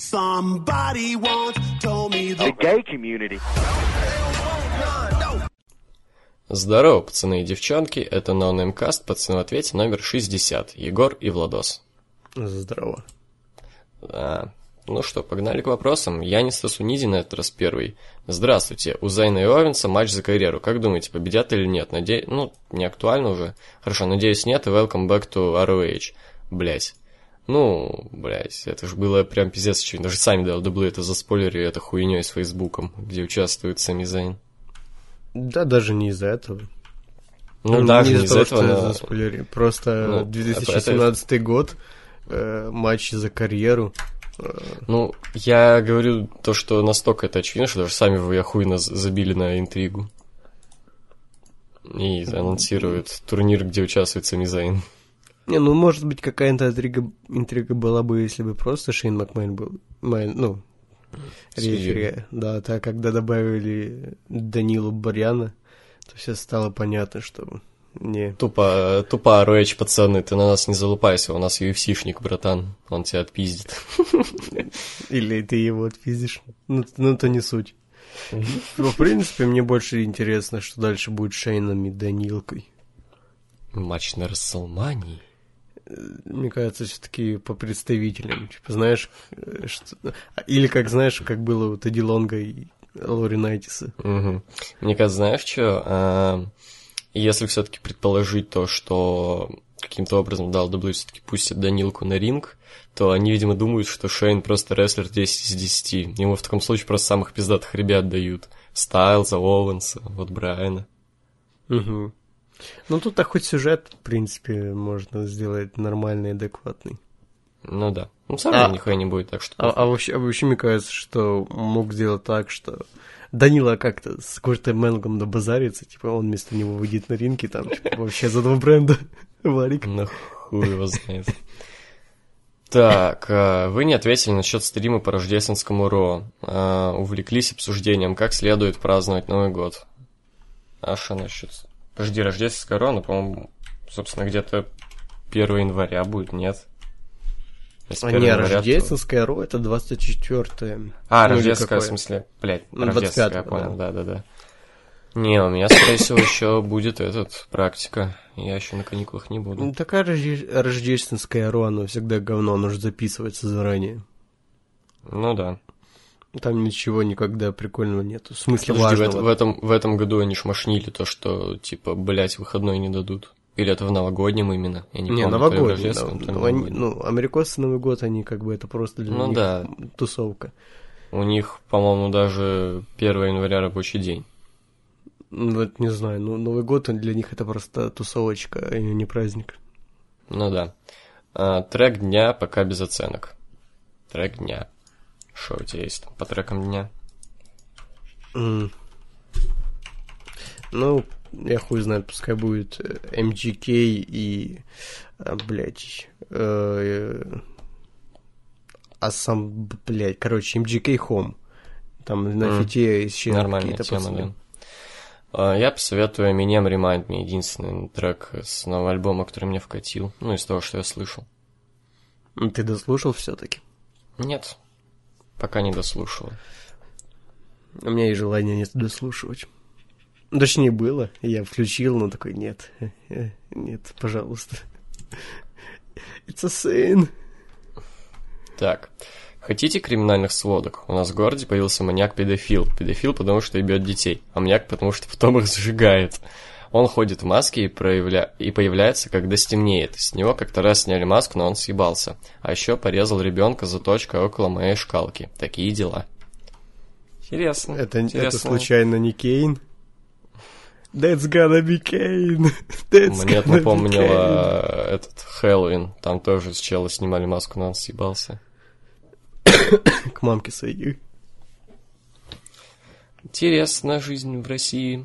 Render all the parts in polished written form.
Somebody once told me the gay community. Здорово, пацаны и девчонки, это NoNameCast, пацаны в ответе номер 60, Егор и Владос. Здорово. Да. Ну что, погнали к вопросам. Янис Тасуниди на этот раз первый. Здравствуйте, у Зайна и Овенса матч за карьеру. Как думаете, победят или нет? Ну, не актуально уже. Хорошо, надеюсь, нет, и welcome back to ROH. Блять. Это же было прям пиздец очевидно. Даже сами WWE это заспойлерили, это хуйней с Фейсбуком, где участвует Сами Зайн. Да, даже не из-за этого. Даже не из-за этого, но... заспойлерили. Просто 2017 год, матч за карьеру. Я говорю то, что настолько это очевидно, что даже сами вы охуенно забили на интригу. И анонсируют турнир, где участвует Сами Зайн. Может быть, какая-то интрига была бы, если бы просто Шейн Макмен был, рефери. Да, так, когда добавили Данилу Барьяна, то все стало понятно, что не... Тупо ROH, пацаны, ты на нас не залупайся, у нас UFC-шник, братан, он тебя отпиздит. Или ты его отпиздишь, то не суть. В принципе, мне больше интересно, что дальше будет с Шейном и Данилкой. Матч на Расселмании. Мне кажется, все-таки по представителям. Типа, знаешь, что... Или как было у Тедди Лонга и Лори Найтиса. Угу. Мне кажется, знаешь что? Если все-таки предположить то, что каким-то образом WWE все-таки пустят Данилку на ринг, то они, видимо, думают, что Шейн просто рестлер 10 из 10. Ему в таком случае просто самых пиздатых ребят дают. Стайлза, Оуэнса, Брайана. Угу. Тут-то хоть сюжет, в принципе, можно сделать нормальный, адекватный. Да. Все равно нихуя не будет, так что... вообще, мне кажется, что мог сделать так, что Данила как-то с Куртом Мэнгом добазарится, типа он вместо него выйдет на ринг, и там вообще за два бренда варик. Хуй его знает. Так, вы не ответили насчет стрима по рождественскому Ро. Увлеклись обсуждением, как следует праздновать Новый год. А что насчет... Подожди, рождественская Ро, по-моему, собственно, где-то 1 января будет, нет? Рождественская Ро, это 24-е. Рождественская, в смысле, рождественская, я понял, да. Не, у меня, скорее всего, еще будет практика, я еще на каникулах не буду. Такая рождественская Ро, она всегда говно, нужно записываться заранее. Да. Там ничего никогда прикольного нету. В смысле, подожди, важного. В этом году они шмашнили то, что, выходной не дадут. Или это в новогоднем именно? Я не помню. Новогодний. Америкосы Новый год, они это просто для них тусовка. У них, по-моему, даже 1 января рабочий день. Не знаю, Новый год для них это просто тусовочка, а не праздник. Трек дня пока без оценок. Трек дня. Что у тебя есть там по трекам дня? Я хуй знает, пускай будет MGK и, MGK Home. Там на фите исчезли какие-то пацаны. Я посоветую Eminem Remind Me, единственный трек с нового альбома, который мне вкатил. Из того, что я слышал. Ты дослушал все-таки? Нет. Пока не дослушал. У меня и желания нет дослушивать. Точнее, было. Я включил, но такой, нет, пожалуйста. It's a sin. Так. Хотите криминальных сводок? У нас в городе появился маньяк-педофил. Педофил, потому что ебет детей, а маньяк, потому что потом их сжигает. Он ходит в маске и появляется, когда стемнеет. С него как-то раз сняли маску, но он съебался. А еще порезал ребенка заточкой около моей шкалки. Такие дела. Интересно. Это случайно не Кейн? That's gonna be Кейн. Мне это напомнило этот Хэллоуин. Там тоже с чела снимали маску, но он съебался. К мамке своей. Интересна жизнь в России.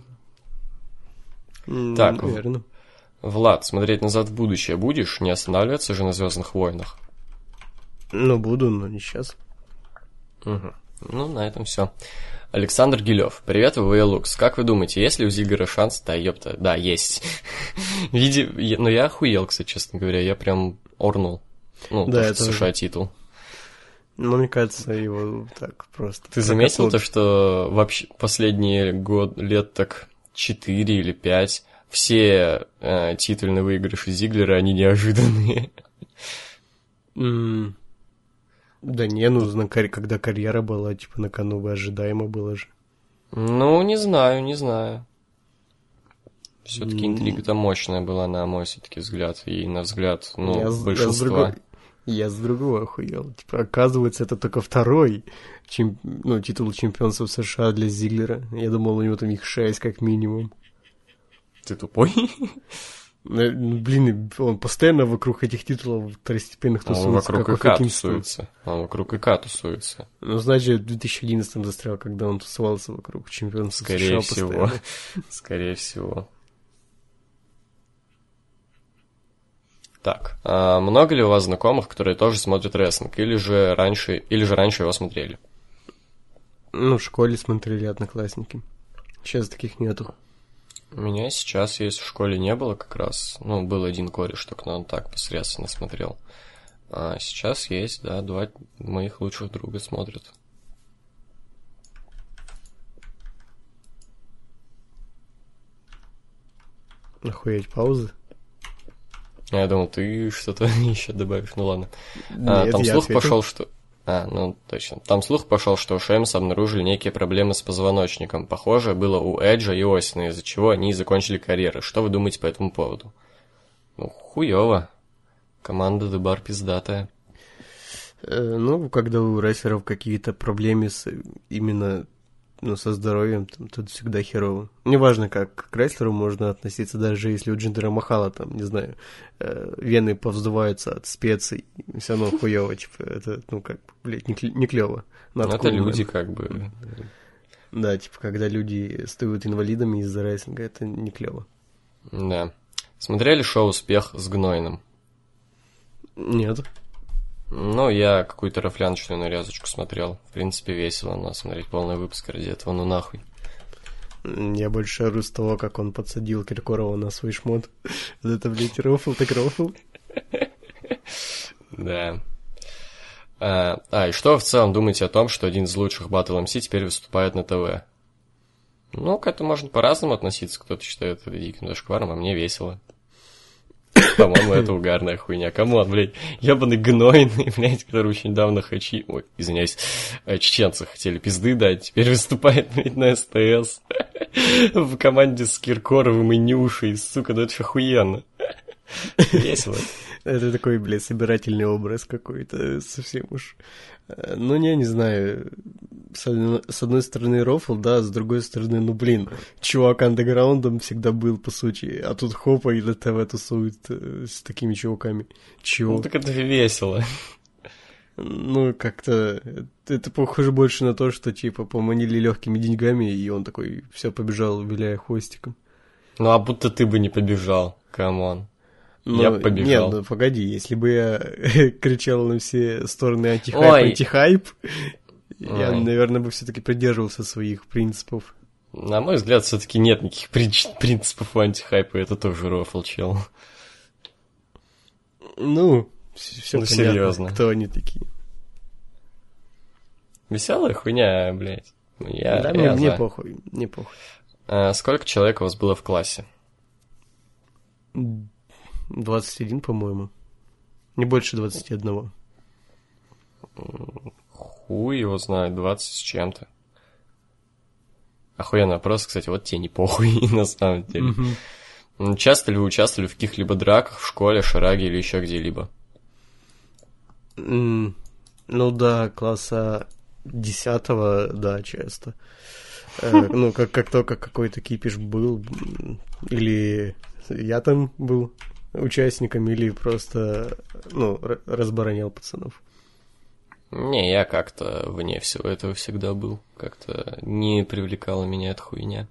Так, наверное. Влад, смотреть назад в будущее будешь? Не останавливаться же на «Звездных войнах»? Буду, но не сейчас. Угу. На этом все. Александр Гилев. Привет, ВВЛукс. Как вы думаете, есть ли у Зиггера шанс? Да, ёпта, да, есть. Но я охуел, кстати, честно говоря. Я прям орнул. Да, это США титул. Но мне кажется, его так просто... Ты заметил то, что вообще последние лет так 4 или 5 все титульные выигрыши Зиглера, они неожиданные? Да не, ну, когда карьера была, типа, на кону бы ожидаемо было же. Ну, не знаю. Все-таки интрига-то мощная была, на мой все-таки взгляд, и на взгляд, большинства. Я с другого охуел. Типа, оказывается, это только второй титул чемпионства США для Зиглера. Я думал, у него там их 6 как минимум. Ты тупой? Блин, он постоянно вокруг этих титулов второстепенных тусуется. Он вокруг ИК тусуется. Ну, значит, в 2011-м застрял, когда он тусовался вокруг чемпионства Скорее США всего. постоянно. Скорее всего. Так, много ли у вас знакомых, которые тоже смотрят рестлинг, или же раньше его смотрели? Ну, в школе смотрели одноклассники. Сейчас таких нету. У меня сейчас есть, в школе не было как раз. Ну, был один кореш, только он так посредственно смотрел. А сейчас есть, да, 2 моих лучших друга смотрят. Охуеть, паузы? Я думал, ты что-то еще добавишь, ну ладно. Нет, там я слух ответил. пошел, что... ну точно. Там слух пошел, что у Шеймса обнаружили некие проблемы с позвоночником. Похоже, было у Эджа и Остина, из-за чего они и закончили карьеры. Что вы думаете по этому поводу? Ну, хуёво. Команда The Bar пиздатая. Ну, когда у рестлеров какие-то проблемы именно со здоровьем, тут всегда херово. Неважно, как к рестлеру можно относиться, даже если у Джиндера Махала, там, не знаю, вены повздуваются от специй, все равно хуёво, типа, это, блядь, не клёво. Это люди, как бы. Да, типа, когда люди стают инвалидами из-за рестлинга, это не клёво. Да. Смотрели шоу «Успех» с Гнойным? Нет. Ну, я какую-то рафляночную нарезочку смотрел. В принципе, весело, но смотреть полный выпуск ради этого, ну нахуй. Я больше ору с того, как он подсадил Киркорова на свой шмот. Это, блядь, рофл, так рофл. Да. И что вы в целом думаете о том, что один из лучших Battle MC теперь выступает на ТВ? Ну, к этому можно по-разному относиться. Кто-то считает это диким зашкваром, а мне весело. По-моему, это угарная хуйня. Камон, блядь, ебаный Гнойный, блядь, который очень давно чеченцы хотели пизды дать, теперь выступает, блядь, на СТС. В команде с Киркоровым и Нюшей, сука, ну это ж охуенно. Весело. Это такой, блядь, собирательный образ какой-то, совсем уж. Ну, не знаю. С одной стороны, рофл, да, с другой стороны, чувак андеграундом всегда был, по сути, а тут хопа и на ТВ тусует с такими чуваками. Чего? Ну, так это весело. Ну, как-то... Это похоже больше на то, что, типа, поманили легкими деньгами, и он такой, все побежал, виляя хвостиком. Ну, а будто ты бы не побежал, камон. Я бы побежал. Нет, погоди, если бы я кричал на все стороны антихайп, я, наверное, бы все-таки придерживался своих принципов. На мой взгляд, все-таки нет никаких принципов у антихайпа, это тоже рофл, чел. Ну, все понятно, серьезно. Кто они такие. Веселая хуйня, блядь. Мне похуй, не похуй. Сколько человек у вас было в классе? 21, по-моему. Не больше 21. Хуй его знает, 20 с чем-то. Охуенный вопрос, кстати, вот тебе не похуй, на самом деле. Часто ли вы участвовали в каких-либо драках в школе, шараге или еще где-либо? Ну да, класса 10-го, да, часто. Ну, как только какой-то кипиш был, или я там был участником, или просто, разборонял пацанов. Не, я как-то вне всего этого всегда был. Как-то не привлекала меня эта хуйня.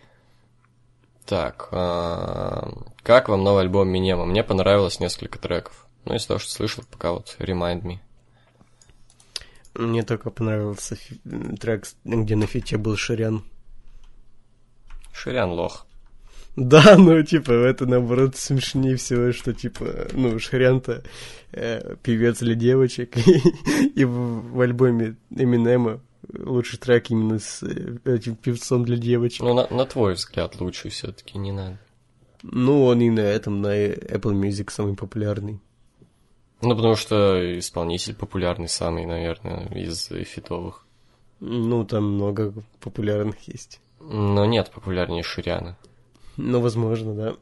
Так, как вам новый альбом Минема? Мне понравилось несколько треков. Ну, из того, что слышал, пока вот Remind Me. Мне только понравился трек, где на фите был Ширян. Ширян лох. Да, ну, типа, это, наоборот, смешнее всего, что, типа, ну, Шарян-то певец для девочек, и в альбоме Эминема лучший трек именно с этим певцом для девочек. Ну, на твой взгляд, лучший все-таки не надо. Ну, он и на этом, на Apple Music самый популярный. Ну, потому что исполнитель популярный самый, наверное, из фитовых. Ну, там много популярных есть. Но нет популярнее Ширяна. Ну, возможно, да.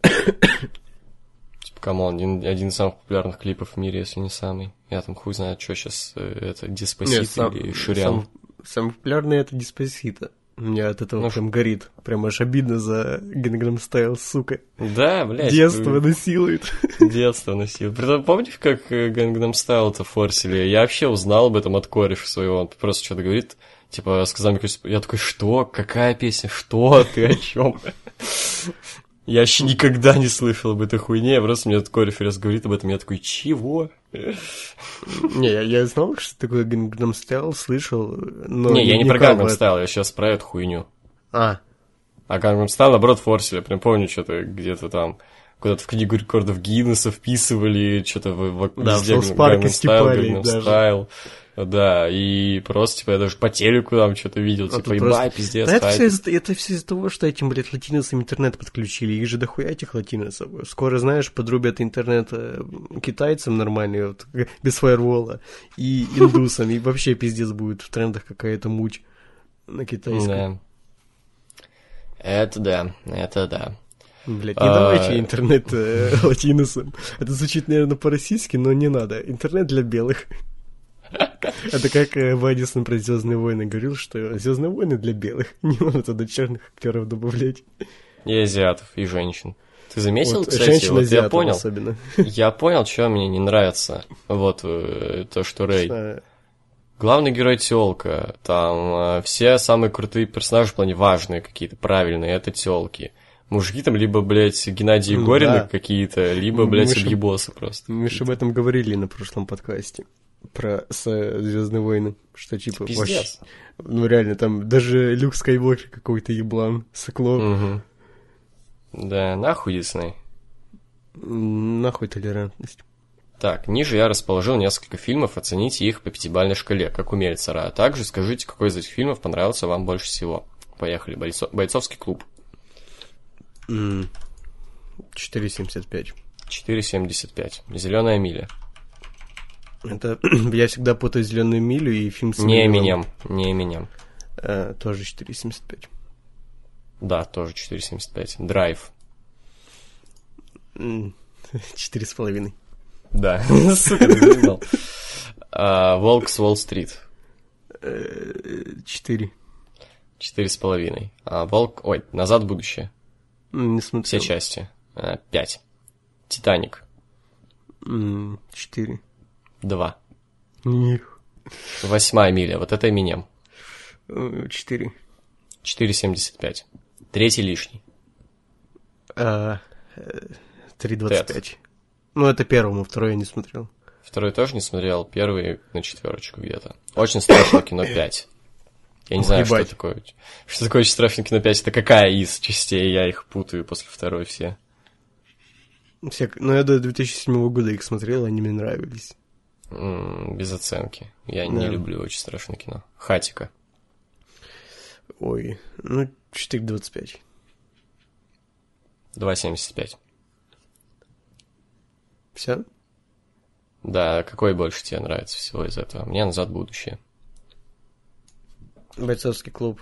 Типа, камон, один из самых популярных клипов в мире, если не самый. Я там хуй знает, что сейчас, это Деспасито или Ширян. Самый популярный это Деспасито. У меня от этого прям горит. Прям аж обидно за Gangnam Style, сука. Да, блядь. Детство насилует. Детство насилует. Притом, помните, как Gangnam Style-то форсили? Я вообще узнал об этом от кореша своего. Он просто что-то говорит, типа, сказал мне, я такой, что? Какая песня? Что? Ты о чем? Я вообще никогда не слышал об этой хуйне, просто мне этот кореш раз говорит об этом, я такой, чего? Не, я знал, что такое Gangnam Style, слышал, но... Не, я не про Gangnam Style, я сейчас про эту хуйню. А Gangnam Style, наоборот, форсили, я прям помню, что-то где-то там, куда-то в книгу рекордов Гиннесса вписывали, что-то везде Gangnam Style. Да, и просто, типа, я даже по телеку там что-то видел, типа, ебать, пиздец. Да это все из-за того, что этим, блядь, латиносам интернет подключили, их же дохуя этих латиносов. Скоро, знаешь, подрубят интернет китайцам нормальный, вот, без фаервола, и индусам, и вообще пиздец будет в трендах какая-то муть на китайском. Да. Это да. Блядь, не давайте интернет латиносам. Это звучит, наверное, по-российски, но не надо. Интернет для белых. Это как Вадисон про «Звездные войны» говорил, что «Звездные войны» для белых. Не надо туда черных актеров добавлять. И азиатов, и женщин. Ты заметил, вот, кстати, вот я понял, особенно. Я понял, что мне не нравится. Вот то, что Рэй. Главный герой тёлка. Там все самые крутые персонажи в плане важные какие-то, правильные, это тёлки. Мужики там либо, блядь, Геннадий Горины какие-то, либо, блядь, объебосы просто. Мы же об этом говорили на прошлом подкасте. Про «Звездные войны», что типа пиздец. Ну реально, там даже Люк Скайуокер какой-то еблан, сыкло. Угу. Да, нахуй Дисней. Нахуй толерантность. Так, ниже я расположил несколько фильмов, оцените их по 5-бальной шкале, как умели Сара. А также скажите, какой из этих фильмов понравился вам больше всего. Поехали, «Бойцовский клуб». 4,75. 4,75. «Зеленая миля». Это я всегда путаю «Зеленую милю» и фильм с Не Эминем. Тоже 4,75. Да, тоже 4,75. «Драйв». 4,5. Да, сука, ты заебал. «Волк с Уолл-стрит». 4. 4,5. «Волк...» Ой, «Назад в будущее». Не смотрел. Все части. 5. «Титаник». 4. 2. Них. «Восьмая миля». Вот это Эминем. 4. 4,75. «Третий лишний». 3,25. Ну, это первому, второй я не смотрел. Второй тоже не смотрел, первый на 4 где-то. Очень страшное кино 5. Я не знаю, что такое. Что такое очень страшное кино 5? Это какая из частей? Я их путаю после второй все. Ну, я до 2007 года их смотрел, они мне нравились. Без оценки. Я не люблю очень страшное кино. «Хатико». Ой, ну, 4,25. 2,75. Все? Да, какой больше тебе нравится всего из этого? Мне «Назад в будущее». «Бойцовский клуб».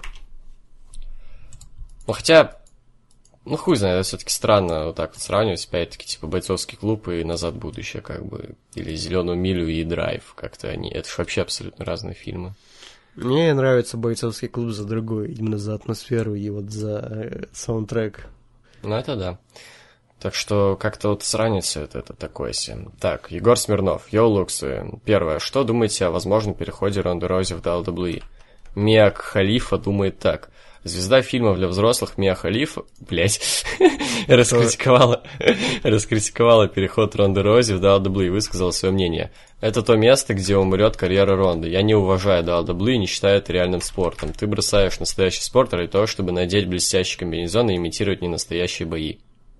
Ну, хотя, ну, хуй знает, это все-таки странно вот так вот сравнивать, опять-таки, типа, «Бойцовский клуб» и «Назад в будущее», как бы, или «Зеленую милю» и «Драйв», как-то они, это же вообще абсолютно разные фильмы. Мне нравится «Бойцовский клуб» за другой, именно за атмосферу и вот за саундтрек. Ну, это да. Так что как-то вот сравнить все это такое себе. Так, Егор Смирнов, Йоу Луксы. Первое. Что думаете о возможном переходе Ронды Роузи в WWE? Миа Халифа думает так. Звезда фильмов для взрослых Мия Халифа, блять, раскритиковала переход Ронды Роузи в WWE и высказала свое мнение. Это то место, где умрет карьера Ронды. Я не уважаю WWE и не считаю это реальным спортом. Ты бросаешь настоящий спорт ради того, чтобы надеть блестящий комбинезон и имитировать ненастоящие бои.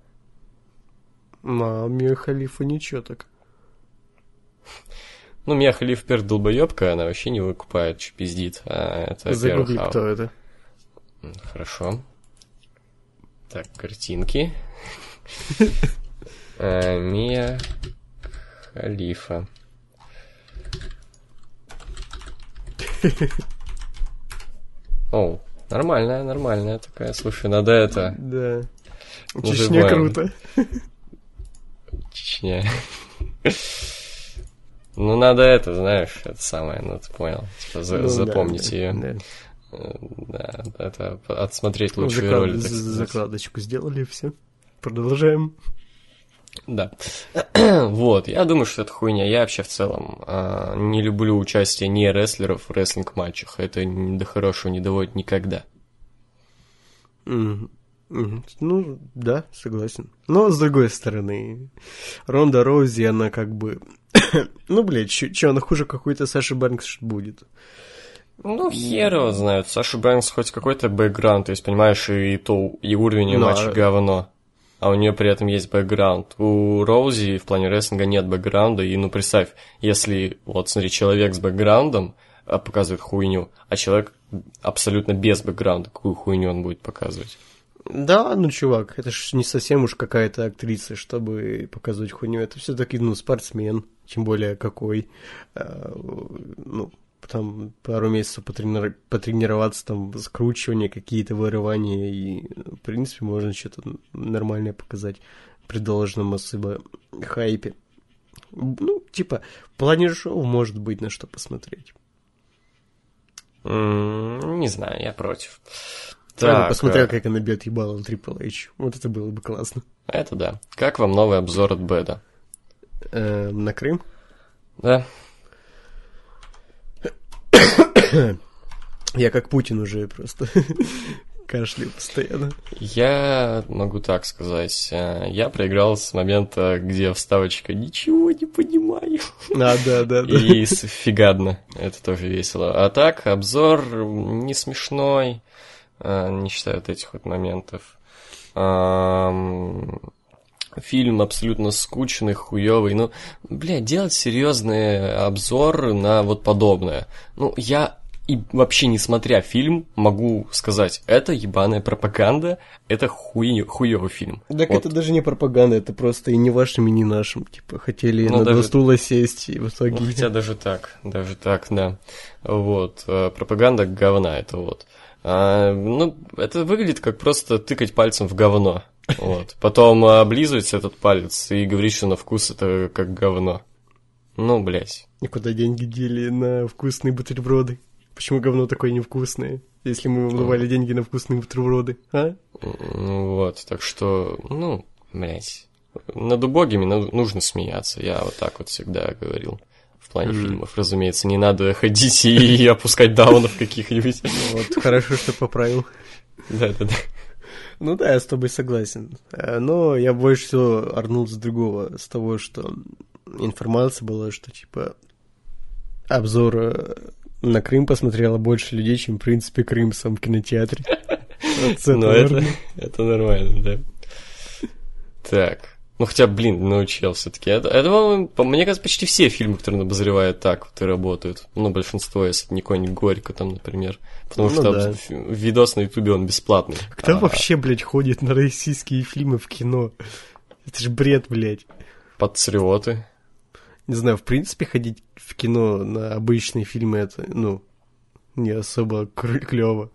Мия Халифа ничего так. Ну, Мия Халифа, во-первых, долбоёбка, она вообще не выкупает, что пиздит. Это, Загугли, кто это. Хорошо. Так, картинки. Мия Халифа. Оу, нормальная такая. Слушай, надо это... Да. Называем. Чечня круто. Чечня. Ну, надо это, знаешь, это самое, ну, ты понял. Типа, запомнить ее. Да, это отсмотреть лучшие роли, так сказать. Закладочку сделали, все. Продолжаем. Да. Вот, я думаю, что это хуйня. Я вообще в целом не люблю участие не рестлеров в рестлинг-матчах. Это до хорошего не доводит никогда. Ну, да, согласен. Но, с другой стороны, Ронда Роузи, она как бы... Ну, блядь, чё, она хуже какой-то Саши Бэнкс будет? Ну, хер его знает. Саша Бэнкс хоть какой-то бэкграунд, то есть, понимаешь, и уровень матча говно. А у нее при этом есть бэкграунд. У Роузи в плане рестлинга нет бэкграунда, и, ну, представь, если, вот, смотри, человек с бэкграундом показывает хуйню, а человек абсолютно без бэкграунда, какую хуйню он будет показывать? Да, ну, чувак, это ж не совсем уж какая-то актриса, чтобы показывать хуйню. Это все-таки, ну, спортсмен, тем более какой. Ну, там пару месяцев потренироваться, там, скручивание, какие-то вырывания, и, в принципе, можно что-то нормальное показать при должном особо хайпе. Ну, типа, в плане шоу может быть на что посмотреть. Не знаю, я против. Так, посмотрел, как она бьет ебало Triple H. Вот это было бы классно. Это да. Как вам новый обзор от Бэда? На Крым? Да. Я как Путин уже просто кашляю постоянно. Я могу так сказать. Я проиграл с момента, где вставочка «Ничего не понимаю». Да. И фигадно. Это тоже весело. А так, обзор не смешной. Не считая вот этих вот моментов. Фильм абсолютно скучный, хуёвый. Ну, блядь, делать серьезный обзор на вот подобное. Ну, я и вообще, не смотря фильм, могу сказать, это ебаная пропаганда, это хуёвый фильм. Так вот. Это даже не пропаганда, это просто и не вашим, и не нашим. Типа, хотели на даже... два стула сесть, и в итоге... Ну, хотя даже так, да. Вот, пропаганда говна, это вот. Ну, это выглядит как просто тыкать пальцем в говно. Вот. Потом облизывается этот палец и говорит, что на вкус это как говно. Ну, блядь. И куда деньги дели на вкусные бутерброды? Почему говно такое невкусное, если мы давали деньги на вкусные бутерброды, а? Ну вот, так что, ну, блядь. Над убогими нужно смеяться, я вот так вот всегда говорил. В плане фильмов, разумеется, не надо ходить и опускать даунов каких-нибудь. Вот, хорошо, что поправил. Да. Ну да, я с тобой согласен. Но я больше всего орнул с другого, с того, что информация была, что, типа, обзор на Крым посмотрело больше людей, чем, в принципе, Крым сам в кинотеатре. Ну, это нормально, да. Так. Ну, хотя, блин, научил все-таки. Это, мне кажется, почти все фильмы, которые обозревают так вот и работают. Ну, большинство, если не какой-нибудь Горько, там, например. Потому что видос на Ютубе, он бесплатный. Кто вообще, блядь, ходит на российские фильмы в кино? Это ж бред, блядь. Патриоты. Не знаю, в принципе, ходить в кино на обычные фильмы, это, ну, не особо клево.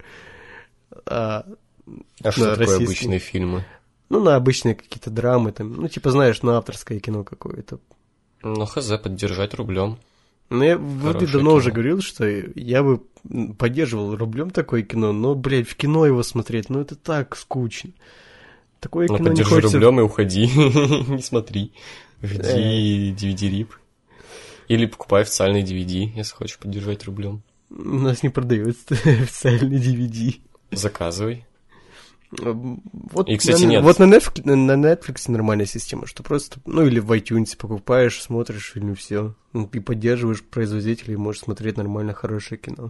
А что такое обычные фильмы? Ну, на обычные какие-то драмы, там, ну, типа, знаешь, на авторское кино какое-то. Ну, хз, поддержать рублем. Ну, я вроде давно уже говорил, что я бы поддерживал рублем такое кино, но, блядь, в кино его смотреть, ну, это так скучно. Такое кино не хочется... Ну, поддержи рублем и уходи, не смотри. Жди DVD-рип. Или покупай официальный DVD, если хочешь поддержать рублем. У нас не продается официальный DVD. Заказывай. Вот, И, кстати, нет. Вот на Netflix нормальная система, что просто, ну, или в iTunes покупаешь, смотришь фильм, и все. Ну, и поддерживаешь производителей, и можешь смотреть нормально хорошее кино.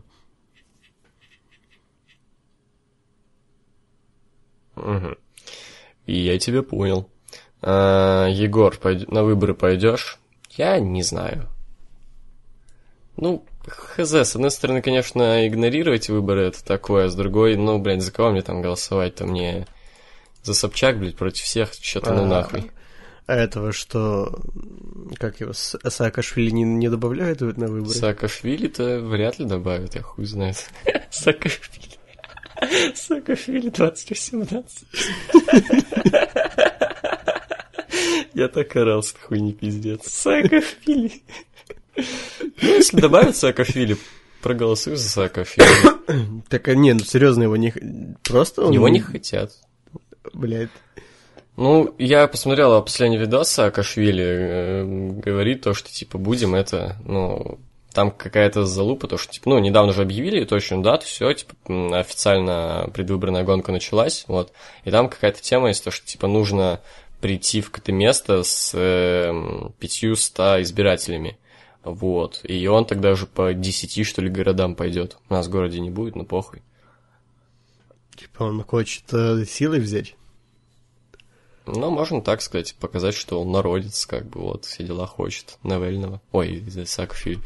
Угу. И я тебя понял. Егор, на выборы пойдешь? Я не знаю. Ну, хз, с одной стороны, конечно, игнорировать выборы это такое, с другой, ну, блядь, за кого мне там голосовать-то? Мне за Собчак, блядь, против всех, что-то ну нахуй. А этого что, как его, Саакашвили не добавляют на выборы? Саакашвили-то вряд ли добавят, я хуй знает. Саакашвили 2018. Я так орал с хуйни, пиздец. Саакашвили. Ну, если добавят Саакашвили, проголосую за Саакашвили. Так, не, ну серьезно, его не... Просто он... Его не хотят. Блядь. Ну, я посмотрел последний видос Саакашвили, говорит то, что, типа, будем это, ну... Там какая-то залупа, то, что, типа, ну, недавно же объявили точную дату, все, типа, официально предвыборная гонка началась, вот. И там какая-то тема есть, то, что, типа, нужно прийти в какое-то место с 500 избирателями. Вот. И он тогда уже по 10, что ли, городам пойдет. У нас в городе не будет, но похуй. Типа он хочет силой взять? Ну, можно так сказать, показать, что он народец, как бы, вот, все дела хочет. Навального. Ой, Саакашвили.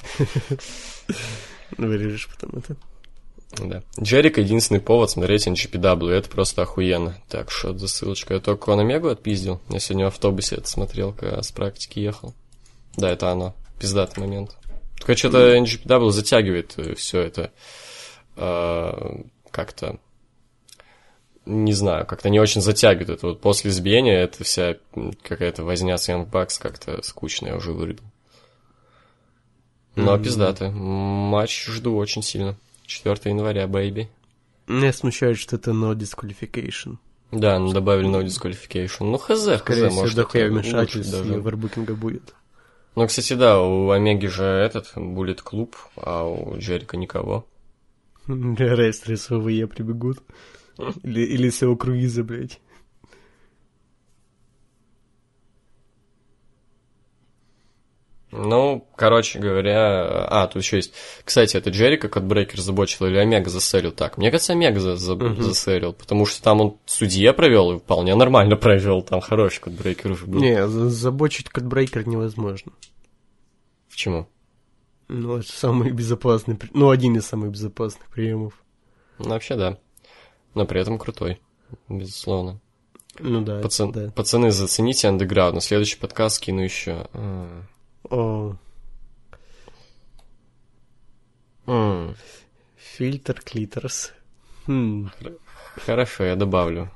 Вырежешь потом это. Да. Джерика — единственный повод смотреть NGPW, это просто охуенно. Так, что за ссылочка? Я только на Мегу отпиздил. Я сегодня в автобусе это смотрел, когда с практики ехал. Да, это оно. Пиздатый момент. Только что-то NGPW затягивает все это как-то, не знаю, как-то не очень затягивает. Это вот после избиения это вся какая-то возня с Young Bucks как-то скучная, я уже вырубил. Но пиздатый. Матч жду очень сильно. 4 января, бэйби. Меня смущает, что это no disqualification. Да, ну добавили no disqualification. Ну, хз, Скорее может, всего, дохуя это вмешательств лучше даже. и варбукинга будет. Ну, кстати, да, у Омеги же этот Bullet Club, а у Джерика никого. Рестлеры с ВВЕ прибегут. Или всего круиза, блядь. Ну, короче говоря... тут еще есть... Кстати, это Джерика Кодбрейкер забочил или Омега засерил? Так, мне кажется, Омега засерил, потому что там он судье провел и вполне нормально провел, там хороший Кодбрейкер уже был. Не, забочить Кодбрейкер невозможно. Почему? Ну, это самый безопасный... Ну, один из самых безопасных приемов. Ну, вообще, да. Но при этом крутой, безусловно. Ну да, да. Пацаны, зацените андеграунд. На следующий подкаст скину еще. О. Фильтр клиторс. Хорошо, я добавлю.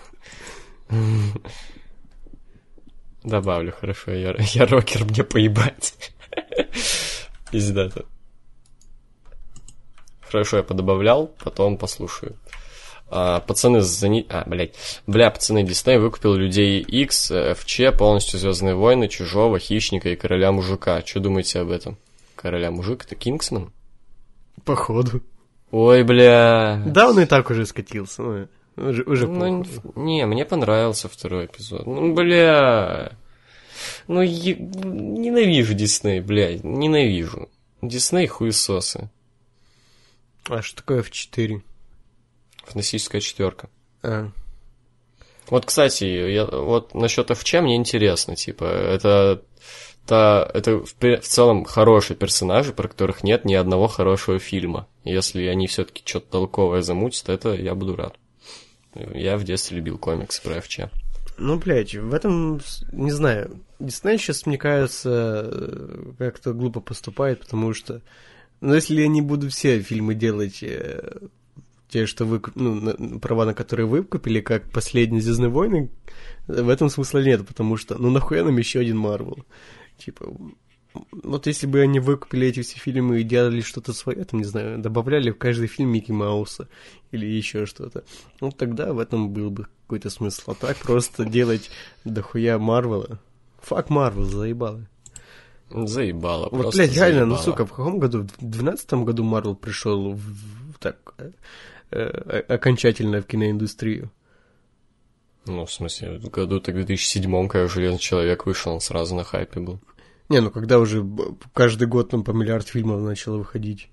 Добавлю, хорошо. Я рокер, мне поебать. Пиздато. Хорошо, я подобавлял, потом послушаю. Пацаны, пацаны, Дисней выкупил Людей Икс, ФЧ, полностью Звездные войны, Чужого, Хищника и Короля Мужика. Что думаете об этом? Короля Мужик — это Кингсман? Походу. Ой, бля. Да, он и так уже скатился. Уже не, мне понравился второй эпизод. Ну, бля. Ну, ненавижу Дисней, блядь, ненавижу. Дисней хуесосы. А что такое F4? Фантастическая четверка. Вот, кстати, вот насчет ФЧ мне интересно, типа, это в целом хорошие персонажи, про которых нет ни одного хорошего фильма. Если они все-таки что-то толковое замутят, то это я буду рад. Я в детстве любил комиксы про ФЧ. Ну, блядь, в этом, не знаю, Дисней сейчас, мне кажется, как-то глупо поступает, потому что, ну, если они будут все фильмы делать... те, что права на которые выкупили, как последние «Звездные войны», в этом смысла нет, потому что, ну нахуя нам еще один Марвел? Типа, вот если бы они выкупили эти все фильмы и делали что-то свое, там, не знаю, добавляли в каждый фильм Микки Мауса или еще что-то, ну тогда в этом был бы какой-то смысл. А так просто делать дохуя Марвела. Фак Марвел, заебало. Заебало, вот, блядь, реально, заебало. Ну, сука, в каком году? В 12-м году Марвел пришел окончательно в киноиндустрию. Ну, в смысле, в году так в 2007-м, когда «Железный человек» вышел, он сразу на хайпе был. Не, ну когда уже каждый год там по миллиард фильмов начало выходить.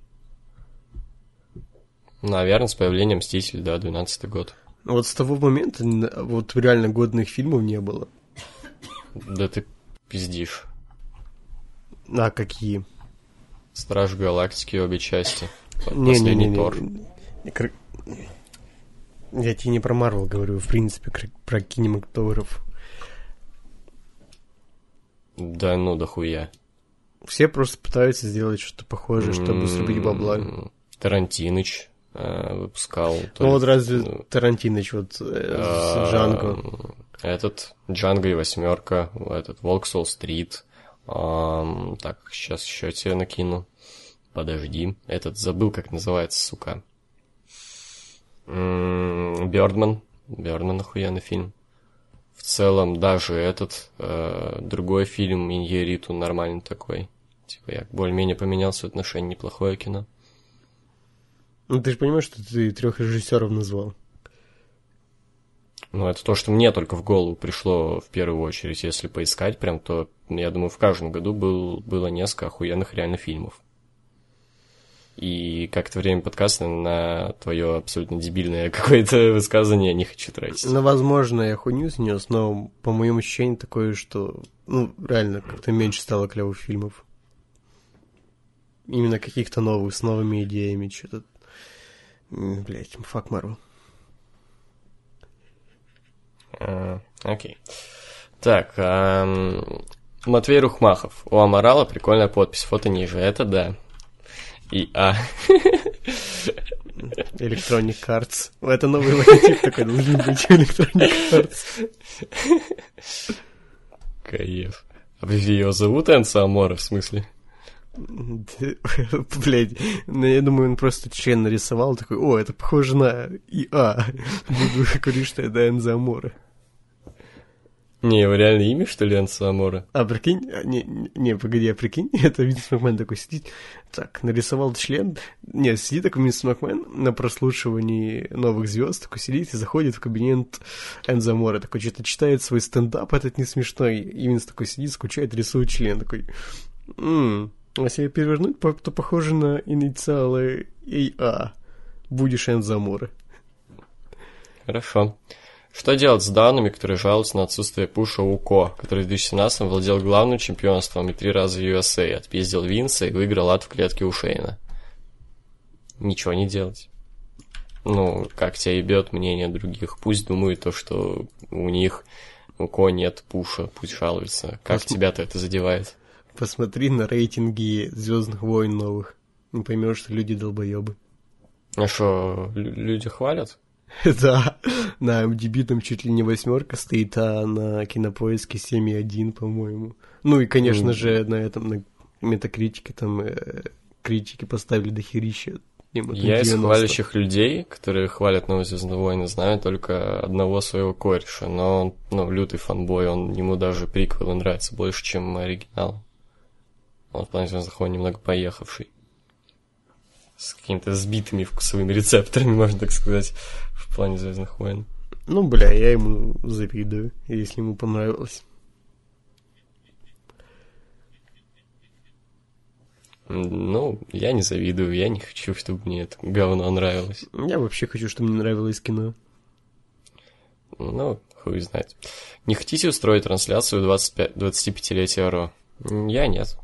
Наверное, с появлением «Мстителей», да, 12-й год. Вот с того момента вот реально годных фильмов не было. Да ты пиздишь. А какие? «Стражи Галактики», обе части. Последний Тор. Я тебе не про Марвел говорю, в принципе, про кинематограф. Да ну, дохуя. Все просто пытаются сделать что-то похожее, чтобы срубить бабла. Тарантиныч выпускал. Ну вот разве Тарантиныч вот с Джанго? Этот Джанго и «Восьмерка», этот «Волк с Уолл-стрит». Так, сейчас еще тебе накину. Подожди. Этот забыл, как называется, сука. Бёрдман. Бёрдман охуенный фильм. В целом, даже этот другой фильм «Иньериту» нормальный такой. Типа, я более-менее поменял свое отношение, неплохое кино. Ну, ты же понимаешь, что ты 3 режиссеров назвал. Ну, это то, что мне только в голову пришло в первую очередь. Если поискать прям, то, я думаю, в каждом году было несколько охуенных реально фильмов. И как-то время подкаста на твое абсолютно дебильное какое-то высказывание не хочу тратить. Ну, возможно, я хуйню снес, но по моему ощущению такое, что, ну, реально, как-то меньше стало клевых фильмов. Именно каких-то новых, с новыми идеями, что-то. Блять, fuck Marvel. Окей. Так, Матвей Рухмахов. У Аморала прикольная подпись, фото ниже. Это да. Electronic Arts. Это новый логотип такой должен быть. Electronic Arts. Кайф. А ее зовут Энсо Аморе, в смысле? Блять, ну я думаю, он просто член нарисовал, такой, о, это похоже на ИА. Буду говорить, что это Энсо Аморе. Не, его реально имя, что ли, Энсо Аморе? А, прикинь, не, погоди, прикинь, это Винс Макмен такой сидит, так, нарисовал член, не, сидит такой Винс Макмен на прослушивании новых звезд, такой сидит и заходит в кабинет Энсо Аморе, такой что-то читает свой стендап, этот не смешной, и Винс такой сидит, скучает, рисует член, такой, если перевернуть, то похоже на инициалы ИА, будешь Энсо Аморе. Хорошо. Что делать с даунами, которые жалуются на отсутствие пуша УКО, который в 2017-м владел главным чемпионством и 3 раза в USA, отпиздил Винса и выиграл ад в клетке у Шейна? Ничего не делать. Ну, как тебя ебет мнение других. Пусть думают то, что у них УКО нет пуша, пусть жалуются. Как тебя-то это задевает? Посмотри на рейтинги «Звездных войн» новых. Не поймешь, что люди долбоебы. А что, люди хвалят? Да, на MDB там чуть ли не 8 стоит, а на Кинопоиске 7,1, по-моему. Ну и, конечно же, на этом, на Метакритике там критики поставили дохерища. Я из хвалящих людей, которые хвалят новые «Звездные войны», знаю только одного своего кореша, но он, лютый фанбой, ему даже приквелы нравятся больше, чем оригинал. Он в плане «Звездных войн» немного поехавший. С какими-то сбитыми вкусовыми рецепторами, можно так сказать, в плане «Звездных войн». Ну, бля, я ему завидую, если ему понравилось. Ну, я не завидую, я не хочу, чтобы мне это говно нравилось. Я вообще хочу, чтобы мне нравилось кино. Ну, хуй знает. Не хотите устроить трансляцию 25-летия РО? Я нет.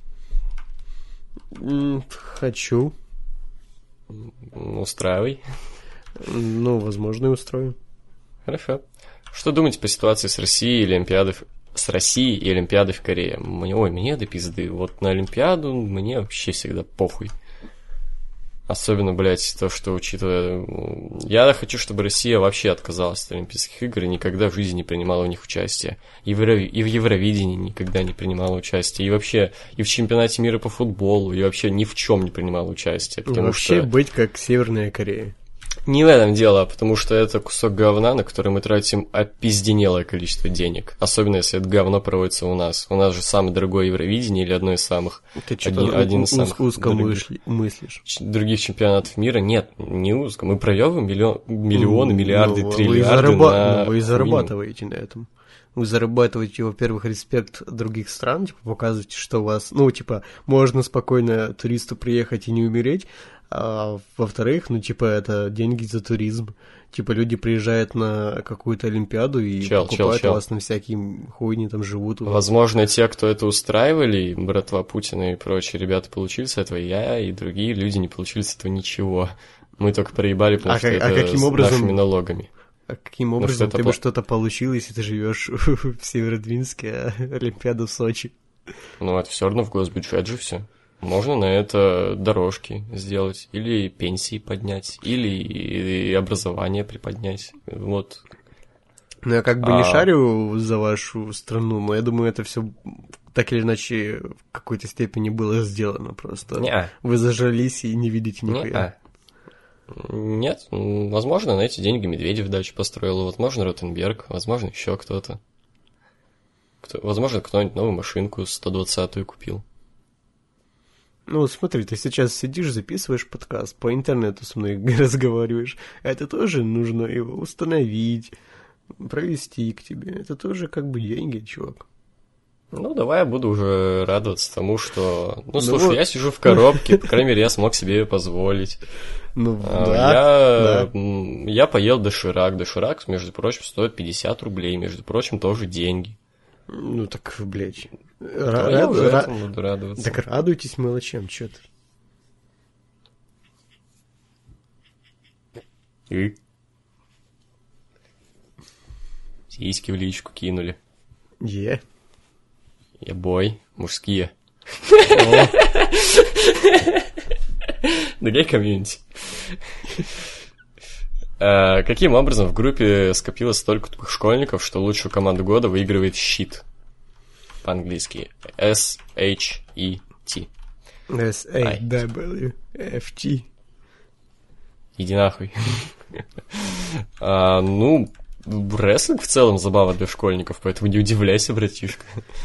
Хочу. Устраивай. Ну, возможно, и устрою. Хорошо. Что думаете по ситуации с Россией и Олимпиадой в Корее? Мне до пизды. Вот на Олимпиаду мне вообще всегда похуй. Особенно, блядь, то, что учитывая... Я хочу, чтобы Россия вообще отказалась от Олимпийских игр и никогда в жизни не принимала в них участие. И в Евровидении никогда не принимала участие. И вообще, и в чемпионате мира по футболу, и вообще ни в чем не принимала участие. Потому вообще что... быть как Северная Корея. Не в этом дело, а потому что это кусок говна, на который мы тратим опизденелое количество денег. Особенно, если это говно проводится у нас. У нас же самое дорогое Евровидение или одно из самых... Ты что-то один из самых узко дорогих мыслишь. других чемпионатов мира. Нет, не узко. Мы проебываем миллионы, миллиарды, Ну, триллиарды на... вы зарабатываете на этом. Вы зарабатываете, во-первых, респект других стран, типа, показываете, что у вас, ну, типа, можно спокойно туристу приехать и не умереть, а во-вторых, ну, типа, это деньги за туризм. Типа, люди приезжают на какую-то Олимпиаду и покупают у вас на всякие хуйни, там живут. Возможно, те, кто это устраивали, братва Путина и прочие ребята получили с этого, я и другие люди не получили с этого ничего. Мы только проебали, потому что это каким образом... нашими налогами. А каким образом ты бы что-то получил, если ты живешь в Северодвинске, а Олимпиада в Сочи? Ну, это все равно в госбюджет же все. Можно на это дорожки сделать, или пенсии поднять, или образование приподнять. Вот. Ну, я как бы не шарю за вашу страну, но я думаю, это все так или иначе в какой-то степени было сделано просто. Вы зажрались и не видите нихуя. Нет, возможно, на эти деньги Медведев дачу построил, возможно, Ротенберг, возможно, еще кто-то. Возможно, кто-нибудь новую машинку 120-ю купил. Ну, смотри, ты сейчас сидишь, записываешь подкаст, по интернету со мной разговариваешь. Это тоже нужно его установить, провести к тебе. Это тоже как бы деньги, чувак. Ну, давай я буду уже радоваться тому, что... Ну, слушай, вот. Я сижу в коробке, по крайней мере, я смог себе ее позволить. Ну, да. Я поел доширак. Доширак, между прочим, стоит 50 рублей. Между прочим, тоже деньги. Ну, так, блядь. Я уже этому буду радоваться. Так радуйтесь мелочам, чё ты. Сиськи в личку кинули. Ебой, мужские. Гей комьюнити. Каким образом в группе скопилось столько тупых школьников, что лучшую команду года выигрывает щит? По-английски. S-H-E-T. S-A-W-F-T. Иди нахуй. Ну, рестлинг в целом забава для школьников, поэтому не удивляйся, братишка.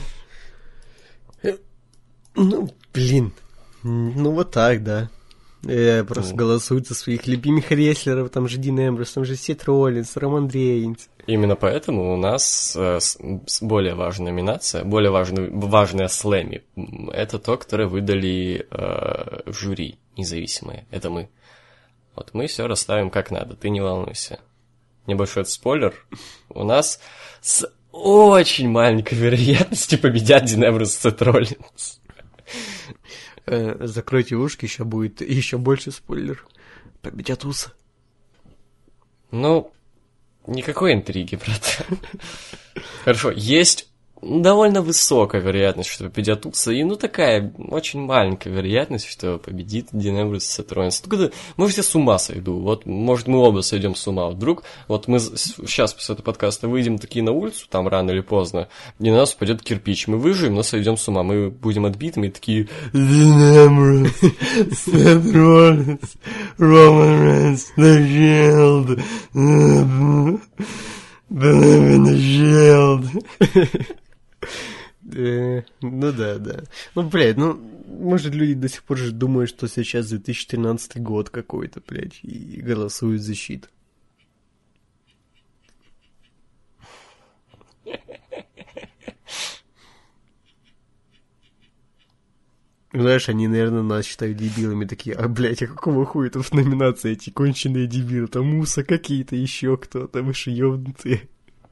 Ну, блин. Ну, вот так, да. Я просто голосую за своих любимых рестлеров. Там же Дин Эмброс, там же Сет Роллинс, Роман Рейнс. Именно поэтому у нас более важная номинация, более важная слэми. Это то, которое выдали жюри независимое. Это мы. Вот мы все расставим как надо, ты не волнуйся. Небольшой спойлер. У нас с очень маленькой вероятностью победят Дин Эмброс и Сет Роллинс. Закройте ушки, еще будет еще больше спойлер. Победят Уса. Ну, никакой интриги, брат. Хорошо, есть довольно высокая вероятность, что победят Уса, и такая очень маленькая вероятность, что победит Дин Эмброс и Сет Роллинс. Мы все с ума сойду. Вот, может, мы оба сойдем с ума. Вдруг, вот мы сейчас после этого подкаста выйдем такие на улицу, там рано или поздно, и на нас упадет кирпич. Мы выживем, но сойдем с ума. Мы будем отбитыми и такие Дин Эмброс, Сет Роллинс, Роман Рейнс, The Shield, Believe in the Shield. Ну да. Ну, блядь, может, люди до сих пор же думают, что сейчас 2013 год какой-то, блядь, и голосуют за щит. Знаешь, они, наверное, нас считают дебилами, такие, блядь, а какого хуя тут в номинации эти конченые дебилы, там Муса какие-то, еще кто-то, вы же ёбнутые.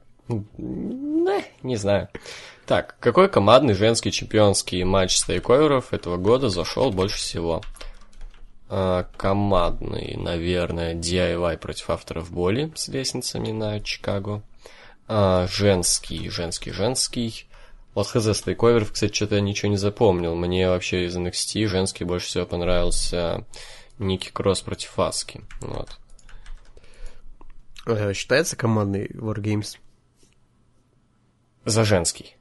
Не знаю. Так, какой командный женский чемпионский матч стейковеров этого года зашел больше всего? Командный, наверное, DIY против авторов боли с лестницами на Чикаго. Женский. Вот хз стейковеров, кстати, что-то я ничего не запомнил. Мне вообще из NXT женский больше всего понравился Ники Кросс против Аски. Вот. Считается командный Wargames? За женский.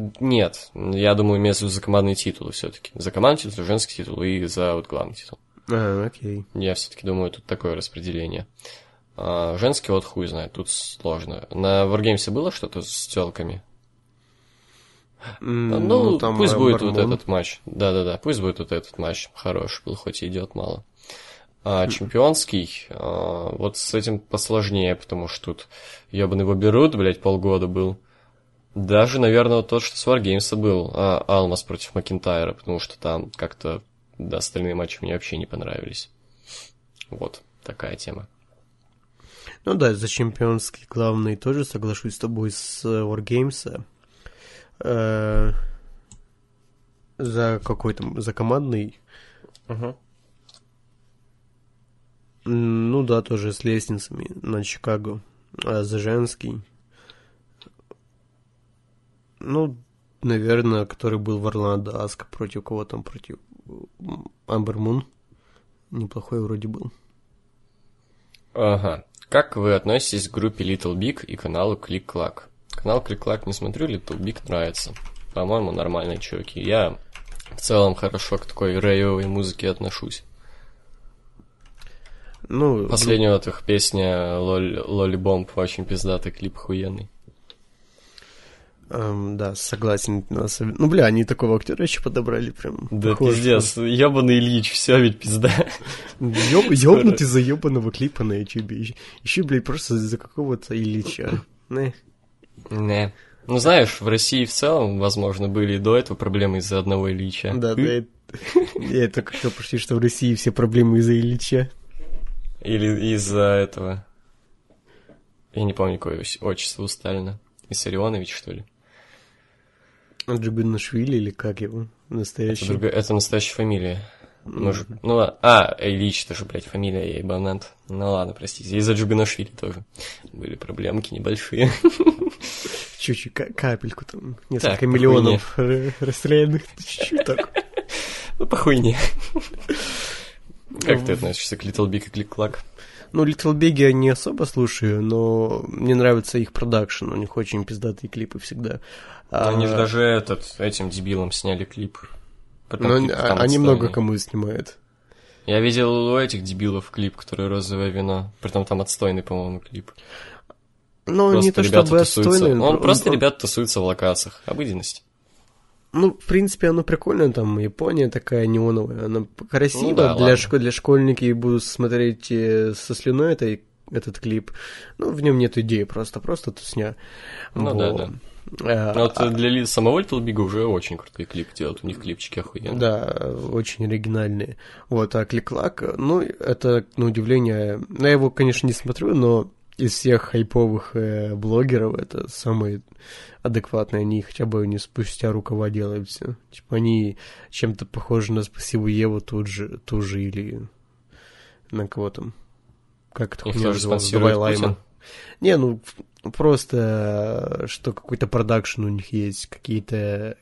Нет, я думаю, имеется в виду за командные титулы все-таки. За командный титул, за женский титул и за вот главный титул. Окей. Я все-таки думаю, тут такое распределение. Женский вот хуй знает, тут сложно. На Wargames было что-то с тёлками? Ну, там пусть будет вот Бармон. этот матч. Да-да-да, пусть будет вот этот матч. Хороший был, хоть и идет мало. Чемпионский, вот с этим посложнее, потому что тут ёбаный его берут, блядь, полгода был. Даже, наверное, вот тот, что с Wargames был, Алмаз против Макинтайра, потому что там как-то остальные матчи мне вообще не понравились. Вот, такая тема. Ну да, за чемпионский главный тоже соглашусь с тобой с Wargames. За какой там, за командный. Угу. Ну да, тоже с лестницами на Чикаго. А за женский. Ну, наверное, который был в Орландо Аска против кого там, против Амбер Мун. Неплохой вроде был. Ага. Как вы относитесь к группе Little Big и каналу Click Clack? Канал Click Clack не смотрю, Little Big нравится. По-моему, нормальные чуваки. Я в целом хорошо к такой рейвовой музыке отношусь. Ну, Последняя вот их песня Лоли Бомб очень пиздатый, клип охуенный. Да, согласен. Ну, бля, они такого актера еще подобрали прям. Да похож. пиздец, ёбаный Ильич, все ведь пизда. Ёбнутый за ёбаного клипа на ютубе. Еще, блядь, просто из-за какого-то Ильича. Не. Ну, знаешь, в России в целом, возможно, были и до этого проблемы из-за одного Ильича. Да, я только хотел пошутить, что в России все проблемы из-за Ильича. Или из-за этого... Я не помню, какое отчество у Сталина. Виссарионович, что ли? Джигунашвили или как его? Настоящий. Это настоящая фамилия. Может, ну ладно. Ильич, это же, блядь, фамилия, я ебанат. Ну ладно, простите. Из-за Джигунашвили тоже были проблемки небольшие. Чуть-чуть, капельку там. Несколько Так, миллионов расстрелянных. Чуть-чуть так. Ну, по хуйне. Как ты относишься к Little Big и Click Clack? Ну, Little Big я не особо слушаю, но мне нравится их продакшн. У них очень пиздатые клипы всегда. Они же даже этим дебилом сняли клип. Но они много кому снимают. Я видел у этих дебилов клип, который «Розовое вино». Притом там отстойный, по-моему, клип. Ну, не то чтобы отстойный. Просто ребята тусуются в локациях. Обыденность. Ну, в принципе, оно прикольно, там Япония такая неоновая, она красива, ну, да, для школьники будут смотреть со слюной этот клип. Ну, в нем нет идеи, просто тусня. Ну, да. Вот для самого Little Big уже очень крутые клипы делают, у них клипчики охуенные. Да, очень оригинальные. Вот, а Click Clack, ну, это, на удивление, ну, я его, конечно, не смотрю, но из всех хайповых блогеров это самые адекватные, они хотя бы не спустя рукава делают все. Типа они чем-то похожи на Спасибо Еву ту же или на кого там. Как это хуйня называлась? Давай Лайма. Не, ну просто что какой-то продакшн у них есть, какие-то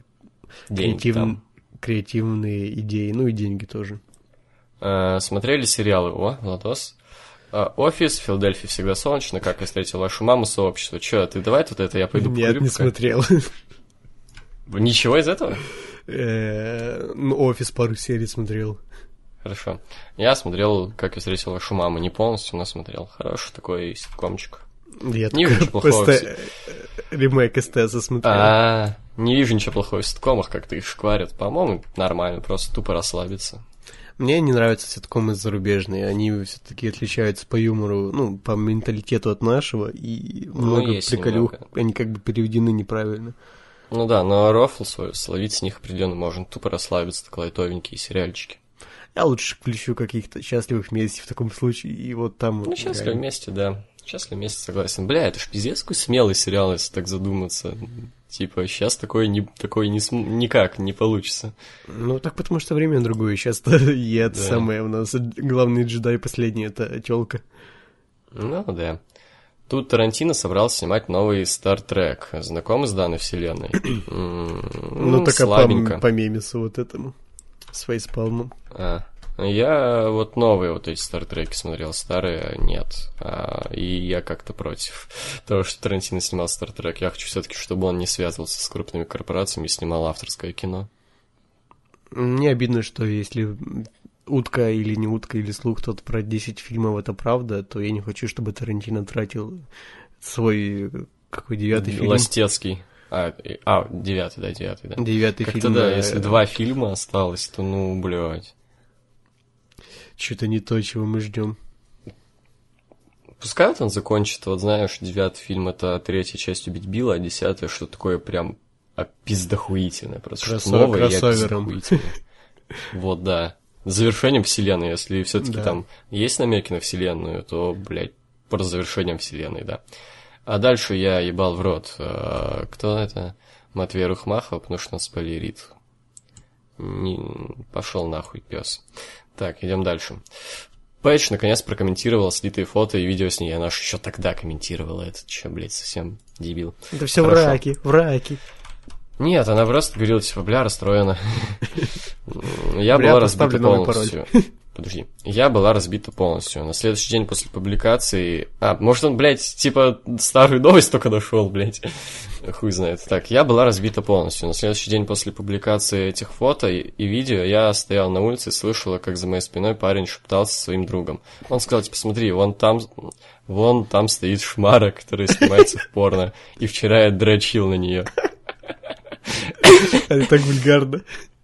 креативные идеи, ну и деньги тоже. Смотрели сериалы? Владос. «Офис», «Филадельфия всегда солнечно», «Как я встретил вашу маму», «Сообщество». Чё, ты давай тут это, я пойду покурю. Нет, не смотрел. Ничего из этого? Ну, «Офис» пару серий смотрел. Хорошо. Я смотрел «Как я встретил вашу маму», не полностью, но смотрел. Хороший такой ситкомчик. Я не вижу ничего плохого. Ремейк СТС смотрел. Не вижу ничего плохого в ситкомах, как-то их шкварят. По-моему, нормально, просто тупо расслабиться. Мне не нравятся ситкомы зарубежные, они все-таки отличаются по юмору, ну, по менталитету от нашего, и много приколюх, они как бы переведены неправильно. Ну да, но рофл свой словить с них определенно можно, тупо расслабиться, так лайтовенькие сериальчики. Я лучше включу каких-то «Счастливых вместе» в таком случае, и вот там... Ну, «Счастливы вместе», да. «Счастливы вместе», согласен. Бля, это ж пиздец какой смелый сериал, если так задуматься. Типа, сейчас такое никак не получится. Ну, так потому что время другое. Сейчас-то и это самое у нас главный джедай последний, это тёлка. Ну, да. Тут Тарантино собрался снимать новый Star Trek. Знакомы с данной вселенной? Ну, так по мемесу вот этому. С фейспалмом. Я вот новые вот эти Стартреки смотрел, старые нет. И я как-то против того, что Тарантино снимал Стартрек. Я хочу все-таки, чтобы он не связывался с крупными корпорациями и снимал авторское кино. Мне обидно, что если утка или не утка, или слух тот про 10 фильмов, это правда, то я не хочу, чтобы Тарантино тратил свой, какой 9-й фильм. Ластецкий. 9-й, да. 9-й как-то фильм. да, если 2 фильма осталось, то ну, блядь. Что-то не то, чего мы ждем. Пускай вот он закончит, вот знаешь, 9-й фильм это 3-я часть «Убить Билла», а 10-я что такое прям опиздохуительное, просто что новое и опиздохуительное. Вот, да. С завершением вселенной, если все-таки там есть намеки на вселенную, то, блядь, про завершением вселенной, да. А дальше я ебал в рот. Кто это? Матвей Рухмахов, потому что он спойлерит. Пошел нахуй, пес. Так, идем дальше. Пейдж наконец прокомментировал слитые фото и видео с ней. Она же еще тогда комментировала это. Че, блядь, совсем дебил. Это все враки. Нет, она просто говорила, типа, бля, расстроена. Я была разбита полностью. Подожди. Я была разбита полностью. На следующий день после публикации... может он, блядь, типа, старую новость только нашел, блядь. Хуй знает. Так, я была разбита полностью. На следующий день после публикации этих фото и видео я стоял на улице и слышала, как за моей спиной парень шептался со своим другом. Он сказал, типа, смотри, вон там стоит шмара, которая снимается в порно. И вчера я дрочил на нее. Это так вульгарно.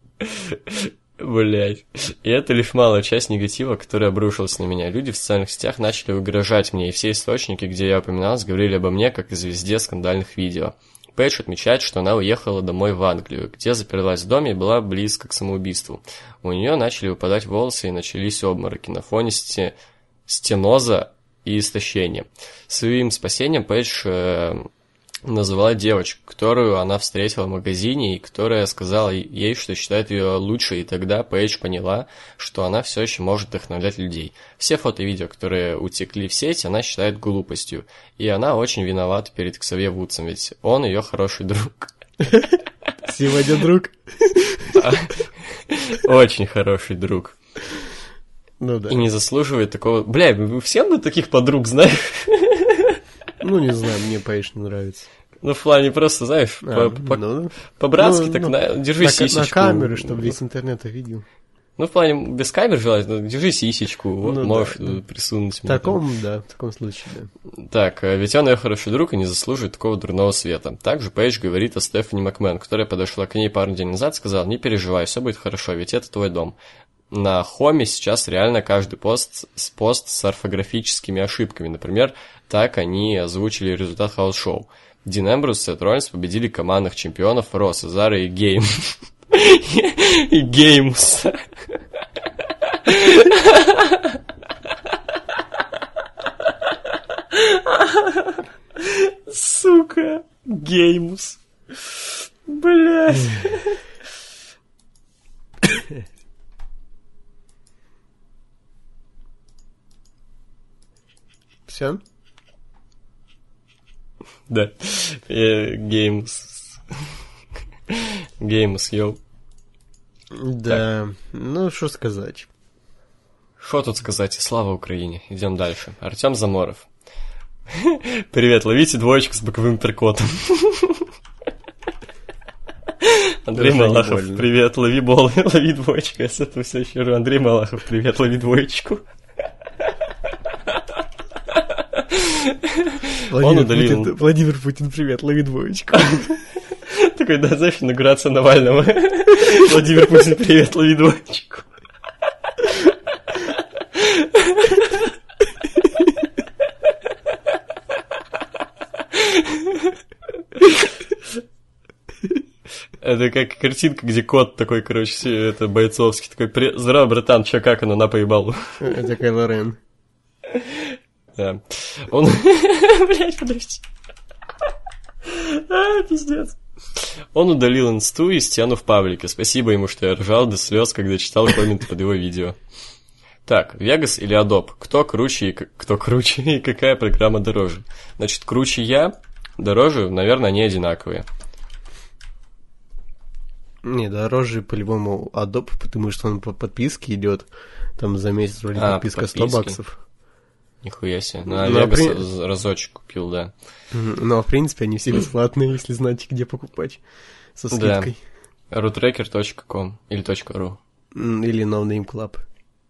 Блять. И это лишь малая часть негатива, который обрушился на меня. Люди в социальных сетях начали угрожать мне, и все источники, где я упоминалась, говорили обо мне, как о звезде скандальных видео. Пейдж отмечает, что она уехала домой в Англию, где заперлась в доме и была близко к самоубийству. У нее начали выпадать волосы и начались обмороки на фоне стеноза и истощения. Своим спасением Пейдж назвала девочку, которую она встретила в магазине и которая сказала ей, что считает ее лучшей, и тогда Пейдж поняла, что она все еще может вдохновлять людей. Все фото и видео, которые утекли в сеть, она считает глупостью, и она очень виновата перед Ксавье Вудсом, ведь он ее хороший друг. Сегодня друг. Очень хороший друг. Ну да. И не заслуживает такого... Бля, всем бы таких подруг, знаешь? Ну, не знаю, мне Пейдж не нравится. Ну, в плане просто, знаешь, по-братски, так держи сисечку. На камеру, чтобы весь интернет видел. Ну, в плане, без камер желательно, держи сисечку, вот, можешь присунуть. В таком случае, да. Так, ведь он ее хороший друг и не заслуживает такого дурного света. Также Пейдж говорит о Стефани Макмен, которая подошла к ней пару дней назад и сказала: не переживай, все будет хорошо, ведь это твой дом. На Хоме сейчас реально каждый пост с орфографическими ошибками. Например, так они озвучили результат хаус-шоу. Дин Эмбрус и Сет Роллинс победили командных чемпионов Ро, Сезара и Геймуса. Сука, Геймус. Блядь. Все? Да. Геймус, йоу. Да, ну, что сказать. Что тут сказать? Слава Украине. Идем дальше. Артем Заморов. Привет, ловите двоечку с боковым перкотом. Андрей Малахов, привет, лови двоечку. Я с этого все еще говорю. Андрей Малахов, привет, лови двоечку. Владимир Путин, привет, лови двоечку. Такой, да, знаешь, инаугурация Навального. Владимир Путин, привет, лови двоечку. Это как картинка, где кот такой, короче, это бойцовский, такой: здорово, братан, чё, как оно, на поебалу. Это Кайло Рен. Да. Он... Блядь, подожди. Пиздец. Он удалил инсту и стену в паблике. Спасибо ему, что я ржал до слез, когда читал комменты под его видео. Так, Vegas или Adobe? Кто круче и какая программа дороже? Значит, круче я, дороже, наверное, они одинаковые. Не, дороже по-любому Adobe, потому что он по подписке идет. Там за месяц вроде подписка $100. Нихуя себе. Ну, а Vegas разочек купил, да. Ну, а в принципе, они все бесплатные, если знаете, где покупать. Со скидкой. Да. Roottracker.com или .ru. Или No Name Club.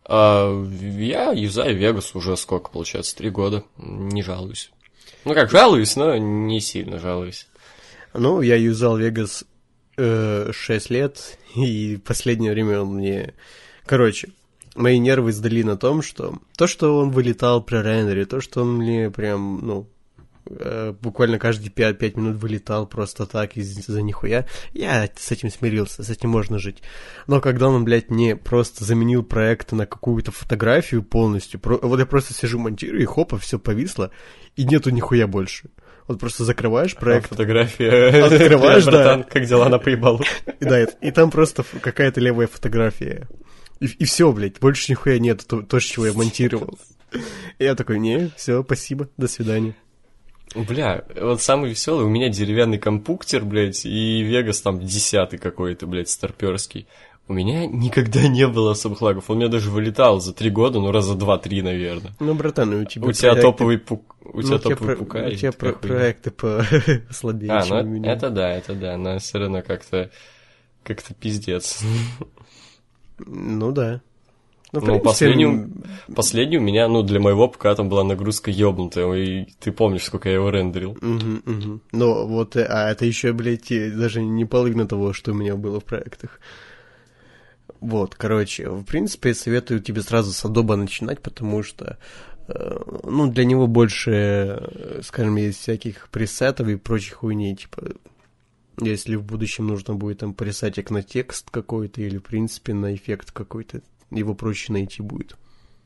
Я юзаю Вегас уже сколько, получается, 3 года. Не жалуюсь. Ну как, жалуюсь, но не сильно жалуюсь. Ну, я юзал Vegas 6 лет, и последнее время он мне... Короче, мои нервы сдали на том, что то, что он вылетал при рендере, то, что он мне прям, ну, буквально каждые 5 минут вылетал просто так из-за нихуя, я с этим смирился, с этим можно жить. Но когда он, блядь, мне просто заменил проект на какую-то фотографию полностью, вот я просто сижу, монтирую, и хопа, все повисло, и нету нихуя больше. Вот просто закрываешь проект. Фотография. Открываешь, да. Братан, как дела на поебалу? Да, и там просто какая-то левая фотография. И все, блядь, больше нихуя нет, то, чего я монтировал. И я такой, не, все, спасибо, до свидания. Бля, вот самый веселый, у меня деревянный компьютер, блядь, и Вегас там 10-й какой-то, блядь, старперский. У меня никогда не было особых лагов, он у меня даже вылетал за 3 года, ну раза 2-3, наверное. Ну, братан, у тебя У тебя топовый пук... У тебя топовый пукай. У тебя проекты послабее, чем у меня. Это да, но все равно как-то пиздец. Ну да. Ну, последний у меня, ну, для моего ПК там была нагрузка ёбнутая, и ты помнишь, сколько я его рендерил. Ну, вот, а это еще, блядь, даже не половина того, что у меня было в проектах. Вот, короче, в принципе, советую тебе сразу с Adobe начинать, потому что, ну, для него больше, скажем, есть всяких пресетов и прочих хуйней, типа, если в будущем нужно будет там пресетик на текст какой-то или, в принципе, на эффект какой-то, его проще найти будет.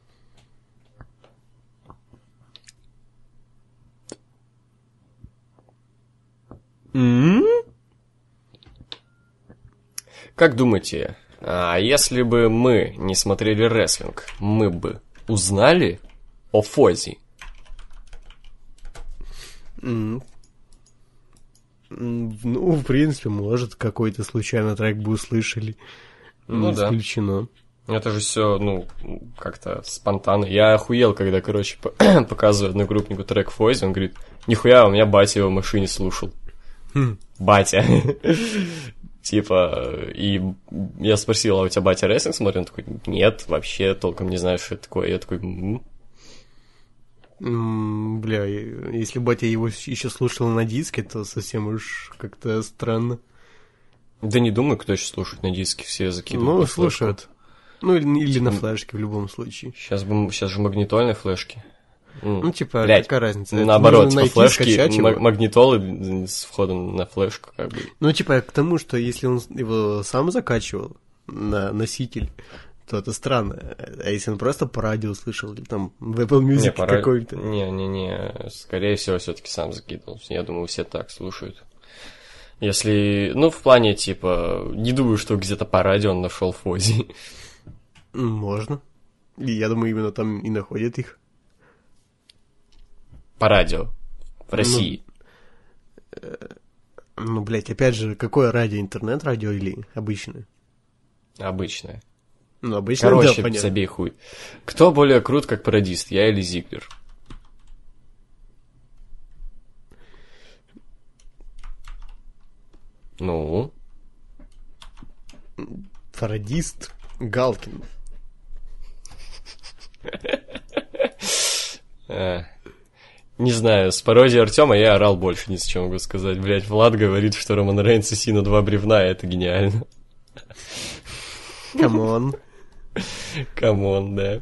Как думаете, если бы мы не смотрели рестлинг, мы бы узнали о Фози? Ну, в принципе, может, какой-то случайно трек бы услышали. Ну не да. исключено. Это же все, ну, как-то спонтанно. Я охуел, когда, короче, показываю одногруппнику трек Фози, он говорит, нихуя, у меня батя его в машине слушал. Батя. Типа, и я спросил, а у тебя батя рестлинг смотрит? Он такой, нет, вообще толком не знаю, что это такое. Я такой, Бля, если батя его еще слушал на диске, то совсем уж как-то странно. Да не думаю, кто еще слушает на диске, все закидывают. Ну, на флешку. слушают. Ну, или на флешке в любом случае. Сейчас же магнитольные флешки. Ну, типа, блядь, какая разница? Это наоборот, нужно типа найти, флешки, скачать его. магнитолы с входом на флешку, как бы. Ну, типа, к тому, что если он его сам закачивал на носитель, то это странно. А если он просто по радио слышал, или там в Apple Music какой-то? Не, скорее всего, все-таки сам закидывал. Я думаю, все так слушают. Если, ну, в плане, типа, не думаю, что где-то по радио он нашел Фози. Можно. И я думаю, именно там и находят их. По радио. В России. Ну, блядь, опять же, какое радио? Интернет-радио или обычное? Обычное. Ну, обычное, Короче, да, понятно. забей хуй. Кто более крут как пародист, я или Зиглер? Ну? Пародист Галкин. Не знаю, с пародией Артема я орал больше, ни с чем могу сказать. Блять, Влад говорит, что Роман Рейнс и Сина 2 бревна, и это гениально. Камон. Камон, да.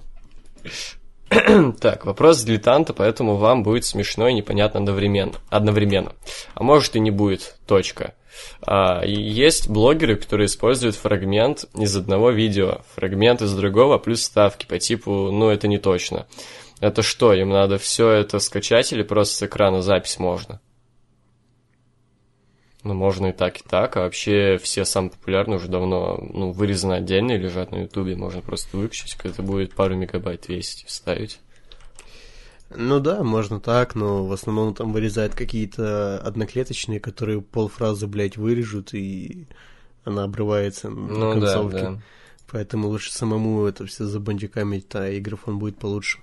Так, вопрос дилетанта, поэтому вам будет смешно и непонятно одновременно. А может и не будет, точка. Есть блогеры, которые используют фрагмент из одного видео, фрагмент из другого, плюс ставки по типу, ну это не точно. Это что, им надо все это скачать или просто с экрана запись можно? Ну, можно и так, а вообще все самые популярные уже давно, ну, вырезаны отдельно и лежат на ютубе, можно просто выключить, это будет пару мегабайт весить и вставить. Ну да, можно так, но в основном там вырезают какие-то одноклеточные, которые полфразы, блядь, вырежут, и она обрывается на концовке. Да. Поэтому лучше самому это все забандикамить, и графон будет получше.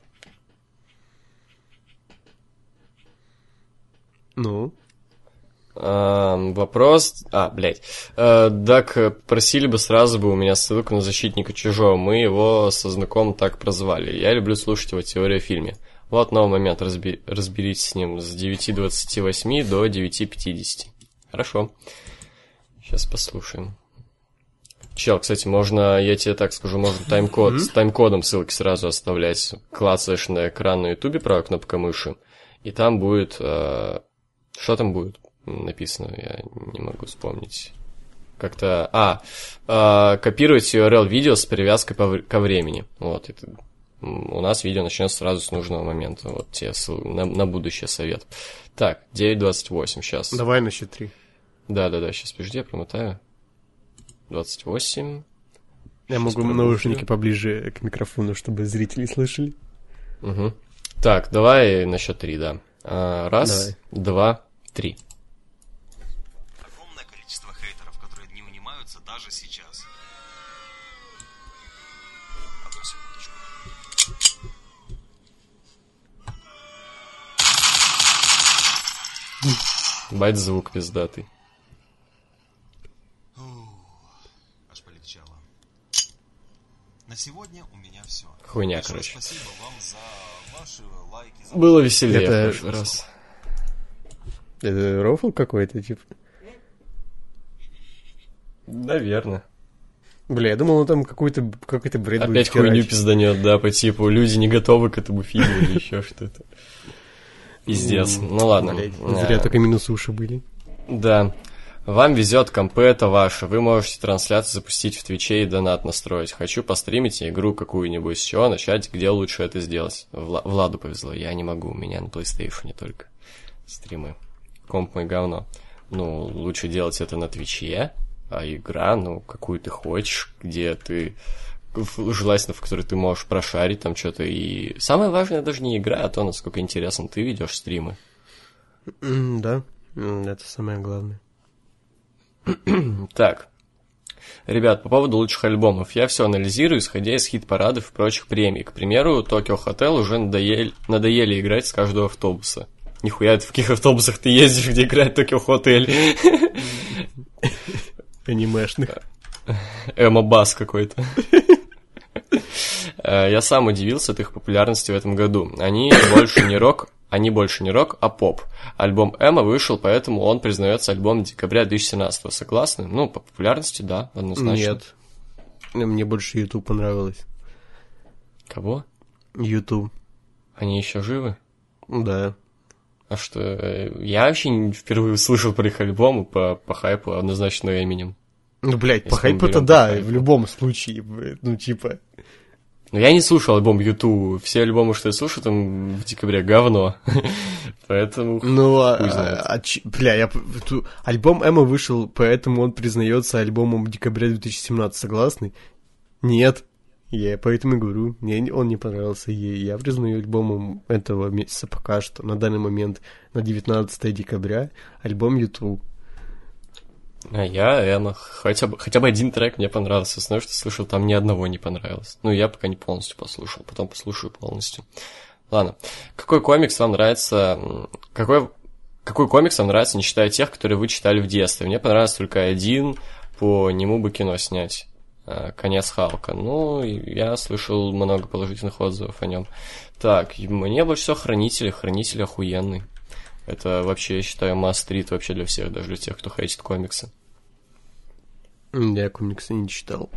Ну? Вопрос... Так, просили бы сразу бы у меня ссылку на «Защитника чужого». Мы его со знакомым так прозвали. Я люблю слушать его теорию о фильме. Вот новый момент, разберитесь с ним с 9:28 до 9:50. Хорошо. Сейчас послушаем. Чел, кстати, можно, я тебе так скажу, можно с тайм-кодом ссылки сразу оставлять. Клацаешь на экран на ютубе, правой кнопкой мыши, и там будет... Что там будет написано? Я не могу вспомнить. Как-то... копировать URL видео с привязкой ко времени. Вот, это... У нас видео начнется сразу с нужного момента. Вот тебе на будущее совет. Так, 9:28 сейчас. Давай на счет 3. Да, сейчас, подожди, я промотаю. 28. Я Сейчас могу наушники поближе к микрофону, чтобы зрители слышали. Угу. Так, давай на счет 3, да. Раз, давай. 2, 3. Огромное количество хейтеров, которые не унимаются даже сейчас. Одну секундочку. Бать звук пиздатый. Аж полегчало. На сегодня у меня все. Хуйня, Большое короче. Спасибо вам за ваши лайки. За... Было веселее Это- в прошлый раз. Это рофл какой-то, типа? Наверное. Бля, я думал, он там какой-то бред будет Опять хуйню херачить. пизданет, да, по типу люди не готовы к этому фильму или еще что-то. Пиздец. Ну ладно. Блядь, зря только минусы уши были. Да. Вам везет, компы это ваше. Вы можете трансляцию запустить в Твиче и донат настроить. Хочу постримить игру какую-нибудь. С чего начать, где лучше это сделать? Владу повезло, я не могу. У меня на PlayStation не только стримы. Комп мой говно. Ну, лучше делать это на Твиче, а игра, ну, какую ты хочешь, где ты... Желательно, в которой ты можешь прошарить там что-то. И самое важное даже не игра, а то, насколько интересно ты ведешь стримы. Да, это самое главное. Так, ребят, по поводу лучших альбомов. Я все анализирую, исходя из хит-парадов и прочих премий. К примеру, Tokyo Hotel уже надоели играть с каждого автобуса. Нихуя, в каких автобусах ты ездишь, где играет Tokyo Hotel? Анимешных. Эмо-бас какой-то. Я сам удивился от их популярности в этом году. Они больше не рок, а поп. Альбом Эмо вышел, поэтому он признается альбомом декабря 2017. Согласны? Ну, по популярности, да, однозначно. Нет. Мне больше YouTube понравилось. Кого? YouTube. Они еще живы? Да. А что, я вообще впервые услышал про их альбом по хайпу, однозначно Эминем. Ну, блядь, по Если мы хайпу-то берем да, по хайпу. в любом случае, ну, типа... Но я не слушал альбом YouTube. Все альбомы, что я слушаю, там в декабре говно. Поэтому Ну, хуй знает. альбом Эмо вышел, поэтому он признается альбомом декабря 2017, согласны? Нет. Я поэтому и говорю, мне он не понравился. Я признаю альбомом этого месяца пока что, на данный момент, на 19 декабря, альбом YouTube. А я Эмо. Хотя бы один трек мне понравился. Остальное, что слышал, там ни одного не понравилось. Ну, я пока не полностью послушал. Потом послушаю полностью. Ладно. Какой комикс вам нравится... Какой комикс вам нравится, не считая тех, которые вы читали в детстве? Мне понравился только один. По нему бы кино снять. «Конец Халка». Ну, я слышал много положительных отзывов о нем. Так, мне больше всего «Хранители». «Хранители» охуенный. Это вообще, я считаю, must-read вообще для всех, даже для тех, кто хейтит комиксы. Я комиксы не читал.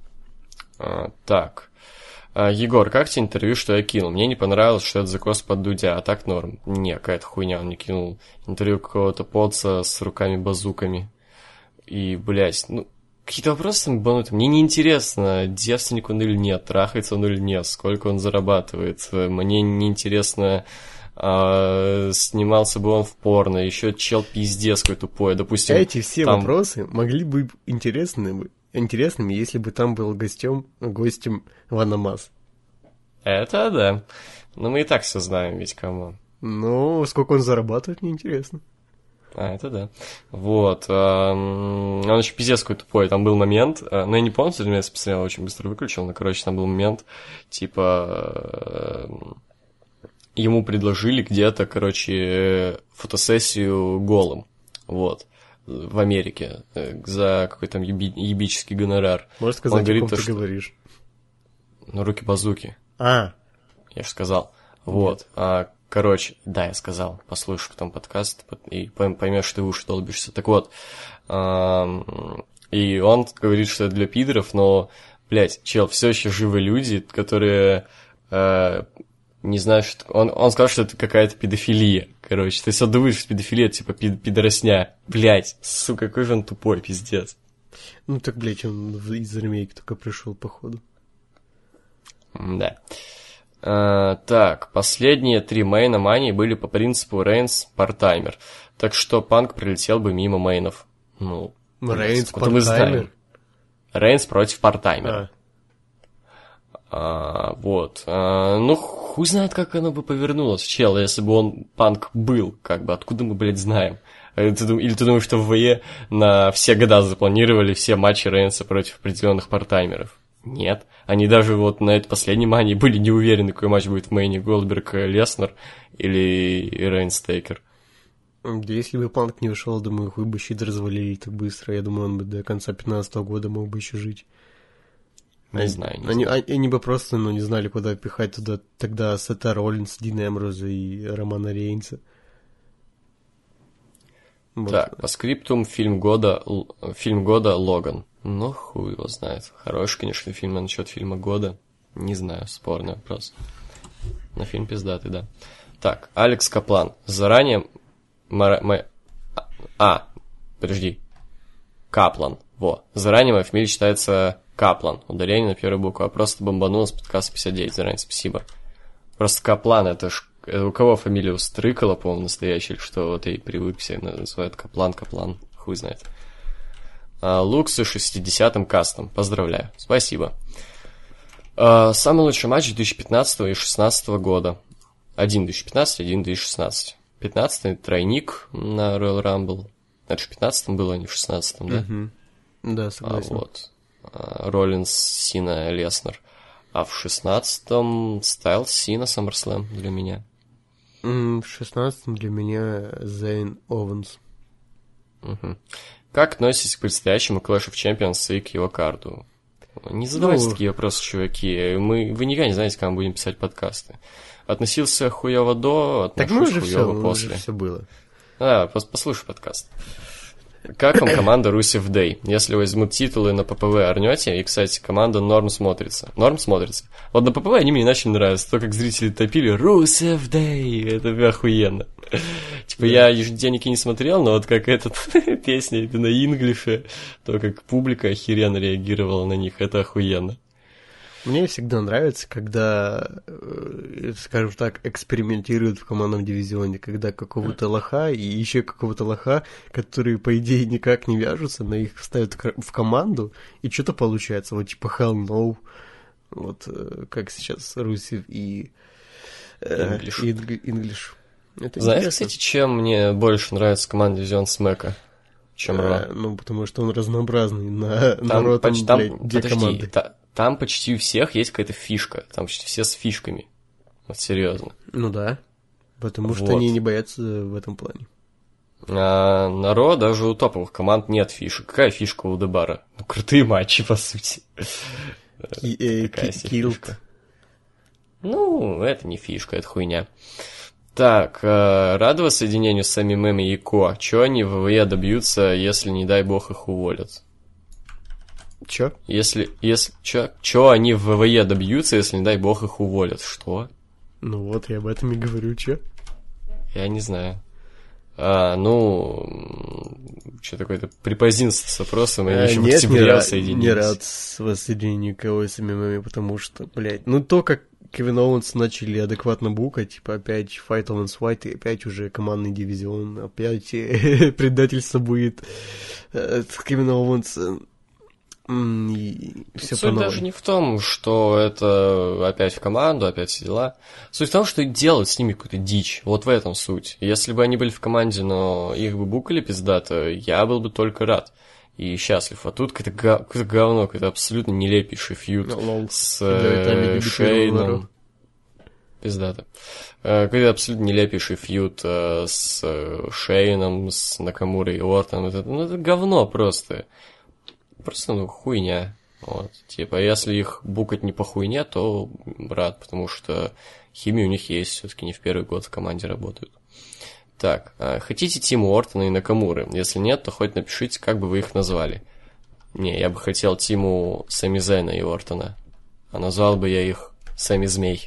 Так. Егор, как тебе интервью, что я кинул? Мне не понравилось, что это закос под Дудя, а так норм. Не, какая-то хуйня, он мне кинул интервью какого-то поца с руками-базуками. И, блядь, ну, какие-то вопросы там ебанутые. Мне неинтересно, девственник он или нет, трахается он или нет, сколько он зарабатывает. Мне неинтересно, снимался бы он в порно, еще чел пиздец какой тупой. Допустим, Эти все там... вопросы могли бы быть интересными, если бы там был гостем Ванамас. Это да. Но мы и так все знаем, ведь кому. Но сколько он зарабатывает, мне интересно. Это да. Вот. Он еще пиздец какой тупой. Там был момент, но я не помню, что я посмотрел, очень быстро выключил, но, короче, там был момент, типа, ему предложили где-то, короче, фотосессию голым. вот, в Америке, за какой-то там ебический гонорар. Можешь сказать, Он говорит, о ком ты что... говоришь? Ну, руки-базуки. А, Я же сказал. Вот. Короче, да, я сказал. Послушай потом подкаст и поймешь, что ты в уши долбишься. Так вот. И он говорит, что это для пидоров, но, блядь, чел, все еще живы люди, которые не знаю, что... Он сказал, что это какая-то педофилия, короче. То есть он думает, что педофилия, это, типа, пидоросня. Блядь, сука, какой же он тупой, пиздец. ну так, блядь, он из ремейка только пришел, походу. Да. Так, последние 3 мейна Мании были по принципу Рейнс партаймер. Так что Панк прилетел бы мимо мейнов. Ну, Рейнс откуда мы знаем? Рейнс против партаймера. Вот. Ну, хуй знает, как оно бы повернулось, чел, если бы он Панк был, как бы, откуда мы, блядь, знаем? Или ты думаешь, что в ВЕ на все года запланировали все матчи Рейнса против определенных партаймеров? Нет. Они даже вот на этой последней мании были не уверены, какой матч будет в мейне: Голдберг-Леснер или Рейнс Тейкер. Да если бы Панк не ушел, думаю, хуй бы щит развалили так быстро. Я думаю, он бы до конца 2015 года мог бы еще жить. Не знаю. Они бы просто, не знали, куда пихать туда тогда Сета Роллинса, Дина Эмброза и Романа Рейнса. Вот. Так, по скриптум фильм года Логан. Ну, хуй его знает. Хороший, конечно, фильм, а насчет фильма года, не знаю, спорный вопрос. Но фильм пиздатый, да. Так, Алекс Каплан. Заранее... Подожди. Каплан. Во. Заранее моя фамилия читается Каплан. Ударение на первую букву. А просто бомбануло с подкаста 59. Заранее спасибо. Просто Каплан, это у кого фамилия? У Стрыкала, по-моему, настоящая, или что? Вот и привык все называют Каплан. Хуй знает. Луксы 60-м кастом. Поздравляю. Спасибо. Самый лучший матч 2015 и 2016 года. Один 2015, один 2016. 15-й тройник на Royal Rumble. Это же в 15-м было, а не в 16-м, да? Да, согласен. Вот. Роллинс, Сина, Леснер. А в 16-м Стайлз, Сина, SummerSlam для меня. В 16-м для меня Зейн Оуэнс. Угу. Как относитесь к предстоящему Clash of Champions и к его карту? Не задавайте такие вопросы, чуваки. Вы никогда не знаете, когда мы будем писать подкасты. Относился хуёво до, отношусь хуёво после. Так все было. Послушай подкаст. Как вам команда Русев Day? Если возьмут титулы на ППВ, орнете? И, кстати, команда Норм смотрится. Норм смотрится. Вот на ППВ они мне начали нравиться. То, как зрители топили Русев Day. Это охуенно. Типа, я ежедневники не смотрел, но вот как эта песня это на инглише, то, как публика охеренно реагировала на них, это охуенно. Мне всегда нравится, когда, скажем так, экспериментируют в командном дивизионе, когда какого-то лоха и еще какого-то лоха, которые, по идее, никак не вяжутся, но их ставят в команду, и что-то получается. Вот типа Hell No, вот как сейчас Русев и English. Это знаешь, интересно. кстати, чем мне больше нравится команда дивизион Смэка, чем Ро? Ну, потому что он разнообразный, на ротом, две команды. Там почти у всех есть какая-то фишка. Там почти все с фишками. Вот серьезно. Ну да. Потому что они не боятся в этом плане. А на Ро даже у топовых команд нет фишек. Какая фишка у Дебара? Ну, крутые матчи, по сути. Килд. Ну, это не фишка, это хуйня. Так, рады воссоединению с Сами Мэми и Ко. Чё они в ВВЕ добьются, если, не дай бог, их уволят? Чё? Чё они в ВВЕ добьются, если, не дай бог, их уволят? Что? Ну вот, я об этом и говорю, чё? Я не знаю. Что такое-то припозднился с вопросом, и еще в октябре соединились. Не рад с воссоединением Ко с ММА, потому что, блядь, ну то, как Кевин Оуэнс начали адекватно букать, типа опять Fight Owens Fight, и опять уже командный дивизион, опять предательство будет с Кевином Оуэнсом. И все Суть даже не в том, что это опять в команду, опять все дела. Суть в том, что делать с ними какую-то дичь. Вот в этом суть. Если бы они были в команде, но их бы букали пиздато, я был бы только рад и счастлив. А тут какое-то говно, какой-то абсолютно нелепейший фьюд с Шейном. Пиздато. Какой-то абсолютно нелепейший фьюд с Шейном, с Накамурой и Ортоном. Это говно просто. Просто, хуйня. Вот. Типа, если их букать не по хуйне, то рад, потому что химия у них есть, все-таки не в первый год в команде работают. Так, хотите Тиму Ортона и Накамуры? Если нет, то хоть напишите, как бы вы их назвали. Не, я бы хотел Тиму Сами Зайна и Ортона. А назвал бы я их Сами Змей.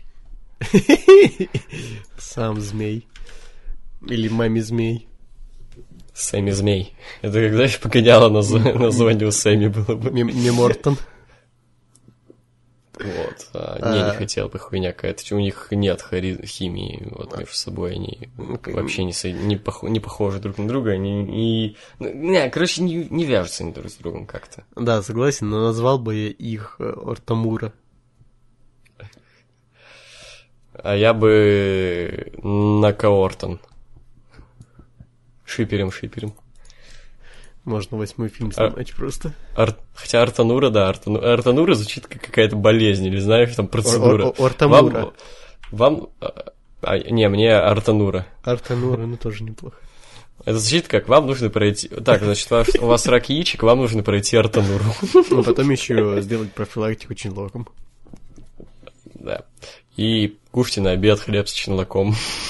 Сам змей. Или маме змей. Сами Змей. Это когда еще погоняло название у Сами было бы. Мемортон. Вот. Не хотел бы, хуйня какая-то. У них нет химии вот, между собой. Они вообще не похожи друг на друга. Они короче, не вяжутся они друг с другом как-то. Да, согласен, но назвал бы я их Ортамура. А я бы Накаортон. Шиперем. Можно 8-й фильм снимать просто. Хотя Артанура, да, Артанура звучит как какая-то болезнь, или знаешь, там процедура. Ортамура. Не, мне Артанура. Артанура, тоже неплохо. Это звучит как, вам нужно пройти... Так, значит, у вас рак яичек, вам нужно пройти Артануру. Ну, потом еще сделать профилактику чинлоком. Да. И кушайте на обед хлеб с чинлоком.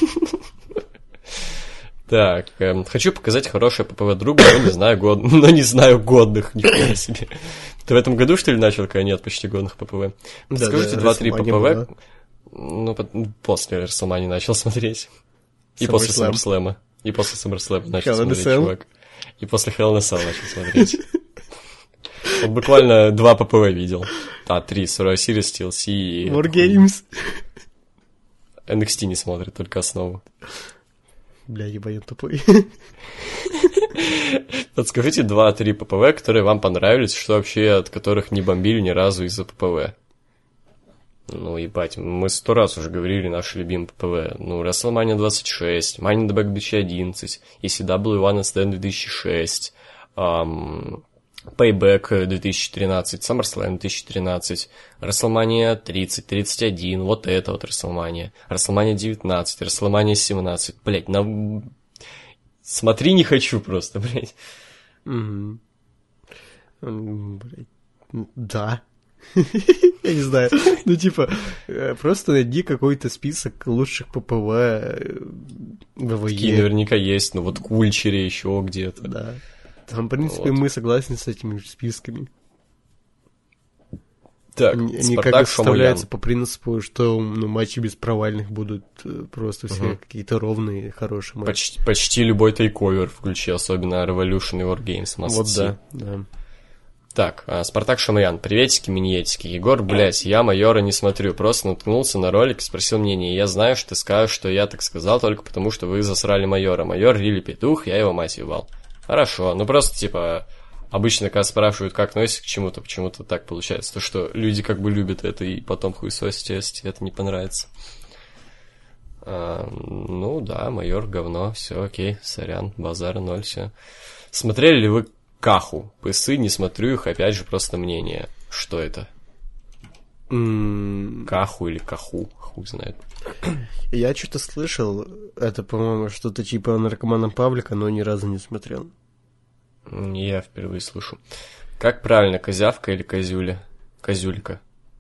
Так, хочу показать хорошее ППВ другу, но не знаю годных, нихуя себе. Ты в этом году, что ли, начал, когда нет почти годных ППВ? Скажите 2-3 ППВ. Ну, после Расселмании начал смотреть. И после Саммерслэма. Начал смотреть, чувак. И после Hell in a Cell начал смотреть. Вот буквально 2 ППВ видел. 3. Survivor Series, TLC и... Wargames. NXT не смотрит, только основу. Бля, ебаен тупой. Подскажите 2-3 ППВ, которые вам понравились, что вообще от которых не бомбили ни разу из-за ППВ. Ну, ебать, мы 100 раз уже говорили наши любимые ППВ. Ну, WrestleMania 26, Money in the Bank 2011, ECW One and Stand 2006, Payback 2013, SummerSlam 2013, WrestleMania 30, 31, вот это вот WrestleMania, WrestleMania 19, WrestleMania 17, блять, смотри не хочу просто, блять. Блять, да. Я не знаю, просто найди какой-то список лучших ППВ ВВЕ. Такие наверняка есть, но вот Кульчере еще где-то. Да. Там, в принципе, мы согласны с этими списками. Так, они как составляются по принципу, что матчи без провальных будут просто все какие-то ровные, хорошие матчи. Почти любой тейковер, включи особенно Revolution и Wargames. Вот да. Так, Спартак Шамаян, приветики, миньетики. Егор, блять, я Майора не смотрю, просто наткнулся на ролик и спросил мнение. Я знаю, что ты скажешь, что я так сказал только потому, что вы засрали Майора. Майор рили петух, я его мать ебал. Хорошо, просто, обычно, когда спрашивают, как относишься к чему-то, почему-то так получается. То, что люди как бы любят это, и потом хуесосить, если тебе это не понравится. Ну да, Майор говно, все окей, сорян, базара 0, все. Смотрели ли вы Каху? Пысы, не смотрю их, опять же, просто мнение. Что это? Каху или Каху, хуй знает. Я что-то слышал, это, по-моему, что-то типа наркомана Павлика, но ни разу не смотрел. Я впервые слышу. Как правильно, козявка или козюля? Козюлька.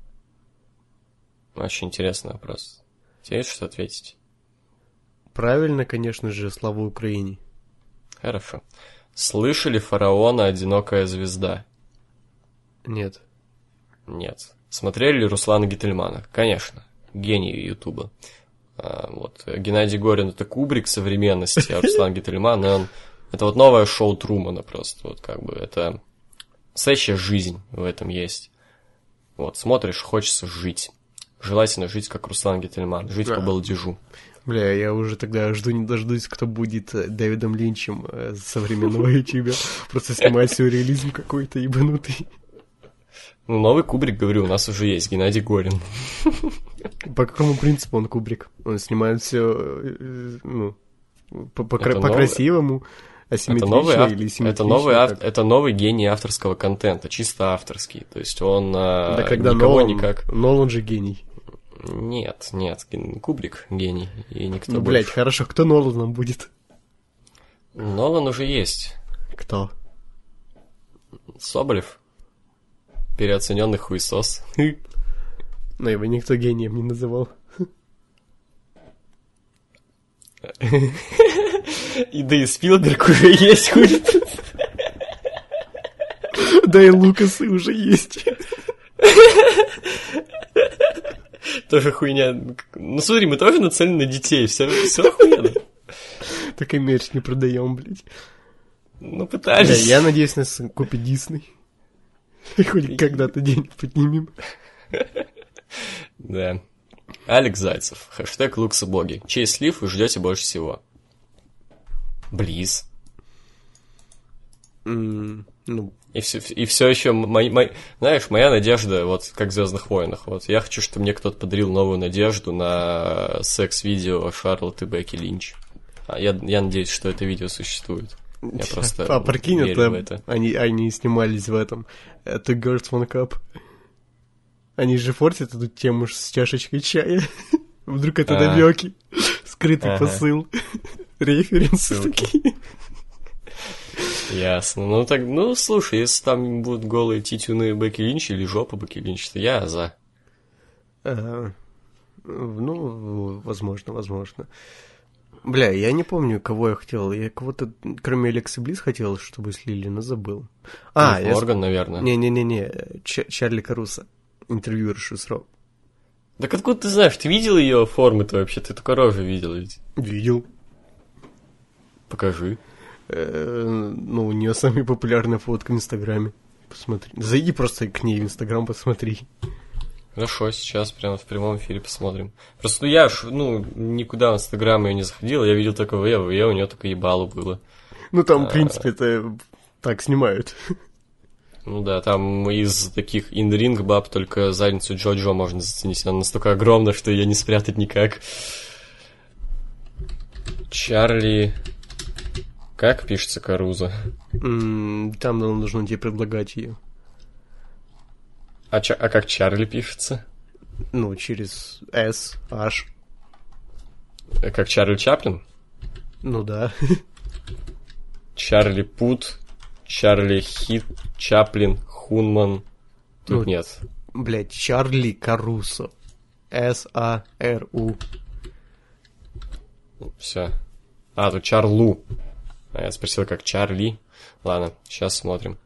Очень интересный вопрос. Тебе есть что ответить? Правильно, конечно же, слава Украине. Хорошо. Слышали Фараона «Одинокая звезда»? Нет. Нет. Смотрели ли Руслана Гительмана? Конечно. Гений Ютуба. Вот. Геннадий Горин — это Кубрик современности, а Руслан Гительман, это вот новое шоу Трумана просто. Вот как бы это настоящая жизнь в этом есть. Вот, смотришь, хочется жить. Желательно жить, как Руслан Гительман. Жить по балдежу. Бля, я уже тогда жду не дождусь, кто будет Дэвидом Линчем современного ютуба. Просто снимать сюрреализм какой-то ебанутый. Ну, новый Кубрик, говорю, у нас уже есть, Геннадий Горин. По какому принципу он Кубрик? Он снимает все, по-красивому, асимметрично или симметрично? Это новый гений авторского контента, чисто авторский. То есть он да когда никого никак... Нолан же гений. Нет, Кубрик гений, и никто Ну, больше. блядь, хорошо, кто Ноланом будет? Нолан уже есть. Кто? Соболев. Переоцененный хуесос. Но его никто гением не называл. И да и Спилберг уже есть, хуй. Да и Лукасы уже есть. Тоже хуйня. Ну смотри, мы тоже нацелены на детей, все охуенно. Так и мерч не продаем, блядь. Ну Да, пытались. я надеюсь, нас купит Дисней. Хоть когда-то денег поднимем. Да. Алекс Зайцев. Хэштег Луксоблоги. Чей слив вы ждете больше всего? Близ. Ну, И все еще, знаешь, моя надежда, вот как в «Звездных войнах», вот, я хочу, чтобы мне кто-то подарил новую надежду на секс-видео Шарлотты Бекки Линч. Я надеюсь, что это видео существует. Я просто прикинь, верю в это. Они снимались в этом Two Girls One Cup. Они же фортят эту тему с чашечкой чая. Вдруг это намеки. Скрытый посыл. Референсы такие. Ясно. Ну так, слушай, если там будут голые титюны Бекки Линч или жопа Бекки Линч, то я за. Ну, возможно. Бля, я не помню, кого я хотел. Я кого-то, кроме Алекса Близ, хотел, чтобы слили, но забыл. Морган, наверное. Не-не-не, Чарли Каруса. Интервьюершу с Роб. Так откуда ты знаешь? Ты видел ее формы-то вообще? Ты только рожу видел ведь. Видел. Покажи. Ну, у нее самая популярная фотка в Инстаграме. Посмотри. Зайди просто к ней в Инстаграм, посмотри. Хорошо, сейчас прямо в прямом эфире посмотрим. Просто я никуда в Инстаграм ее не заходил, я видел только в у нее только ебало было. Ну, там, в принципе, это так снимают. Ну да, там из таких инринг баб только задницу Джо-Джо можно заценить. Она настолько огромна, что ее не спрятать никак. Чарли... Как пишется Каруза? Там нужно тебе предлагать ее. А как Чарли пишется? Ну, через S, H. Как Чарли Чаплин? Ну да. Чарли Пут, Чарли Хит, Чаплин, Хунман. Тут нет. Блять, Чарли Карусо. S-A-R-U. Все. Тут Чарлу. Я спросил, как Чарли. Ладно, сейчас смотрим.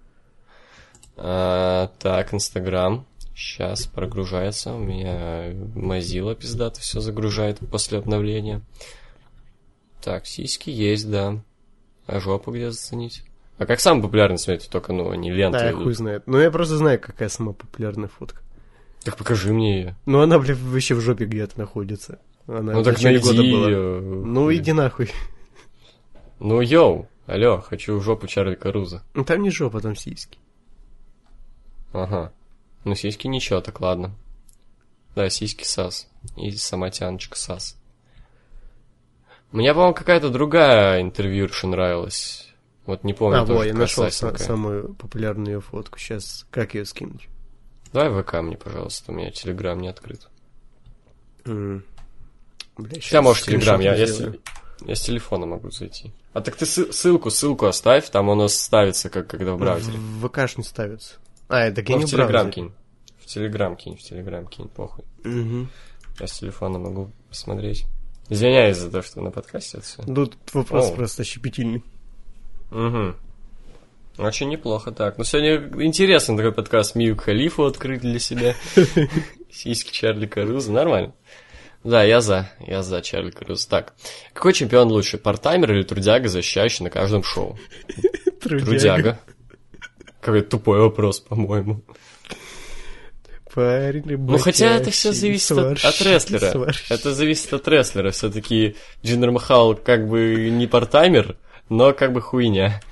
Так, Инстаграм. Сейчас прогружается. У меня Mozilla пиздато все загружает после обновления. Так, сиськи есть, да. А жопу где заценить? А как самый популярный, смотрите, только, они ленты Да, я идут. хуй знает. Но я просто знаю, какая самая популярная фотка. Так покажи мне ее. Ну, она, блядь, вообще в жопе где-то находится. Она Ну в так начале найди года была. ее. Ну, иди нахуй. Ну, йоу, алло, хочу в жопу Чарли Каруза. Ну, там не жопа, там сиськи. Ага. Ну, сиськи ничего, так ладно. Да, сиськи сас. И сама тяночка сас. Мне, по-моему, какая-то другая интервьюерша нравилась. Вот не помню, тоже я нашел красавенькая. самую популярную ее фотку. Сейчас, как ее скинуть? Давай ВК мне, пожалуйста, у меня Телеграм не открыт. Бля, Хотя, может, Телеграм, я сделаю. с телефона могу зайти. А так ты ссылку оставь, там оно ставится, как когда в браузере. В ВК не ставится. Это я не в в Телеграм браузере. кинь. В Телеграм кинь, похуй. Мгм. Я с телефона могу посмотреть. Извиняюсь за то, что на подкасте это все. Тут вопрос О. просто щепетильный. Угу. Очень неплохо так. Ну, сегодня интересный такой подкаст. Мию Халифу открыть для себя. Сиськи Чарли Каруза. Нормально. Да, я за Чарли Каруза. Так, какой чемпион лучше, партаймер или трудяга, защищающий на каждом шоу? Трудяга. Какой тупой вопрос, по-моему. Парень, Ну, хотя это все зависит от рестлера. Это зависит от рестлера. Все-таки Джиндер Махал как бы не партаймер, но как бы хуйня.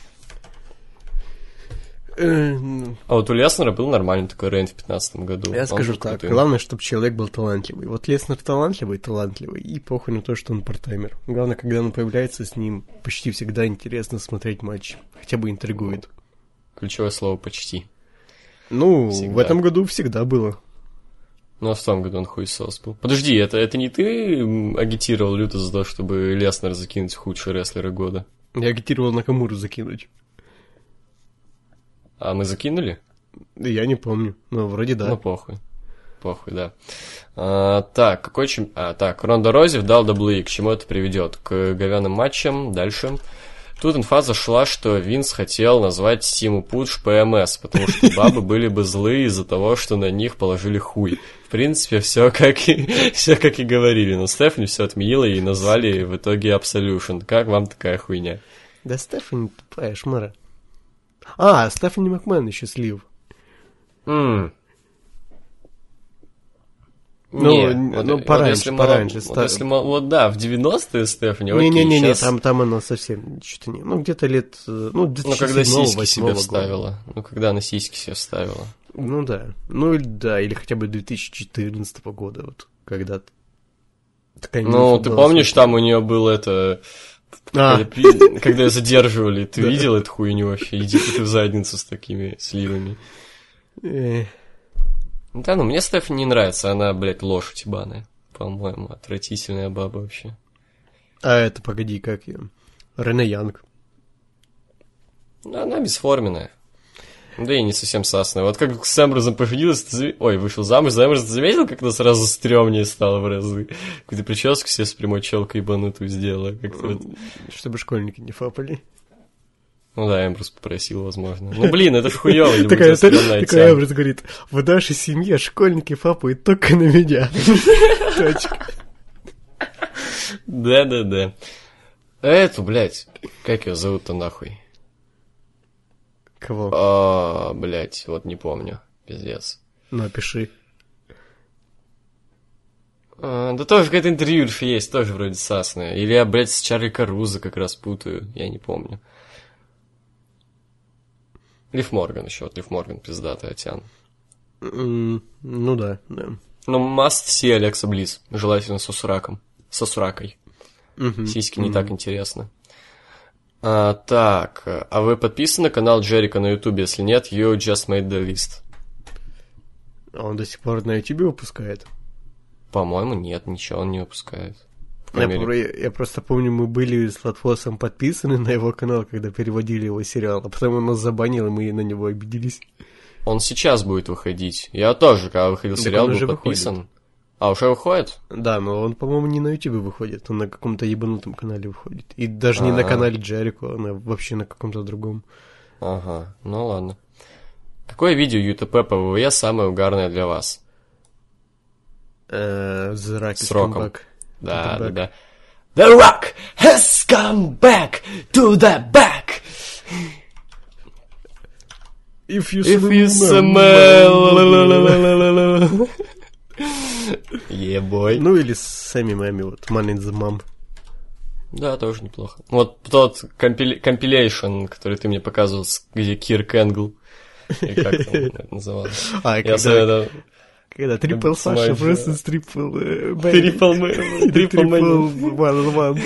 А вот у Леснера был нормальный такой рейн в 2015 году. Я Он скажу был так, крутым. главное, чтобы человек был талантливый. Вот Леснер талантливый, и похуй на то, что он партаймер. Главное, когда он появляется, с ним почти всегда интересно смотреть матч. Хотя бы интригует. Ключевое слово «почти». Ну, Всегда. в этом году всегда было. Ну, а в том году он хуесос был. Подожди, это не ты агитировал люто за то, чтобы Леснера закинуть в худший рестлера года? Я агитировал Накамуру закинуть. А мы закинули? Я не помню, но вроде да. Ну, похуй. Похуй, да. Так, какой так, Ронда Рози в WWE. К чему это приведет? К говяным матчам. Дальше. Тут инфа зашла, что Винс хотел назвать Симу Пудж ПМС, потому что бабы были бы злые из-за того, что на них положили хуй. В принципе, все как и говорили. Но Стефани все отменила и назвали в итоге Absolution. Как вам такая хуйня? Да Стефани тупая шмара. Стефани Макмен еще слив. Пораньше. Вот да, в 90-е Стефани, окей, Не-не-не, сейчас... там она совсем что-то не... Ну, где-то лет... Ну, когда сиськи 2007-2008 себе вставила. Ну, когда она сиськи себе вставила. Ну, да. Ну, да, или хотя бы 2014 года, вот, когда... Ну, ты помнишь, там у нее было это... Когда ее задерживали, ты видел эту хуйню вообще? Иди ты в задницу с такими сливами. Да, ну мне Стефани не нравится, она, блядь, лошадь ебаная. По-моему, отвратительная баба вообще. А это, погоди, как ее? Рене Янг. Она бесформенная. Да и не совсем сасная. Вот как с Эмброзом поженилась, вышел замуж, за Эмброза, ты заметил, как она сразу стрёмнее стала в разы? Какую-то прическу себе с прямой челкой ебанутую сделала. Как-то вот. Чтобы школьники не фапали. Ну да, Эмброс попросил, возможно. Ну блин, это ж хуёво. Такая Эмброс говорит, в нашей семье школьники фапают только на меня. Точка. Да. Эту, блядь, как её зовут-то нахуй? Кого? Блядь, вот не помню. Пиздец. Ну, опиши. Да тоже какое-то интервью есть, тоже вроде сасное. Или я, блядь, с Чарли Карузо как раз путаю, я не помню. Лив Морган еще, Лив Морган пиздатый, Атян. Ну да. Ну, must see Алекса Близ, желательно с усраком. С усракой. Сиськи не так интересно. Так, а вы подписаны на канал Джерика на Ютубе? Если нет, you just made the list. А он до сих пор на Ютубе выпускает? По-моему, нет, ничего он не выпускает. Я просто помню, мы были с Латфосом подписаны на его канал, когда переводили его сериал, а потом он нас забанил, и мы на него обиделись. Он сейчас будет выходить. Я тоже, когда выходил сериал, был подписан. Выходит. А, уже выходит? Да, но он, по-моему, не на Ютубе выходит, он на каком-то ебанутом канале выходит. И даже не на канале Джерико, а вообще на каком-то другом. Ага, ну ладно. Какое видео ЮТП по ВВЕ самое угарное для вас? The Rock is come back. Да. The Rock has come back to the back. If you smell. Ебой. Ну или с Сэмми Мэми, вот Man in the Mom. Да, тоже неплохо. Вот тот компилейшн, который ты мне показывал, где Кирк Энгл. Или как там это называлось. Когда Трипл Саша versus Трипл Мэн.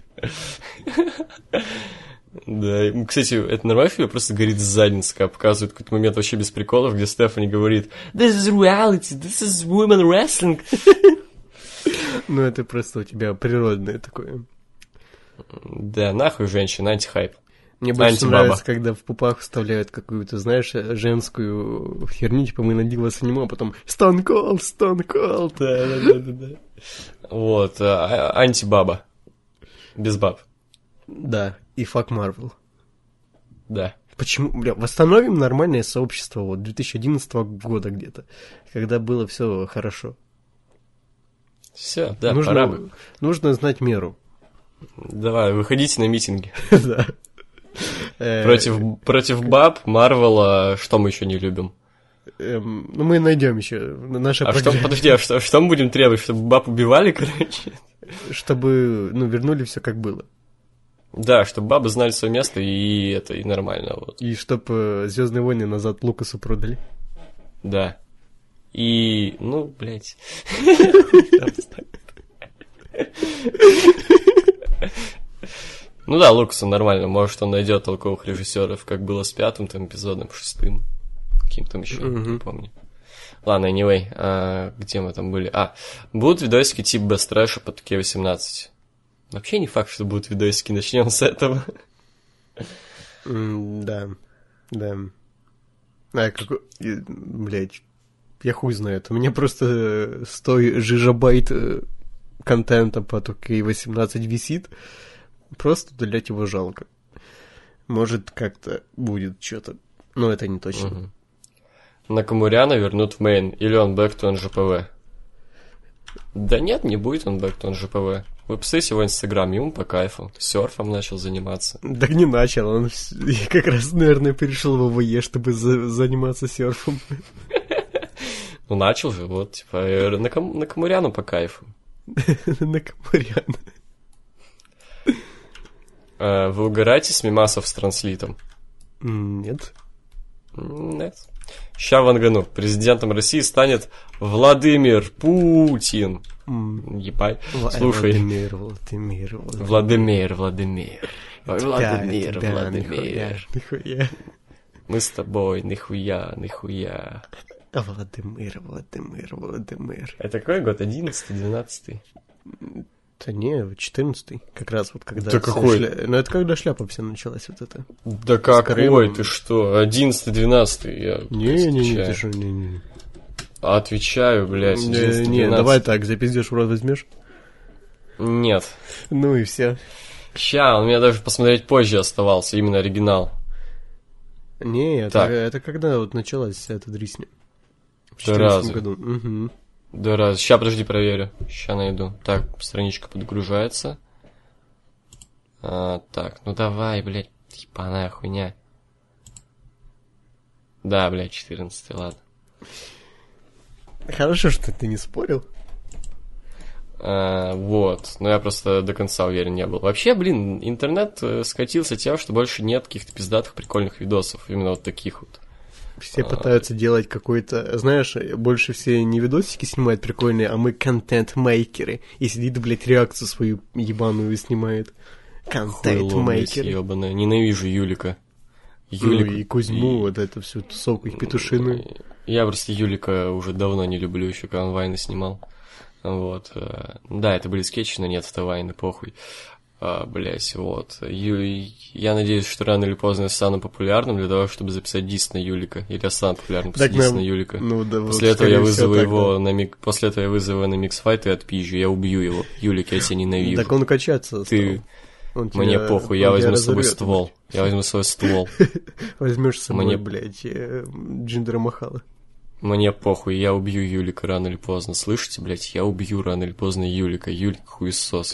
Да, кстати, это нормально, что просто горит задница, когда показывают какой-то момент вообще без приколов, где Стефани говорит "This is reality, this is women wrestling". Ну, это просто у тебя природное такое. Да, нахуй женщина, антихайп. Мне больше нравится, когда в пупах вставляют какую-то, знаешь, женскую херню, типа мы на Дивас аниме, а потом Stone Cold. Да. Вот, антибаба. Без баб. Да, и fuck Marvel. Да. Почему, восстановим нормальное сообщество вот 2011 года где-то, когда было все хорошо. Все, да, пора бы. Нужно знать меру. Давай, выходите на митинги. Да. Против баб, Марвела, что мы еще не любим? Ну, мы найдем еще. Подожди, а что мы будем требовать? Чтобы баб убивали, короче? Чтобы, вернули все как было. Да, чтобы бабы знали свое место, и это и нормально. Вот. И чтобы Звездные войны назад Лукасу продали. Да. И, блядь. Ну да, Лукасу нормально, может, он найдет толковых режиссеров, как было с 5-м там эпизодом, 6-м, каким-то еще, не помню. Ладно, anyway, где мы там были? Будут видосики типа Best Trash по 2K18. Вообще не факт, что будут видосики, начнем с этого. Да. Блять, я хуй знает. У меня просто 100 жижабайт контента по 2K18 висит. Просто удалять его жалко. Может, как-то будет что-то. Но это не точно. Угу. Накамуряна вернут в мейн. Или он back to NGPV? Да нет, не будет он back to NGPV. Вы посмотрите его инстаграм, ему по кайфу. Серфом начал заниматься. Да не начал, он как раз, наверное, перешел в ОВЕ, чтобы заниматься серфом. Ну начал же, вот, типа, Накамуряну по кайфу. Накамуряна. Вы угораете с мемасов с транслитом? Нет. Нет. Ща вангану. Президентом России станет Владимир Путин. Ебать. Слушай. Владимир. Нихуя. Мы с тобой, нихуя. Владимир. Это какой год? 11-й, 12-й? Да не, 14-й. Как раз вот когда... Да какой? Ну это когда шляпа вся началась вот это. Да какой? Ты что? 11-й, 12-й? Не, ты что, не. Отвечаю, блядь. 11-й, не, давай так, запиздешь, в рот возьмешь? Нет. Ну и все. Ща, он у меня даже посмотреть позже оставался, именно оригинал. Не, это когда вот началась вся эта дрисня. В 14 году. Угу. Да раз. Ща, подожди, проверю. Ща найду. Так, страничка подгружается. Так, ну давай, блядь, ебаная хуйня. Да, блядь, 14, ладно. Хорошо, что ты не спорил. Вот. Но я просто до конца уверен не был. Вообще, блин, интернет скатился тем, что больше нет каких-то пиздатых прикольных видосов. Именно вот таких вот. Все пытаются делать какой-то... Знаешь, больше все не видосики снимают прикольные, а мы контент-мейкеры. И сидит, блядь, реакцию свою ебаную снимает. Контент-мейкеры. Ёбаная. Ненавижу Юлика. Ну и Кузьму, вот эту всю тусовку их петушиную. Я просто Юлика уже давно не люблю, еще когда он вайны снимал. Вот. Да, это были скетчи, но нет, это вайны, похуй. Блять, вот. Я надеюсь, что рано или поздно я стану популярным для того, чтобы записать дис на Юлика. Или я стану популярным после дис на Юлика. Ну, да, после этого я вызову его после этого я вызову на миксфайт и отпизжу. Я убью его. Юлик, я тебя ненавижу. Так он качаться стал. Мне похуй, я возьму с собой ствол. Я возьму свой ствол. Возьмешь с собой, блядь, Джиндера Махала. Мне похуй, я убью Юлика рано или поздно. Слышите, блядь, я убью рано или поздно Юлика. Юлик хуесос.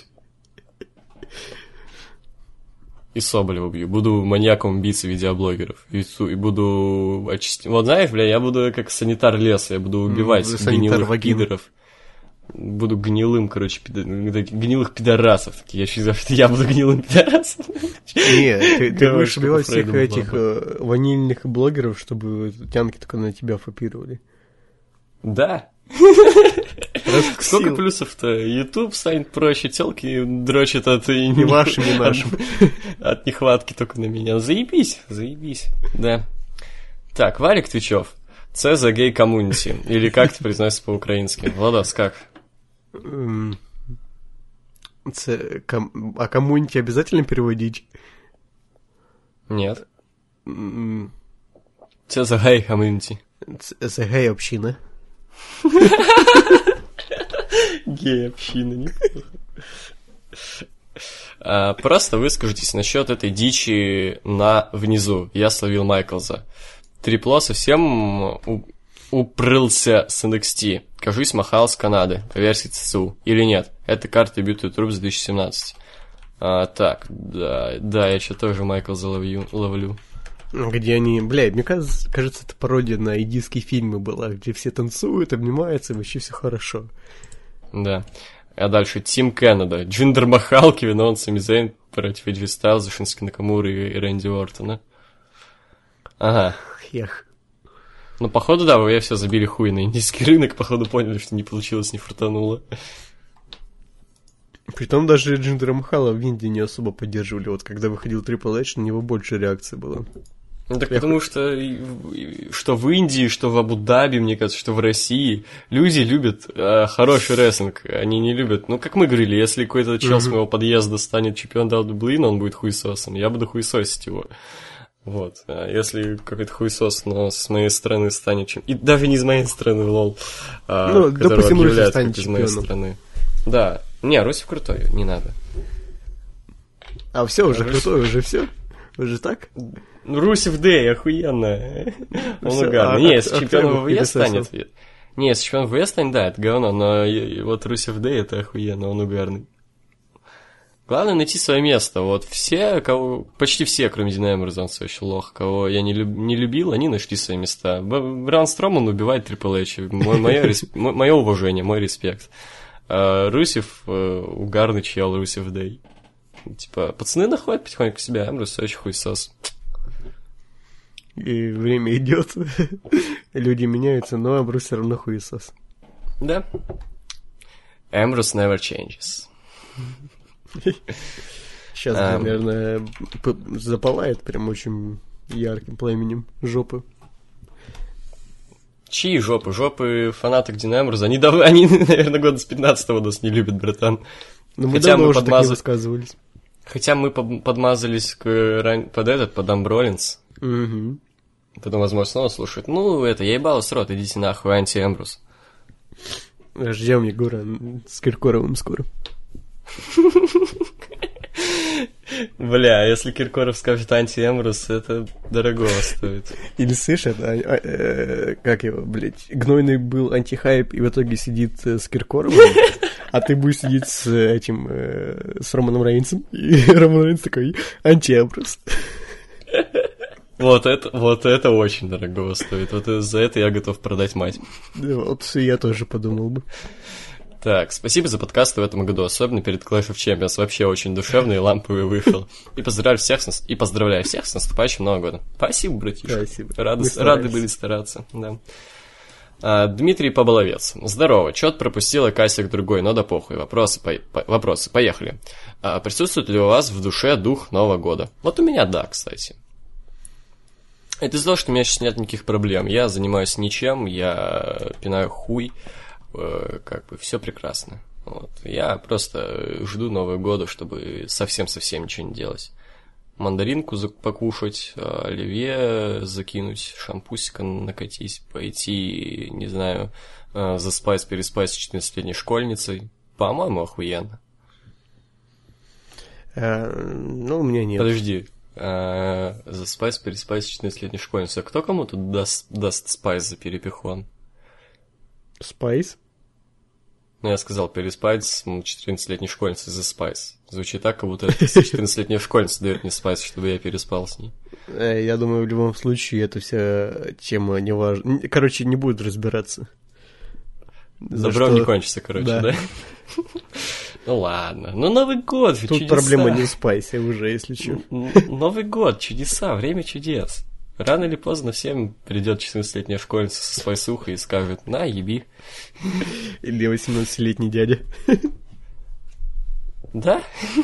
И Соболева убью. Буду маньяком убийцы видеоблогеров. И буду очистить. Вот знаешь, бля, я буду как санитар леса. Я буду убивать гнилых пидоров. Буду гнилым, короче, гнилых пидорасов. Я считаю, что я буду гнилым пидорасом. Нет, ты будешь убивать всех этих ванильных блогеров, чтобы тянки только на тебя фопировали. Да. Сколько плюсов-то? YouTube станет проще, телки дрочат от... Не вашим, не нашим. От нехватки только на меня. Заебись. Да. Так, Валик Твичев. C за гей коммунити. Или как это произносится по-украински? Владос, как? А коммунити обязательно переводить? Нет. C за гей коммунити. За гей община. Гей-община, неплохо. Просто выскажитесь насчет этой дичи внизу. Я словил Майклза. Трипло совсем упрылся с NXT. Кажись, махал с Канады по версии ЦСУ. Или нет? Это карта дебюта Труп за 2017. Так, да, я что-то тоже Майклза ловлю. Где они, блядь, мне кажется, это пародия на индийские фильмы была, где все танцуют, обнимаются, и вообще все хорошо. Да. А дальше Тим Кеннеда. Джиндер Махал, Кевин Оуэнс, Сами Зейн против AJ Styles, Шински Накамуры и Рэнди Ортона. Ага. Эх. Ну, походу, да, вы все забили хуй на индийский рынок, походу поняли, что не получилось, не фартануло. Притом даже Джиндера Махала в Индии не особо поддерживали. Вот когда выходил Triple H, на него больше реакции было. Ну так потому что что в Индии, что в Абу-Даби, мне кажется, что в России люди любят хороший рестлинг, они не любят, ну как мы говорили, если какой-то чел с моего подъезда станет чемпион WWE, он будет хуесосом, я буду хуесосить его. Вот, а если какой-то хуесос, но с моей стороны станет и даже не из моей стороны, лол, ну, допустим, Русев станет из моей стороны. Да, не, Русев крутой, не надо. А все, уже крутой, уже все? Уже так? Русев Дэй, охуенно. Он угарный. Не, если чемпион ВВЕ станет... Не, если чемпион ВВЕ станет, да, это говно, но вот Русев Дэй, это охуенно, он угарный. Главное найти свое место. Вот все, почти все, кроме Дина Эмерзона, все еще лох, кого я не любил, они нашли свои места. Braun Strowman убивает Трипл Эйч. Мое уважение, мой респект. Русев угарный чел, Русев Дэй. Типа, пацаны находят потихоньку себя, Эмбрус все еще хуесос. И время идет, люди меняются, но Эмбрус все равно хуесос. Да. Эмбрус never changes. Сейчас, наверное, запалает прям очень ярким пламенем жопы. Чьи жопы? Жопы фанаток Дина Эмбруза. Они, наверное, года с 15-го нас не любят, братан. Но мы давно уже так не высказывались. Хотя мы подмазались под Амбролинс. Угу. Потом, возможно, снова слушают. Ну, это, я ебалась рот, идите нахуй, анти-Эмбрус. Ждем Егора с Киркоровым скоро. Бля, если Киркоров скажет анти-Эмбрус, это дорого стоит. Или слышишь, как его, блядь, Гнойный был антихайп и в итоге сидит с Киркоровым, а ты будешь сидеть с этим, с Романом Рейнсом, и Роман Рейнс такой анти-Эмбрус. Вот это очень дорого стоит. Вот за это я готов продать мать. Вот я тоже подумал бы. Так, спасибо за подкасты в этом году, особенно перед Clash of Champions. Вообще очень душевный и ламповый вышел. И поздравляю всех с наступающим Новым годом. Спасибо, братишка. Спасибо. Рады были стараться. Да. Дмитрий Поболовец. Здорово. Чё-то пропустила Касик другой, но да похуй. Вопросы. Поехали. Присутствует ли у вас в душе дух Нового года? Вот у меня да, кстати. Это из-за того, что у меня сейчас нет никаких проблем. Я занимаюсь ничем, я пинаю хуй. Как бы все прекрасно. Вот. Я просто жду Нового года, чтобы совсем-совсем ничего не делать. Мандаринку покушать, оливье закинуть, шампусика накатись, пойти, не знаю, заспать-переспать с 14-летней школьницей. По-моему, охуенно. Ну, у меня нет. Подожди. Заспать-переспать с 14-летней школьницей. А кто кому тут даст спайс за перепихон? Спайс? Ну, я сказал, переспать с 14-летней школьницей за спайс. Звучит так, как будто 14-летняя школьница дает мне спайс, чтобы я переспал с ней. Я думаю, в любом случае, эта вся тема не важна. Короче, не будет разбираться. Добром не кончится, короче, да? Ну ладно. Ну, Новый год, тут чудеса. Проблема не в спайсе уже, если что. Новый год, чудеса, время чудес. Рано или поздно всем придет 14-летняя школьница со спайсухой и скажет: на, еби. Или 18-летний дядя. Да?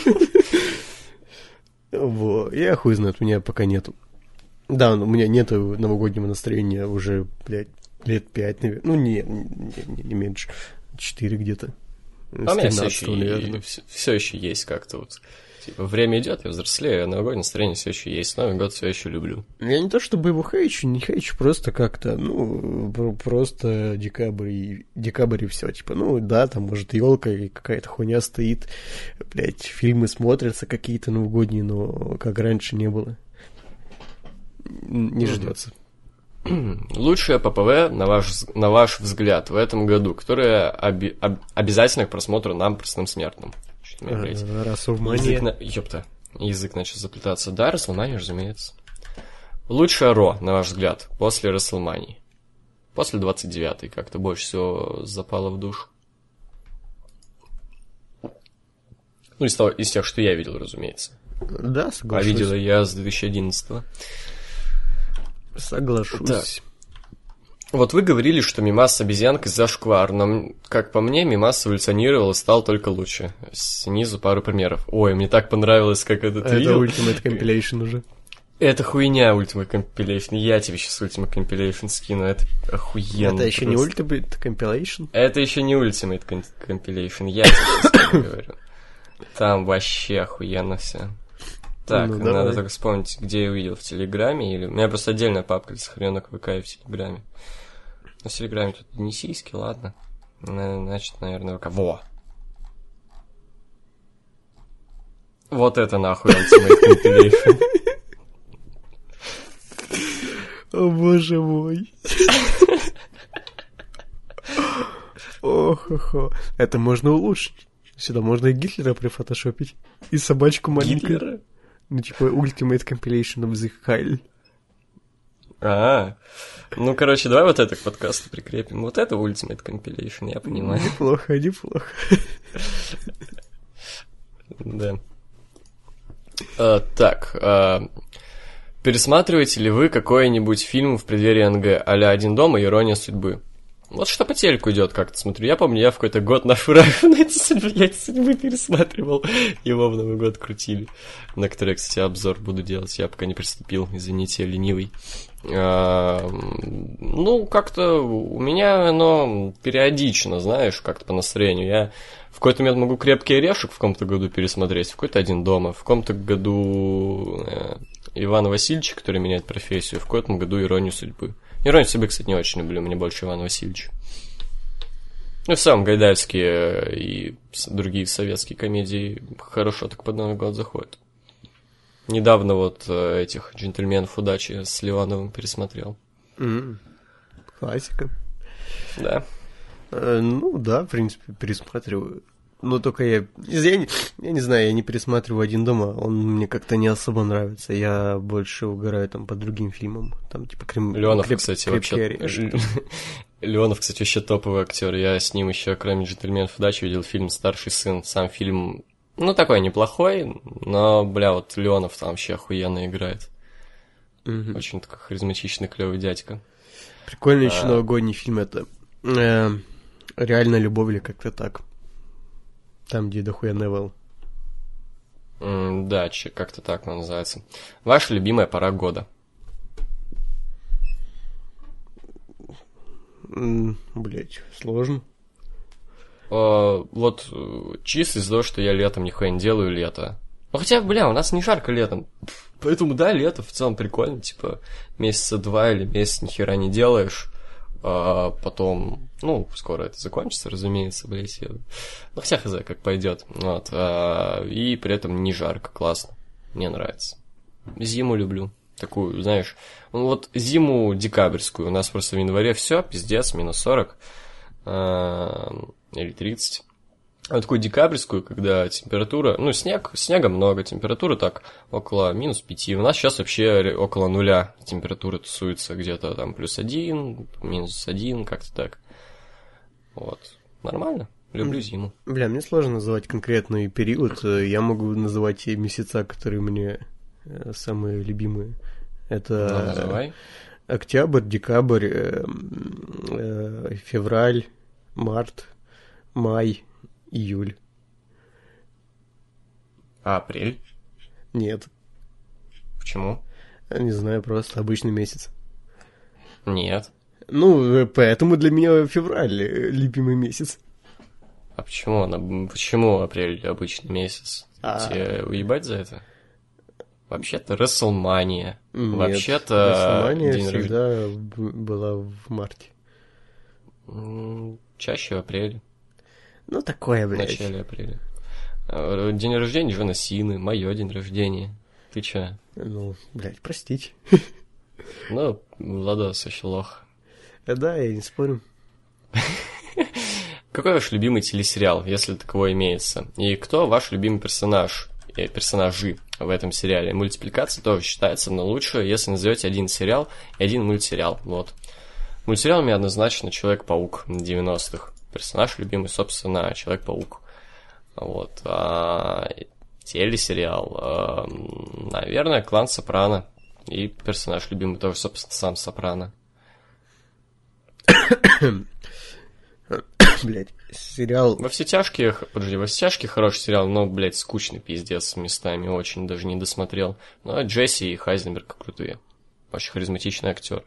Я хуй знает, у меня пока нету. Да, у меня нету новогоднего настроения уже, блядь, лет 5, наверное. Ну, не меньше. 4 где-то. А у меня все еще есть как-то вот. Типа, время идет, я взрослею, а новогоднее настроение все еще есть, Новый год все еще люблю. Я не то чтобы его не хейчу, просто как-то, просто декабрь и все, типа, да, там, может, елка и какая-то хуйня стоит, блядь, фильмы смотрятся какие-то новогодние, но как раньше не было. Не ждется. Лучшее ППВ, на ваш взгляд, в этом году, которое обязательно к просмотру нам, простым смертным. Расселмания. Язык начал заплетаться. Да, Расселмания, разумеется. Лучшее Ро, на ваш взгляд, после Расселмании. После 29-й как-то больше всего запало в душу. Ну, из тех, что я видел, разумеется. Да, соглашусь. А видела я с 2011-го. Соглашусь. Да. Вот вы говорили, что мимас с обезьянкой зашквар, но, как по мне, мимас эволюционировал и стал только лучше. Снизу пару примеров. Ой, мне так понравилось, как этот видео. Это Ultimate Compilation уже. Это хуйня Ultimate Compilation. Я тебе сейчас Ultimate Compilation скину. Это охуенно. Это еще не просто. Ultimate Compilation? Это еще не Ultimate Compilation. Я тебе сейчас говорю. Там вообще охуенно все. Так, Ну, надо давай. только вспомнить, где я увидел, в Телеграме или... У меня просто отдельная папка для сохраненных ВК и в Телеграме. Но в Телеграме тут не сиськи, ладно. Значит, наверное, ВК. Во! Вот это нахуй Ultimate Compilation. О, боже мой. Ох. Это можно улучшить. Сюда можно и Гитлера прифотошопить. И собачку маленькую. Гитлера? Ну, типа, Ultimate Compilation of the Heil. Ну, короче, давай вот это к подкасту прикрепим. Вот это Ultimate Compilation, я понимаю. Неплохо. Да. Так, пересматриваете ли вы какой-нибудь фильм в преддверии НГ а-ля «Один дома» и «Ирония судьбы»? Вот что по телеку идет, как-то смотрю. Я помню, я в какой-то год на судьбы пересматривал. Его в Новый год крутили. На который, кстати, обзор буду делать. Я пока не приступил, извините, я ленивый. Ну, как-то у меня оно периодично, знаешь, как-то по настроению. Я в какой-то момент могу «Крепкий орешек» в каком-то году пересмотреть, в какой-то «Один дома», в каком-то году Ивана Васильевича, который меняет профессию, в каком-то году «Иронию судьбы». «Иронию судьбы», кстати, не очень люблю, мне больше Иван Васильевич. Ну, в целом, гайдайские и другие советские комедии хорошо так под Новый год заходят. Недавно вот этих «Джентльменов удачи» с Ливановым пересмотрел. Классика. Да. Ну, да, в принципе, пересматриваю. Но только я не знаю, я не пересматриваю «Один дома», он мне как-то не особо нравится. Я больше угораю там по другим фильмам. Там, типа, Леонов, кстати, вообще... орешек. Леонов, кстати, вообще топовый актер. Я с ним еще, кроме «Джентльменов удачи», видел фильм «Старший сын». Сам фильм, ну, такой неплохой, но, бля, вот Леонов там вообще охуенно играет. Очень такой харизматичный, клевый дядька. Прикольный еще новогодний фильм это «Реальная любовь» или как-то так. Там, где дохуя Невилл. Да, как-то так он называется. Ваша любимая пора года? Блять, сложно. Вот чисто из-за того, что я летом нихуя не делаю лето. Ну хотя, бля, у нас не жарко летом. Поэтому да, лето в целом прикольно. Типа месяца 2 или месяц нихера не делаешь. А потом, ну, скоро это закончится, разумеется, блядь. Ну, хотя хз, как пойдет. Вот. И при этом не жарко, классно. Мне нравится. Зиму люблю. Такую, знаешь, ну вот зиму декабрьскую. У нас просто в январе все, пиздец, минус 40 или 30. А вот такую декабрьскую, когда температура, ну, снега много, температура так около минус 5. У нас сейчас вообще около нуля температура тусуется, где-то там +1, -1, как-то так. Вот. Нормально. Люблю зиму. Бля, мне сложно называть конкретный период. Я могу называть те месяца, которые мне самые любимые. Это называй. Октябрь, декабрь, февраль, март, май, июль. А апрель? Нет. Почему? Не знаю, просто обычный месяц. Нет. Ну, поэтому для меня февраль любимый месяц. А почему апрель обычный месяц? Тебе уебать за это? Вообще-то WrestleMania. Вообще-то WrestleMania день всегда была в марте. Чаще в апреле. Ну, такое, В блядь. начале апреля. День рождения Джона Сины, моё день рождения. Ты чё? Ну, блядь, простите. Ну, Владос еще лох. Да, я не спорю. Какой ваш любимый телесериал, если таковой имеется? И кто ваш любимый персонаж? Персонажи в этом сериале. Мультипликация тоже считается, но лучше, если назовете один сериал и один мультсериал. Вот. Мультсериал у меня однозначно «Человек-паук» 90-х. Персонаж любимый, собственно, Человек-паук. Вот. А телесериал, наверное, «Клан Сопрано». И персонаж любимый тоже, собственно, сам Сопрано. Блять, сериал... Во все тяжкие хороший сериал, но, блядь, скучный пиздец местами, очень даже не досмотрел. Но Джесси и Хайзенберг крутые. Очень харизматичный актер.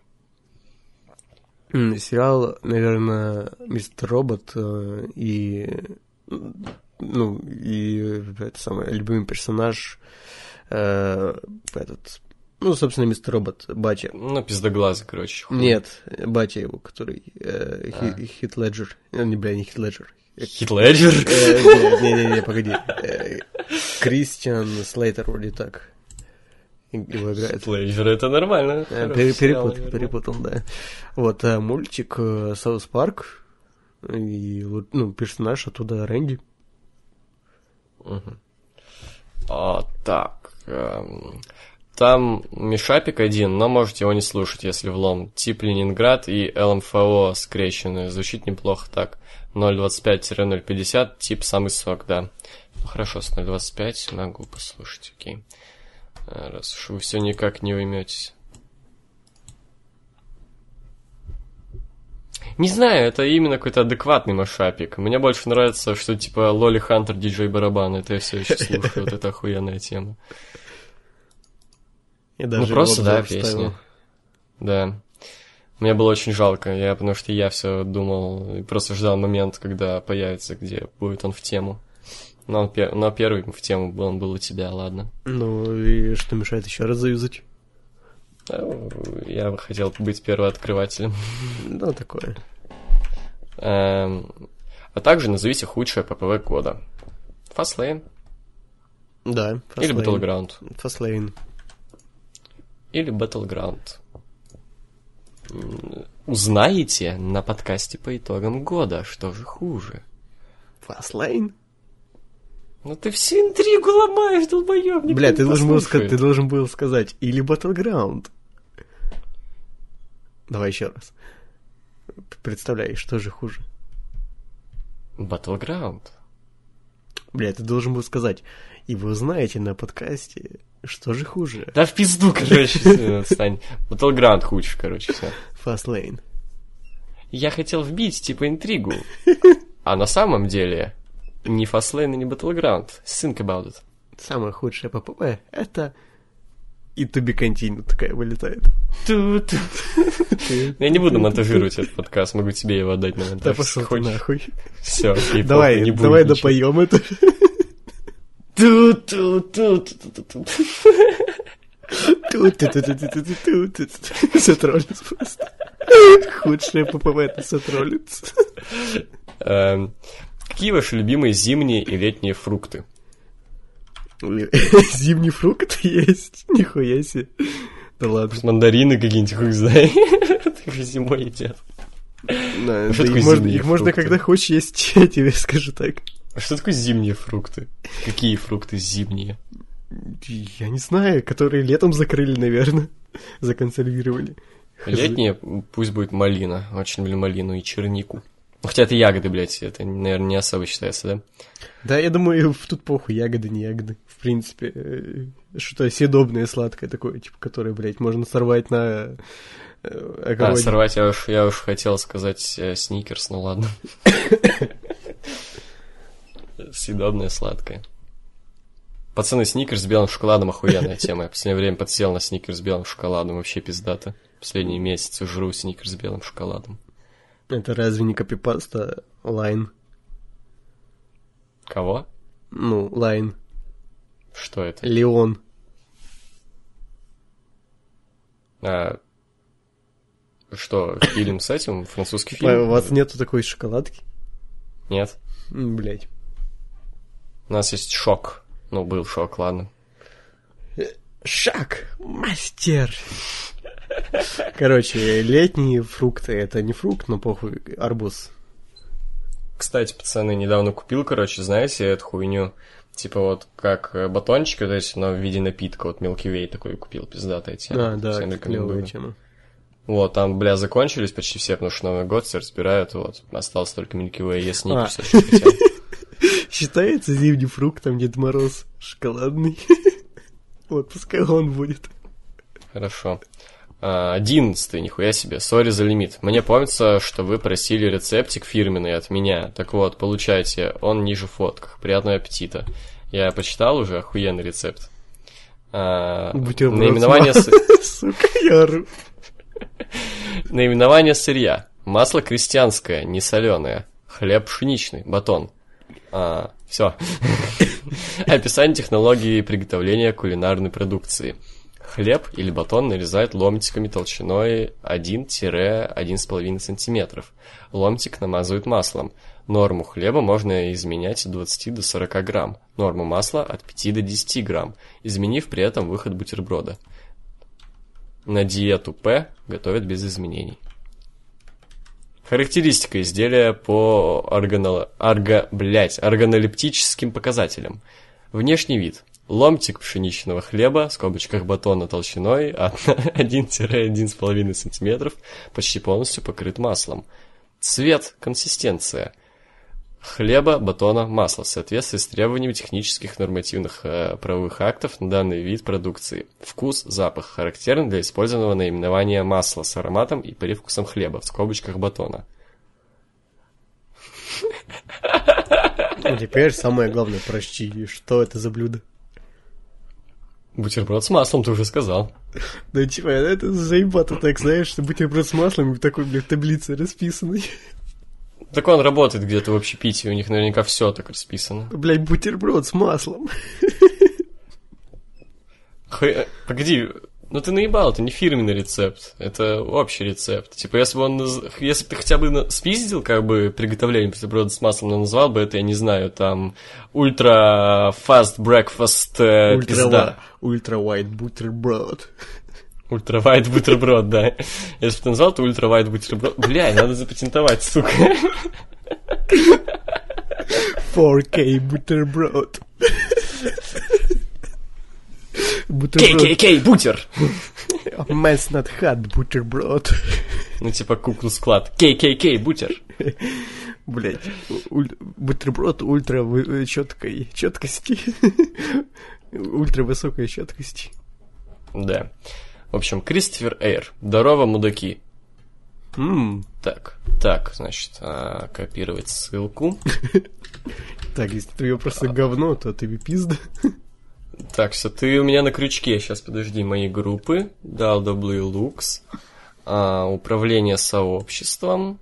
Сериал, наверное, Мистер Робот и... Ну, и это самое, любимый персонаж этот... Ну, собственно, Мистер Робот, батя. Ну, пиздоглазый, короче. Нет, батя его, который Хит Леджер. Не Хит Леджер. Хит Леджер? Не, погоди. Кристиан Слейтер, вроде так. Его играет. Хит Леджер, это нормально. Перепутал, да. Вот, мультик Саус Парк. И, ну, персонаж оттуда Рэнди. Так. Там Мишапик один, но можете его не слушать, если влом. Тип Ленинград и ЛМФО скрещенные. Звучит неплохо так. 0.25-0.50, тип самый сок, да. Ну, хорошо, с 0.25 могу послушать, окей. Раз уж вы все никак не уйметесь. Не знаю, это именно какой-то адекватный машапик. Мне больше нравится, что типа Лоли Хантер, диджей барабан. Это я все еще слушаю, вот это охуенная тема. Ну просто, да, песни. Да. Мне было очень жалко, потому что я все думал, просто ждал момент, когда появится, где будет он в тему. Но первый в тему он был у тебя, ладно. Ну и что мешает еще раз заюзать? Я хотел быть первооткрывателем. Ну, такое. А также назовите худшее ППВ года. Fastlane. Да, Fastlane. Или Battleground. Fastlane. Или Battleground. Узнаете на подкасте по итогам года, что же хуже. Fastlane? Ну ты всю интригу ломаешь, долбоёбник. Бля, ты должен был сказать или Battleground. Давай еще раз. Представляй, что же хуже. Battleground. Бля, ты должен был сказать, и вы узнаете на подкасте, что же хуже. Да в пизду, короче, отстань. Battleground худше, короче, все. Fastlane. Я хотел вбить, типа, интригу. А на самом деле... Ни Fastlane, ни Battleground. Think about it. Самое худшее ППВ — это и To Be Continued такая вылетает. Я не буду монтажировать этот подкаст, могу тебе его отдать на монтаж. Да пошел ты нахуй. Все, окей, давай допоем это. Сетроллинс просто. Худшее ППВ — это Сетроллинс. Какие ваши любимые зимние и летние фрукты? Зимний фрукт есть? Нихуя себе. Да ладно. Мандарины какие-нибудь, хуй знает. Их же зимой едят. Их можно когда хочешь есть, я тебе скажу так. А что такое зимние фрукты? Какие фрукты зимние? Я не знаю, которые летом закрыли, наверное. Законсервировали. Летние пусть будет малина. Очень люблю малину и чернику. Хотя это ягоды, блядь, это, наверное, не особо считается, да? Да, я думаю, тут похуй, ягоды, не ягоды. В принципе, что-то съедобное, сладкое такое, типа, которое, блядь, можно сорвать на огороде. Сорвать, я уж хотел сказать сникерс, ну ладно. Съедобное, сладкое. Пацаны, сникерс с белым шоколадом охуенная тема. Я в последнее время подсел на сникерс с белым шоколадом, вообще пиздато. Последние месяцы жру сникерс с белым шоколадом. Это разве не копипаста Лайн? Кого? Ну, Лайн. Что это? Леон. Что, фильм с этим? Французский фильм? У вас нету такой шоколадки? Нет. Блять. У нас есть шок. Ну, был шок, ладно. Шаг, мастер. Короче, летние фрукты — это не фрукт, но похуй, арбуз. Кстати, пацаны, недавно купил, короче, знаете, эту хуйню, типа вот как батончики, вот эти, но в виде напитка, вот Milky Way такой купил, пиздатая тема. Да, клевая тема. Вот, там, бля, закончились почти все, потому что Новый год все разбирают, вот, осталось только Milky Way, я сникерс очень хотел. Считается зимним фруктом Дед Мороз шоколадный. Вот, пускай он будет. Хорошо. 11, нихуя себе, сори за лимит. Мне помнится, что вы просили рецептик фирменный от меня. Так вот, получайте, он ниже в фотках. Приятного аппетита. Я почитал уже, охуенный рецепт. Наименование... Сука, я ору. Наименование сырья. Масло крестьянское, не соленое. Хлеб пшеничный, батон. Все. Описание технологии приготовления кулинарной продукции. Хлеб или батон нарезают ломтиками толщиной 1-1,5 см. Ломтик намазывают маслом. Норму хлеба можно изменять от 20 до 40 грамм. Норму масла от 5 до 10 грамм, изменив при этом выход бутерброда. На диету П готовят без изменений. Характеристика изделия по органолептическим показателям. Внешний вид. Ломтик пшеничного хлеба, в скобочках батона толщиной от 1-1,5 см, почти полностью покрыт маслом. Цвет, консистенция. Хлеба, батона, масла в соответствии с требованиями технических нормативных правовых актов на данный вид продукции. Вкус, запах характерен для использованного наименования масла с ароматом и привкусом хлеба, в скобочках батона. Теперь самое главное, прочти, что это за блюдо? Бутерброд с маслом, ты уже сказал. Ну, типа, это заебато так, знаешь, что бутерброд с маслом в такой, блядь, таблице расписанной. Так он работает где-то в общепите, у них наверняка все так расписано. Блядь, бутерброд с маслом. Погоди, ну ты наебал, это не фирменный рецепт, это общий рецепт. Типа, если бы ты хотя бы спиздил, как бы, приготовление бутерброда с маслом, но назвал бы это, я не знаю, там, ультра fast breakfast пизда. Ультра white бутерброд. Ультравайт бутерброд, да. Если бы ты назвал, то ультравайт бутерброд. Бля, надо запатентовать, сука. 4K бутерброд. KKK бутер. Man's not hot бутерброд. Ну, типа куклу-склад. KKK бутер. Блять, бутерброд ультра четкости. Ультра высокой четкости. Да. В общем, Кристофер Эйр. Здорово, мудаки. Так, значит, копировать ссылку. Так, если твое просто говно, то ты пизда. Так, все, ты у меня на крючке. Сейчас, подожди, мои группы. DALW Lux. Управление сообществом.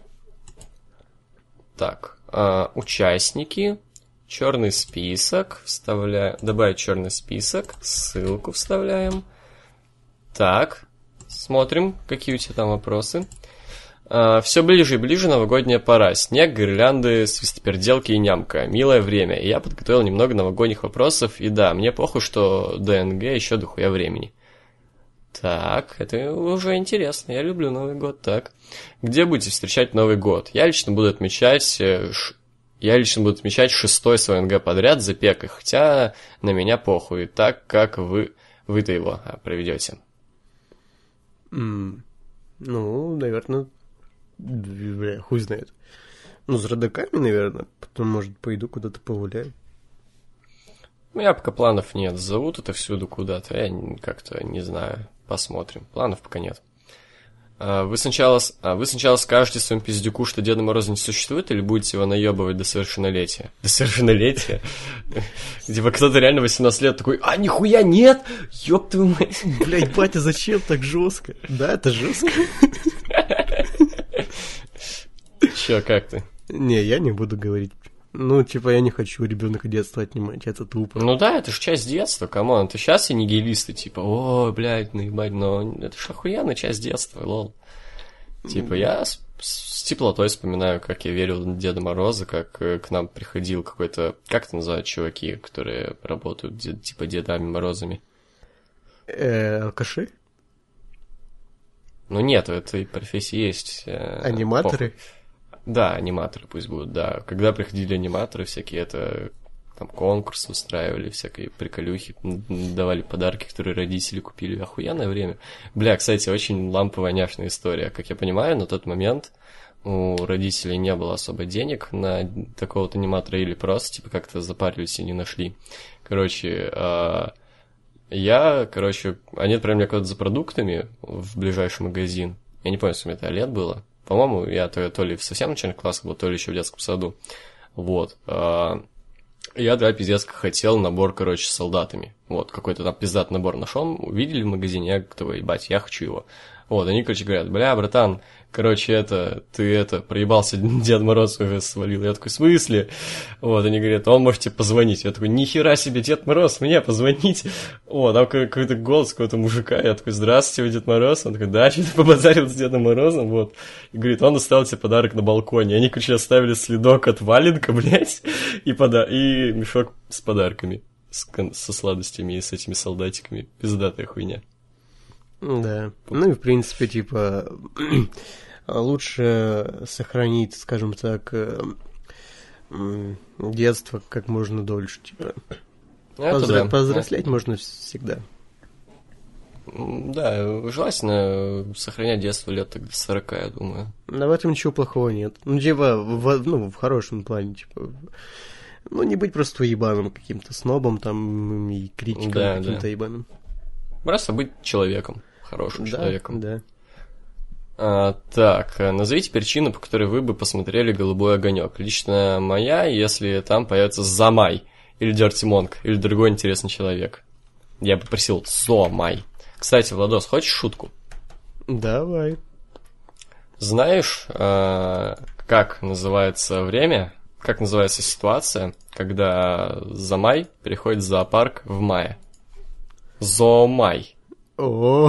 Так, участники. Черный список. Добавить черный список. Ссылку вставляем. Так, смотрим, какие у тебя там вопросы. Все ближе и ближе новогодняя пора. Снег, гирлянды, свистоперделки и нямка. Милое время. И я подготовил немного новогодних вопросов. И да, мне похуй, что ДНГ еще дохуя времени. Так, это уже интересно. Я люблю Новый год. Так, где будете встречать Новый год? Я лично буду отмечать 6-й свой НГ подряд за пекой. Хотя на меня похуй. Так, как вы-то его проведете. Ну, наверное, бля, хуй знает. Ну, с родаками, наверное. Потом, может, пойду куда-то погуляю. У меня пока планов нет. Зовут это всюду куда-то. Я как-то не знаю. Посмотрим. Планов пока нет. Вы сначала скажете своему пиздюку, что Деда Мороза не существует, или будете его наебывать до совершеннолетия? До совершеннолетия? Типа кто-то реально 18 лет такой: нихуя нет! Ёб твою мать! Блять, батя, зачем так жестко? Да, это жестко. Чё, как ты? Не, я не буду говорить. Ну, типа, я не хочу ребенка детства отнимать, это тупо. Ну да, это же часть детства, камон. Это сейчас и нигилисты, типа, ой, блядь, наебать, но это ж охуенная часть детства, лол. Типа, я с теплотой вспоминаю, как я верил в Деда Мороза, как к нам приходил какой-то, как это называют чуваки, которые работают, типа, Дедами Морозами? Алкаши? Ну нет, в этой профессии есть... Аниматоры? Похуй. Да, аниматоры пусть будут, да. Когда приходили аниматоры всякие, это там конкурсы устраивали, всякие приколюхи, давали подарки, которые родители купили. Охуенное время. Бля, кстати, очень ламповая, няшная история. Как я понимаю, на тот момент у родителей не было особо денег на такого-то аниматора или просто, типа, как-то запарились и не нашли. Короче, Я, короче, они отправили меня куда-то за продуктами в ближайший магазин. Я не помню, сколько мне это лет было. По-моему, я то ли в совсем начальных классах был, то ли еще в детском саду. Вот. Я, да, пиздец, хотел набор, короче, с солдатами. Вот, какой-то там пиздатый набор нашел, увидели в магазине, я готовый, ебать, я хочу его. Вот, они, короче, говорят, бля, братан, короче, ты проебался, Дед Мороз уже свалил. Я такой, в смысле? Вот, они говорят, он может тебе позвонить. Я такой, нихера себе, Дед Мороз, мне позвонить. О, там какой-то голос какого-то мужика. Я такой, здравствуйте, вы Дед Мороз? Он такой, да, что ты побазарил с Дедом Морозом? Вот. И говорит, он оставил тебе подарок на балконе. Они, короче, оставили следок от валенка, блядь, и мешок с подарками, со сладостями и с этими солдатиками. Пиздатая хуйня. Да. Ну и в принципе, типа, лучше сохранить, скажем так, детство как можно дольше, типа. Повзрослеть можно всегда. Да, желательно сохранять детство лет так до 40, я думаю. Да в этом ничего плохого нет. Ну, типа, в хорошем плане, типа. Ну, не быть просто ебаным каким-то снобом там и критиком каким-то ебаным. Просто быть человеком. Хорошим человеком. Да. Так, назовите причину, по которой вы бы посмотрели «Голубой огонек». Лично моя, если там появится Замай, или Dirty Monk, или другой интересный человек. Я бы просил Зомай. Кстати, Владос, хочешь шутку? Давай. Знаешь, как называется время, как называется ситуация, когда Замай приходит в зоопарк в мае? Зоомай. О,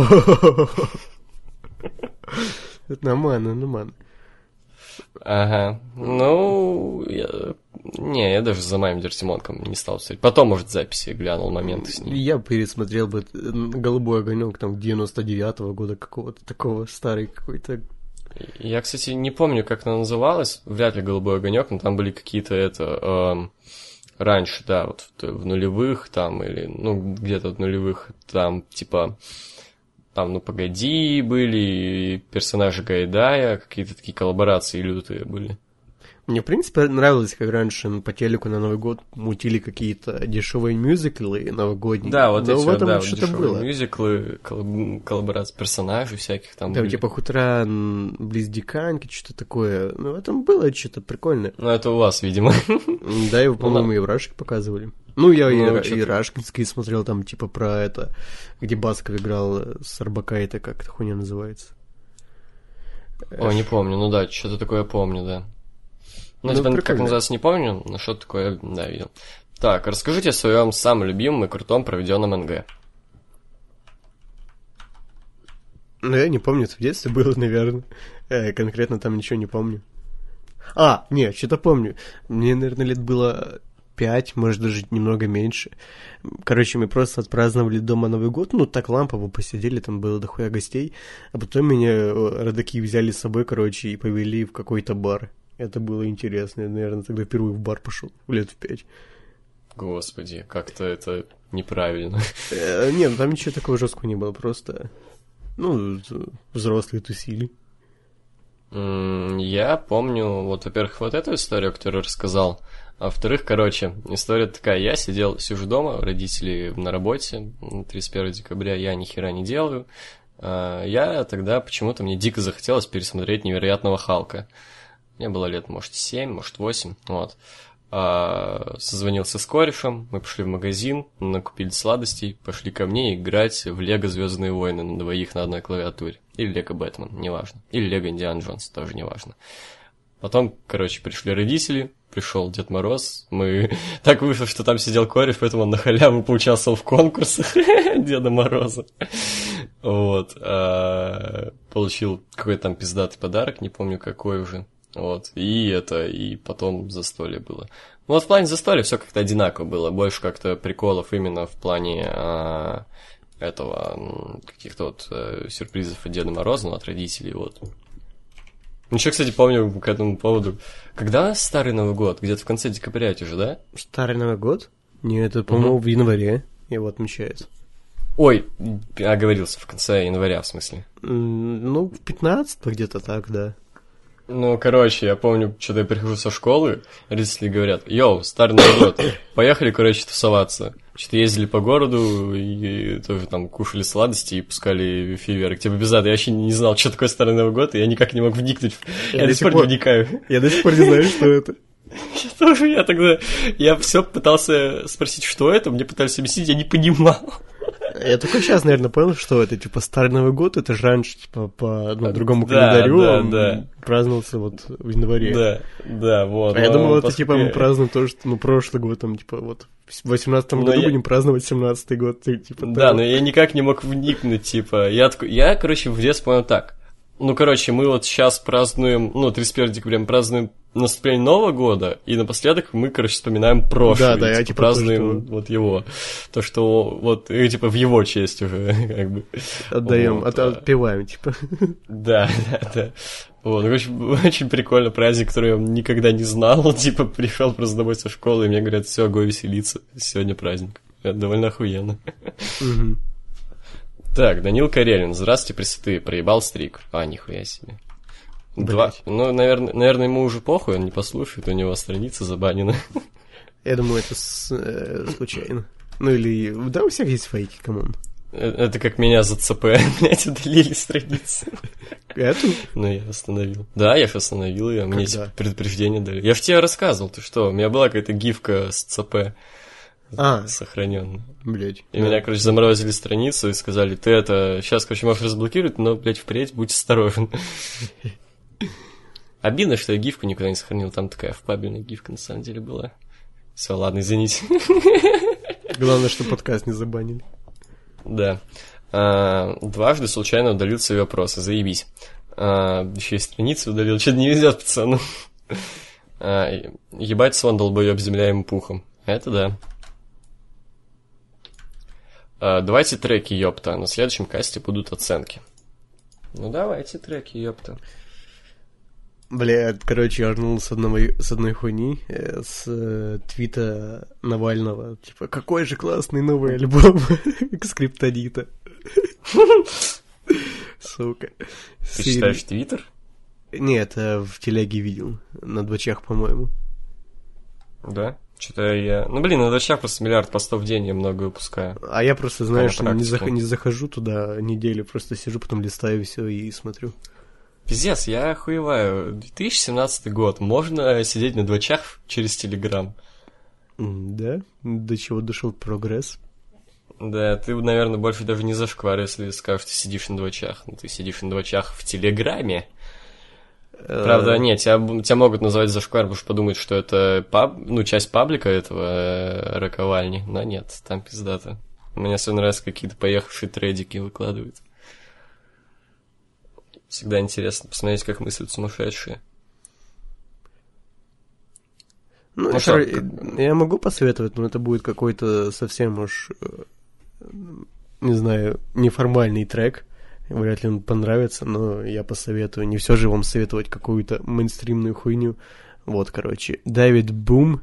нормально. Ага. Ну, я даже за моим Дертимонком не стал смотреть. Потом, может, записи глянул моменты с ним. Я пересмотрел бы «Голубой огонек» там 99-го года какого-то такого, старый какой-то. Я, кстати, не помню, как она называлась. Вряд ли «Голубой огонек», но там были какие-то раньше, да, вот в нулевых там, или, ну, где-то в нулевых, там, типа, там, ну, погоди, были, и персонажи Гайдая, какие-то такие коллаборации лютые были. Мне, в принципе, нравилось, как раньше по телеку на Новый год мутили какие-то дешевые мюзиклы новогодние. Да, вот эти вот, да, что-то дешевые было. Мюзиклы, коллаборации персонажей всяких там да, были. типа «Хутора близ Диканьки», что-то такое. Ну, в этом было что-то прикольное. Ну, это у вас, видимо. Да, его, по-моему, и в Рашке показывали. Ну, я и Рашкинский смотрел там, типа, про это, где Басков играл с Арбакайте, как эта хуйня называется. О, не помню, ну да, что-то такое помню, да. Ну, типа, как называется, не помню, но что-то такое, да, видел. Так, расскажите о своем самом любимом и крутом проведенном НГ. Ну, я не помню, это в детстве было, наверное. Конкретно там ничего не помню. Нет, что-то помню. Мне, наверное, лет было 5, может, даже немного меньше. Короче, мы просто отпраздновали дома Новый год, ну, так лампово посидели, там было дохуя гостей, а потом меня родаки взяли с собой, короче, и повели в какой-то бар. Это было интересно, я, наверное, тогда впервые в бар пошел, лет в 5. Господи, как-то это неправильно. Нет, там ничего такого жесткого не было, просто, ну, взрослые тусили. Я помню, вот, во-первых, вот эту историю, которую рассказал, а во-вторых, короче, история такая, я сижу дома, родители на работе, 31 декабря я ни хера не делаю, я тогда почему-то, мне дико захотелось пересмотреть «Невероятного Халка». Мне было лет, может, 7, может, 8, вот. Созвонился с корешем, мы пошли в магазин, накупили сладостей, пошли ко мне играть в Лего Звездные войны на двоих на одной клавиатуре. Или Лего Бэтмен, неважно. Или Лего Индиана Джонс, тоже неважно. Потом, короче, пришли родители, пришел Дед Мороз. Так вышло, что там сидел кореш, поэтому он на халяву поучаствовал в конкурсах Деда Мороза. Вот. Получил какой-то там пиздатый подарок, не помню какой уже. Вот, и потом застолье было. Ну, вот в плане застолья все как-то одинаково было, больше как-то приколов именно в плане каких-то вот сюрпризов от Деда Мороза, от родителей, вот. Еще, кстати, помню к этому поводу, когда Старый Новый год? Где-то в конце декабря уже, да? Старый Новый год? Нет, это, по-моему, в январе его отмечают. Ой, оговорился, в конце января, в смысле. Ну, в 15-го где-то так, да. Ну, короче, я помню, что-то я прихожу со школы, родители говорят, йоу, Старый Новый год, поехали, короче, тусоваться. Что-то ездили по городу и тоже там кушали сладости и пускали фейерверк. Типа без ада, я вообще не знал, что такое Старый Новый год, и я никак не мог вникнуть. Я до сих пор не вникаю. Я до сих пор не знаю, что это. Я все пытался спросить, что это, мне пытались объяснить, я не понимал. Я только сейчас, наверное, понял, что это, типа, Старый Новый год, это же раньше, типа, по другому календарю праздновался вот в январе. Да, вот. А я думал, это, типа, мы празднуем то, что, прошлый год, там, типа, вот, в 18-м году будем праздновать 17-й год, типа. Да, но я никак не мог вникнуть, типа, я, короче, в детстве понял так. Мы вот сейчас празднуем, 31 декабря мы празднуем наступление Нового года, и напоследок мы, вспоминаем прошлый, да, типа, празднуем вот его. То, что вот, типа, в его честь уже, как бы. Отдаем, вот, отпеваем, типа. Да. Вот, очень прикольно, праздник, который я никогда не знал, типа, пришел просто домой со школы, и мне говорят, все, го веселиться, сегодня праздник. Это довольно охуенно. Так, Данил Карелин, здравствуйте, пресвятые, проебал стрик. Нихуя себе. Наверное, ему уже похуй, он не послушает, у него страница забанена. Я думаю, это случайно. Или... Да, у всех есть фейки, камон. Это как меня за ЦП, блядь, удалили страницу. Эту? Я остановил. Да, я же остановил ее, мне предупреждение дали. Я же тебе рассказывал, ты что, у меня была какая-то гифка с ЦП. Сохранённая. Блять. И меня, заморозили страницу и сказали, ты это сейчас, можешь разблокировать, но, блядь, впредь будь осторожен. Обидно, что я гифку никуда не сохранил, там такая впабельная гифка на самом деле была. Все, ладно, извините. Главное, что подкаст не забанили. Да. Дважды случайно удалил свои вопросы, заебись. Еще и страницы удалил, что-то не везет пацану. Ебать сон долбоёб земля ему пухом. Это да. Давайте треки, ёпта. На следующем касте будут оценки. Давайте треки, ёпта. Бля, я орнул с одной хуйни, с твита Навального. Типа, какой же классный новый альбом Скриптонита. Сука. Ты читаешь твиттер? Нет, в телеге видел. На двочах, по-моему. Да? Что-то я... на двочах просто миллиард постов в день я много выпускаю. А я просто, знаешь, не захожу туда неделю, просто сижу, потом листаю все и смотрю. Пиздец, я охуеваю. 2017 год. Можно сидеть на двочах через Телеграм. Да? До чего дошел прогресс? Да, ты, наверное, больше даже не зашквар, если скажешь, ты сидишь на двочах. Ты сидишь на двочах в Телеграме. Правда, нет, тебя могут называть зашквар, потому что подумают, что это часть паблика этого раковальни. Но нет, там пиздато. Мне особенно нравятся какие-то поехавшие трейдики выкладывают. Всегда интересно посмотреть, как мыслят сумасшедшие. Я могу посоветовать, но это будет какой-то совсем уж, не знаю, неформальный трек. Вряд ли он понравится, но я посоветую. Не все же вам советовать какую-то мейнстримную хуйню. Вот, Дэвид Бум,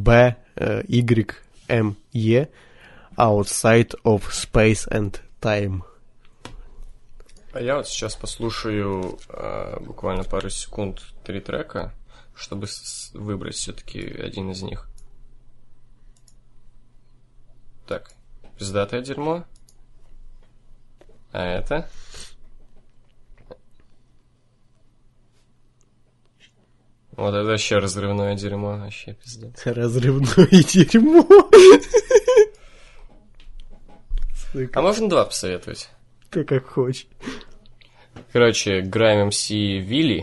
B-Y-M-E, Outside of Space and Time. А я вот сейчас послушаю буквально пару секунд 3 трека, чтобы выбрать все-таки один из них. Так, пиздатое дерьмо. А это? Вот это вообще разрывное дерьмо, вообще пизда. Разрывное дерьмо. А можно 2 посоветовать? Ты как хочешь. Grime MC Вилли,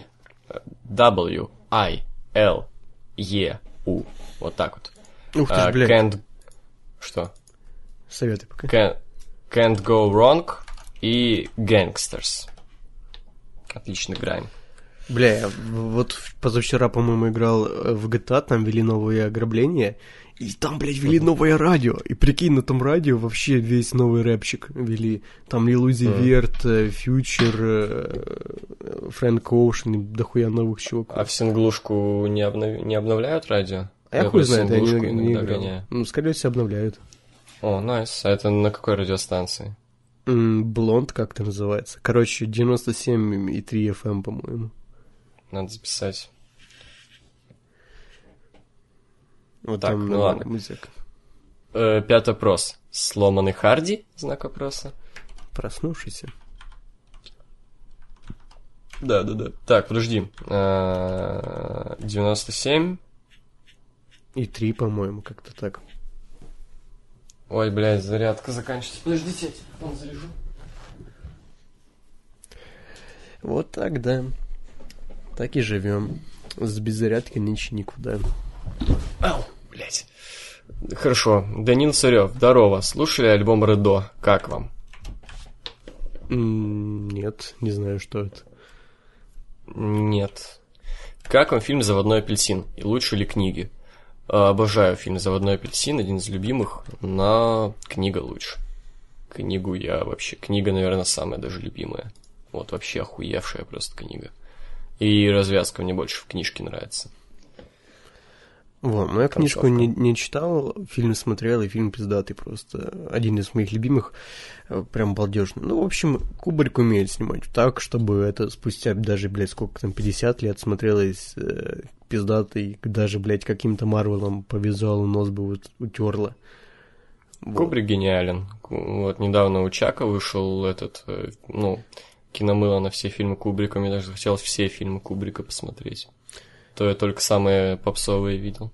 W-I-L-E-U. Вот так вот. Ух ты, блядь. Что? Советы пока. Can't Go Wrong и Gangsters. Отличный грайм. Бля, вот позавчера, по-моему, играл в GTA, там ввели новые ограбления, и там, блядь, ввели новое радио. И прикинь, на том радио вообще весь новый рэпчик ввели. Там Lil Uzi Vert, Future, Фрэнк Оушен, дохуя новых чуваков. А в синглушку не обновляют радио? А я хуй знает, я не играл. Скорее всего, обновляют. О, найс. А это на какой радиостанции? Блонд как-то называется. 97,3 FM, по-моему. Надо записать. Вот так, там ладно. Музыка. Пятый вопрос. Сломанный Харди? Знак вопроса. Проснувшийся. Да. Так, подожди. 97. И 3, по-моему, как-то так. Ой, блядь, зарядка заканчивается. Подождите, я телефон заряжу. Вот так, да. Так и живем. С беззарядки нынче никуда. Ау, блядь. Хорошо. Данил Царев, здорово. Слушали альбом Редо? Как вам? Нет, не знаю, что это. Нет. Как вам фильм «Заводной апельсин»? И лучше ли книги? Обожаю фильм «Заводной апельсин», один из любимых, но книга лучше. Книга, наверное, самая даже любимая. Вот вообще охуевшая просто книга. И развязка мне больше в книжке нравится. Вот, ну я книжку не читал, фильм смотрел, и фильм пиздатый просто. Один из моих любимых, прям балдежный. Ну, в общем, Кубрик умеет снимать так, чтобы это спустя даже, блядь, сколько там, 50 лет смотрелось пиздатый, даже, блядь, каким-то Марвелом по визуалу нос бы вот утерло. Вот. Кубрик гениален. Вот недавно у Чака вышел киномыло на все фильмы Кубрика. Мне даже захотелось все фильмы Кубрика посмотреть. То я только самые попсовые видел.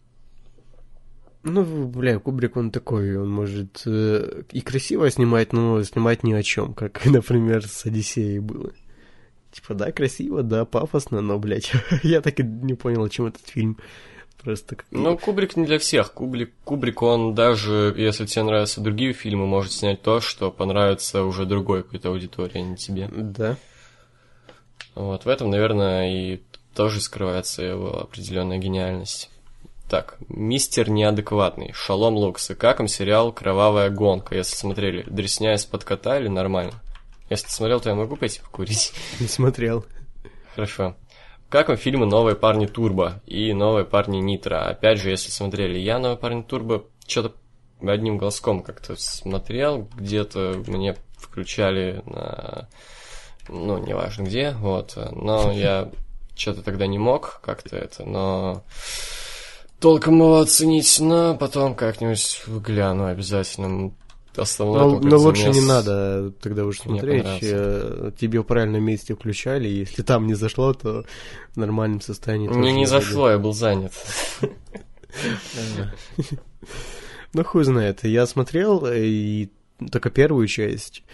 Ну, бля, Кубрик, он такой, он может и красиво снимать, но снимать ни о чем, как, например, с «Одиссеей» было. Типа, да, красиво, да, пафосно, но, блядь, я так и не понял, о чем этот фильм. Просто как... Ну, Кубрик не для всех. Кубрик, он даже, если тебе нравятся другие фильмы, может снять то, что понравится уже другой какой-то аудитории, а не тебе. Да. Вот, в этом, наверное, и тоже скрывается его определенная гениальность. Так, «Мистер неадекватный», Шалом Луксы. Как им сериал «Кровавая гонка», если смотрели? Дресня из-под кота или нормально? Если ты смотрел, то я могу пойти покурить? Не смотрел. Хорошо. Как вам фильмы «Новые парни Турбо» и «Новые парни Нитро»? Опять же, если смотрели, я «Новые парни Турбо» что-то одним глазком как-то смотрел, где-то мне включали на... Ну, неважно где, вот. Но я что-то тогда не мог как-то это, но... Толком его оценить, но потом как-нибудь гляну обязательно. Основное, но лучше не надо тогда уже смотреть. Тебе в правильном месте включали, и если там не зашло, то в нормальном состоянии... Мне не зашло, я был занят. Ну, хуй знает. Я смотрел, и только первую часть.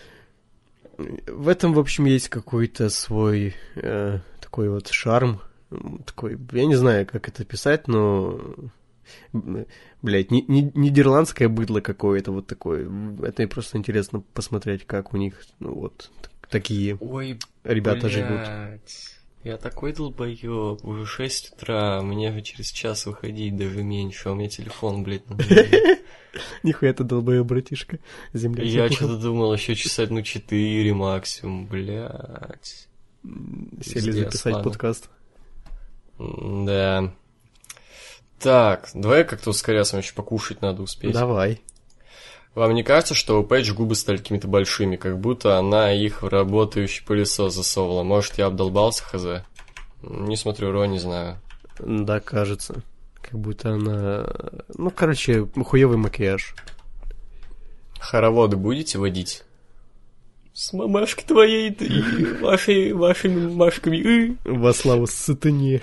В этом, в общем, есть какой-то свой такой вот шарм. Такой, я не знаю, как это писать, но... Блять, нидерландское быдло какое-то вот такое. Это просто интересно посмотреть, как у них, ну вот, такие ребята живут. Я такой долбоёб, уже 6 утра, мне через час выходить, даже меньше, а у меня телефон, блядь, Нихуя ты долбоёб, братишка. Земля. Я что-то думал, еще часа 4 максимум, блядь. Сели записать подкаст. Да. Так, давай как-то ускоряться, еще покушать надо успеть. Давай. Вам не кажется, что у Пейдж губы стали какими-то большими, как будто она их в работающий пылесос засовывала? Может, я обдолбался, хз? Не смотрю Ро, не знаю. Да, кажется. Как будто она... Ну, короче, хуёвый макияж. Хороводы будете водить? С мамашкой твоей и вашими машками. Во славу сатане.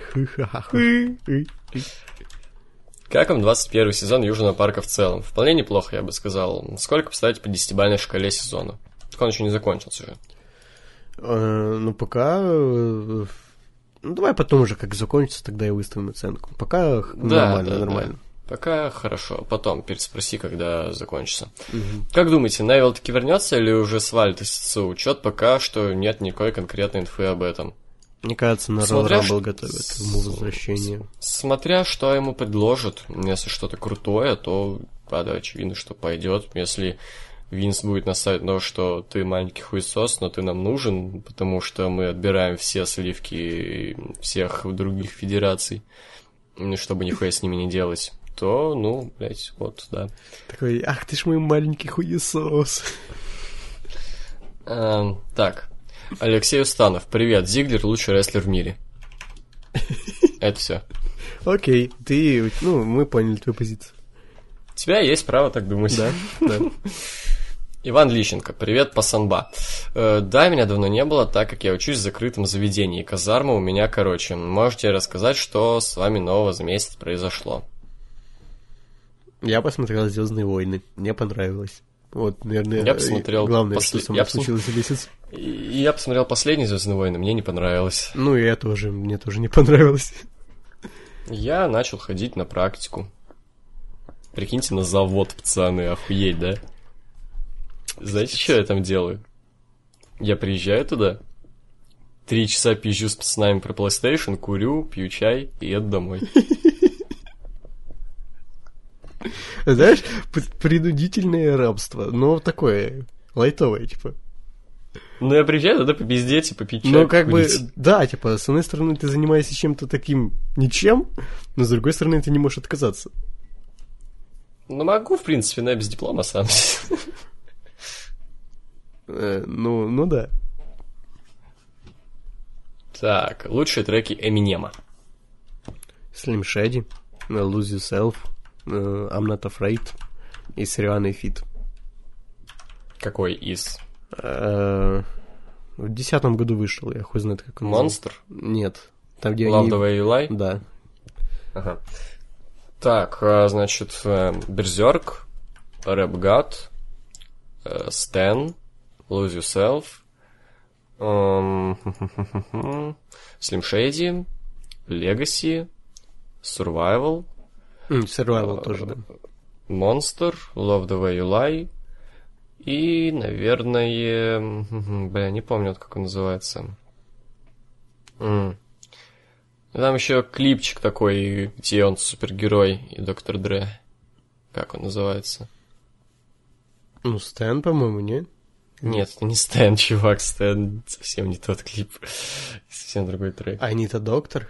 Как вам 21 сезон Южного парка в целом? Вполне неплохо, я бы сказал. Сколько поставить по 10-бальной шкале сезона? Так он еще не закончился же. Ну, пока... Ну, давай потом уже, как закончится, тогда и выставим оценку. Пока нормально. Пока хорошо. Потом переспроси, когда закончится. Как думаете, Невилл таки вернется или уже свалит из СЦУ? Учет пока что нет никакой конкретной инфы об этом. Мне кажется, на Royal Rumble готовят ему возвращение. Смотря, что ему предложат. Если что-то крутое, то, правда, очевидно, что пойдет. Если Винс будет наставить на то, что ты маленький хуесос, но ты нам нужен, потому что мы отбираем все сливки всех других федераций, чтобы нихуя с ними не делать, то, ну, блядь, вот, да. Такой, ах ты ж мой маленький хуесос. Так. Алексей Установ, привет, Зиглер лучший рестлер в мире. Это все. Окей, мы поняли твою позицию. У тебя есть право так думать. Да, да. Иван Лищенко, привет, пацанба. Да, меня давно не было, так как я учусь в закрытом заведении. Казарма у меня короче. Можете рассказать, что с вами нового за месяц произошло? Я посмотрел «Звездные войны». Мне понравилось. Вот, наверное, Я посмотрел главное, что со мной случилось за месяц. И я посмотрел последний «Звездные войны», мне не понравилось. Ну, и мне тоже не понравилось. Я начал ходить на практику. Прикиньте, на завод, пацаны, охуеть, да? Знаете, что я там делаю? Я приезжаю туда, 3 часа пизжу с пацанами про PlayStation, курю, пью чай и еду домой. Знаешь, принудительное рабство, но такое, лайтовое, типа. Ну, я приезжаю туда попиздеть и попить чай. Ну, как бы, покурить. да, типа, с одной стороны, ты занимаешься чем-то таким ничем, но с другой стороны, ты не можешь отказаться. Ну, могу, в принципе, но я без диплома сам. Ну да. Так, лучшие треки Эминема. Slim Shady, Lose Yourself, I'm Not Afraid и с Рианой Фит. Какой из? В 2010 году вышел, я хуй знает, как он называется. Монстр? Нет. Там, где Love the Way You Lie? Да. Ага. Так, значит, Берзерк, Рэп Гад, Стэн, Lose Yourself, Slim Shady, Legacy, Survival, Survival тоже, да. Monster, Love the Way You Lie и, наверное, бля, не помню, вот как он называется. Там еще клипчик такой, где он супергерой и Доктор Дре. Как он называется? Ну, Стэн, по-моему, нет? Нет, это не Стэн, чувак, Стэн совсем не тот клип. Совсем другой трек. Анита Доктор?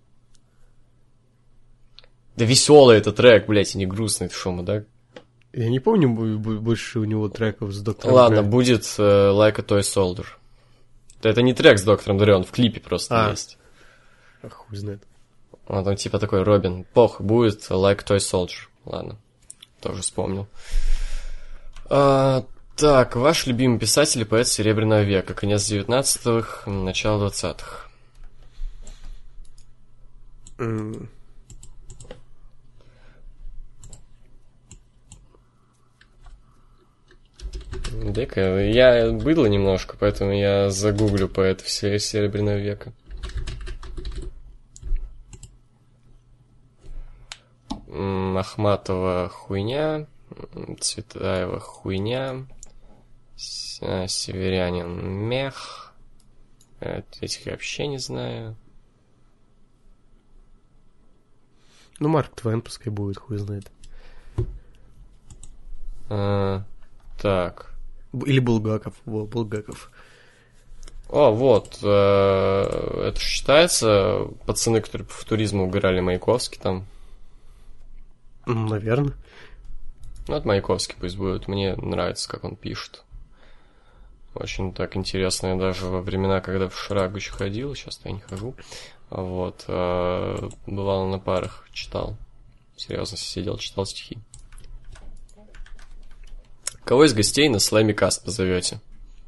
Да веселый этот трек, блядь, и не грустный, это шо, да? Я не помню больше у него треков с Доктором Ладно, Дре. будет Like a Toy Soldier. Это не трек с Доктором Дре, он в клипе просто есть. Ах, хуй знает. Он там типа такой Робин. Пох, будет Like a Toy Soldier. Ладно, тоже вспомнил. Так, ваш любимый писатель и поэт Серебряного века, конец 19-х, начало 20-х. Дай-ка, я быдло немножко, поэтому я загуглю поэта Серебряного века. Ахматова хуйня, Цветаева хуйня, Северянин мех, этих я вообще не знаю. Ну, Марк Твен пускай будет, хуй знает. Так. Или Булгаков. Во, Булгаков. О, вот. Это же считается пацаны, которые по футуризму угорали, Маяковский там. Наверное. Ну, это Маяковский пусть будет. Мне нравится, как он пишет. Очень так интересно. Я даже во времена, когда в Шрагу еще ходил, сейчас я не хожу. Вот. Бывало на парах, читал. Серьезно сидел, читал стихи. Кого из гостей на слайми-каст позовете?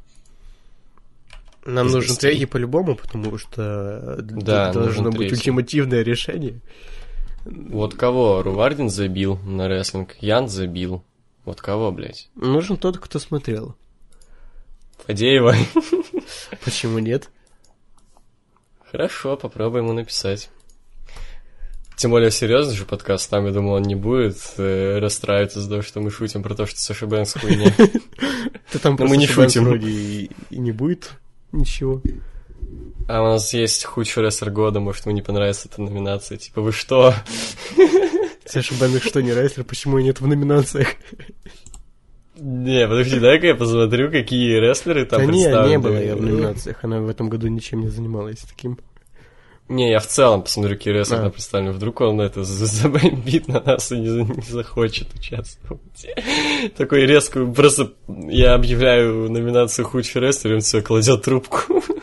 Нам нужны треки по-любому, потому что должно быть ультимативное решение. Вот кого? Рувардин забил на рестлинг, Ян забил. Вот кого, блядь? Нужен тот, кто смотрел. Фадеева. Почему нет? Хорошо, попробуем ему написать. Тем более серьезный же подкаст, там, я думал, он не будет расстраиваться из-за того, что мы шутим про то, что Саша Бэнкс хуйня. Да там мы не шутим. Вроде и не будет ничего. А у нас есть худший рестлер года, может, ему не понравится эта номинация. Типа, вы что? Саша Бэнкс что, не рестлер? Почему и нет в номинациях? Не, подожди, дай-ка я посмотрю, какие рестлеры там представлены. Не было я в номинациях, она в этом году ничем не занималась таким. Не, я в целом посмотрю, какие рестлеры представлены. Вдруг он это забомбит на нас и не захочет участвовать. Такой резко, просто я объявляю номинацию худший рестлер, и он все, кладет трубку.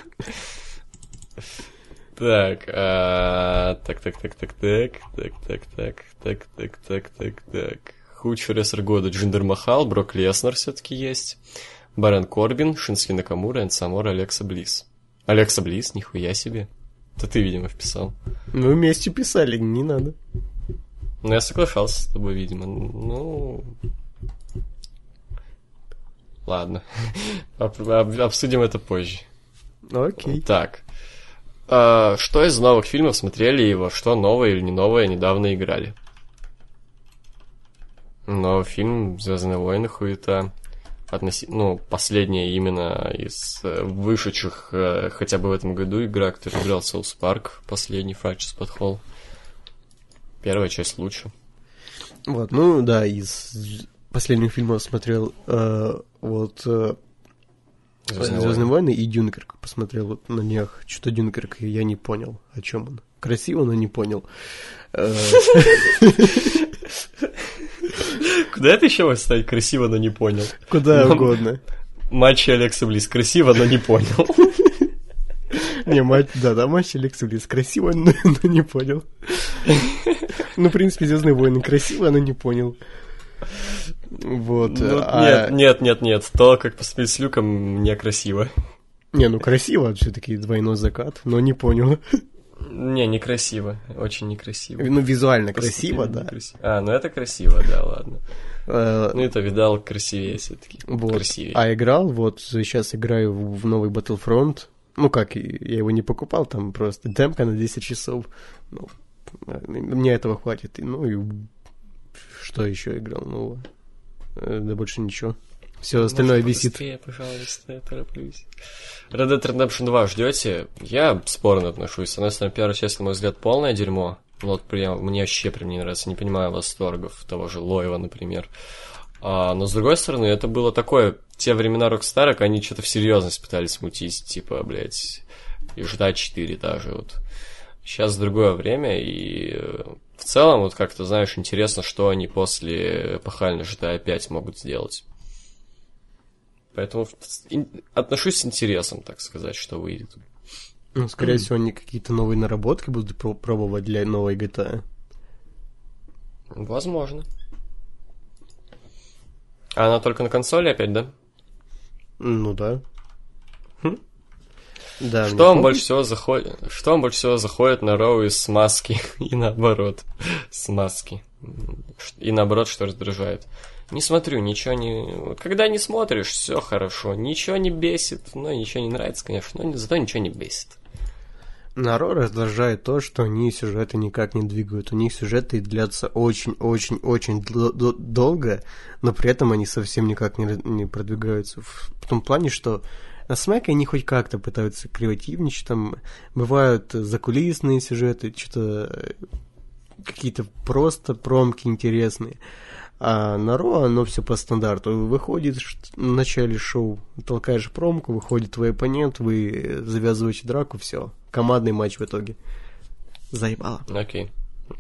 Так. Худший рестлер года Джиндер Махал, Брок Леснер все-таки есть. Барон Корбин, Шински Накамура, Энд Самора, Алекса Блисс. Алекса Блисс, нихуя себе. Это ты, видимо, вписал. Мы вместе писали, не надо. Ну, я соглашался с тобой, видимо. Ну... Ладно. Обсудим это позже. Окей. Так. Что из новых фильмов смотрели и во что новое или не новое недавно играли? Новый фильм «Звездные войны» хуета. Последняя именно из вышедших хотя бы в этом году игра, которую играл Соус Парк, последний Fractures But Whole. Первая часть лучше. Вот, ну да, из последних фильмов смотрел «Звездные войны» и «Дюнкерк». Посмотрел вот на днях что-то «Дюнкерк», и я не понял, о чем он. Красиво, но не понял. Куда это еще может стать красиво, но не понял? Куда угодно. Матч Алекса Блисс. Красиво, но не понял. Не, матч Алекса Блисс. Красиво, но не понял. Ну, в принципе, «Звездные войны» красиво, но не понял. Вот. Нет. То, как посмотреть с Люком, некрасиво. Не, ну красиво, все-таки двойной закат, но не понял. Не, некрасиво. Очень некрасиво. Ну, визуально красиво, да. Ну это красиво, да, ладно. Ну, это видал красивее все-таки. Вот. Красивее. А играл, вот сейчас играю в новый Battlefront. Ну как, я его не покупал, там просто демка на 10 часов. Ну, мне этого хватит. Ну и что еще играл нового? Да больше ничего. Все остальное висит. Быстрее, пожалуйста, я тороплюсь. Red Dead Redemption 2 ждете? Я спорно отношусь. С одной стороны, первая часть, на мой взгляд, полное дерьмо. Вот прям, мне вообще прям не нравится. Не понимаю восторгов того же Лоева, например. Но с другой стороны, это было такое... Те времена Rockstar, они что-то всерьезность пытались мутить. Типа, блядь, и GTA 4 даже вот. Сейчас другое время, и в целом, вот как-то, знаешь, интересно, что они после эпохальной GTA 5 могут сделать. Поэтому отношусь с интересом, так сказать, что выйдет. Ну, скорее всего, они какие-то новые наработки будут пробовать для новой GTA. Возможно. А она только на консоли опять, да? Ну да. Да. Что вам больше всего заходит на Роу из смазки и наоборот смазки? И наоборот, что раздражает? Не смотрю, ничего не... Когда не смотришь, все хорошо. Ничего не бесит. Ну, ничего не нравится, конечно, но зато ничего не бесит. На Ро раздражает то, что они сюжеты никак не двигают. У них сюжеты длятся очень-очень-очень долго, но при этом они совсем никак не продвигаются. В том плане, что на Смэке они хоть как-то пытаются креативничать, там бывают закулисные сюжеты, что-то какие-то просто промки интересные. А на Ро оно все по стандарту. Выходит в начале шоу, толкаешь промку, выходит твой оппонент, вы завязываете драку, все. Командный матч в итоге. Заебало. Окей.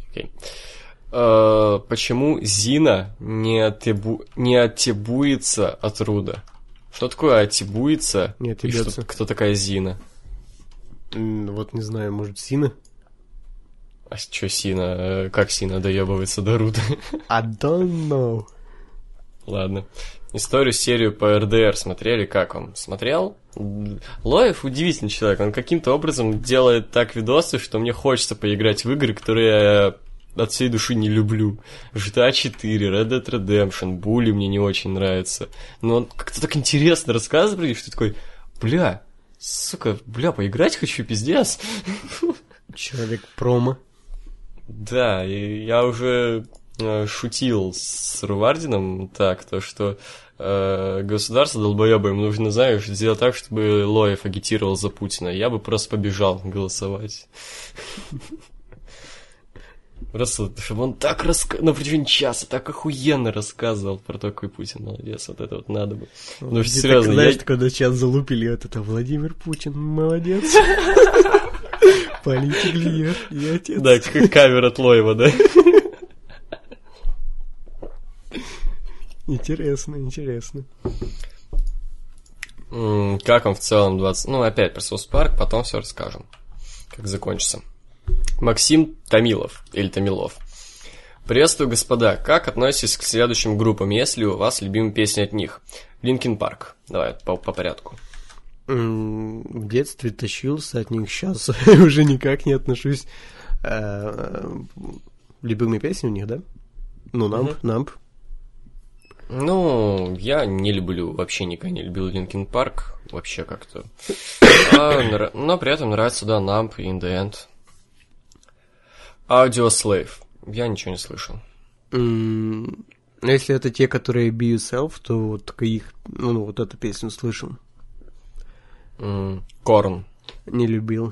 Почему Зина не оттебуется от Руда? Что такое оттебуется? Не оттебется. Кто такая Зина? Вот не знаю, может, Сина? А что Сина? Как Сина доебывается до Руда? I don't know. Ладно. Серию по РДР смотрели? Как вам? Смотрел? Лоев удивительный человек. Он каким-то образом делает так видосы, что мне хочется поиграть в игры, которые я от всей души не люблю. GTA 4, Red Dead Redemption, Bully мне не очень нравится. Но он как-то так интересно рассказывает, что ты такой, поиграть хочу, пиздец. Человек промо. Да, и я уже шутил с Рувардином так, то что государство долбоёбы, им нужно, знаешь, сделать так, чтобы Лоев агитировал за Путина. Я бы просто побежал голосовать. Просто, чтобы он так на протяжении часа так охуенно рассказывал про то, какой Путин молодец. Вот это вот надо бы. Ну, серьезно, знаешь, когда час залупили, вот это Владимир Путин молодец. Политик лидер и отец. Да, как кавер от Лоева, да? Интересно. Как вам в целом 20... Ну, опять про Соус Парк, потом все расскажем, как закончится. Максим Томилов, или Томилов. Приветствую, господа. Как относитесь к следующим группам, если у вас любимые песни от них? Линкин Парк. Давай по порядку. В детстве тащился от них, сейчас уже никак не отношусь. Любимые песни у них, да? Ну, Numb. Ну, я не люблю, вообще никогда не любил Линкин Парк. Вообще как-то. Но при этом нравится, да, Numb и In The End. Audioslave. Я ничего не слышал. Если это те, которые Be Yourself, то вот только их, ну, вот эту песню слышал. Корн. Не люблю.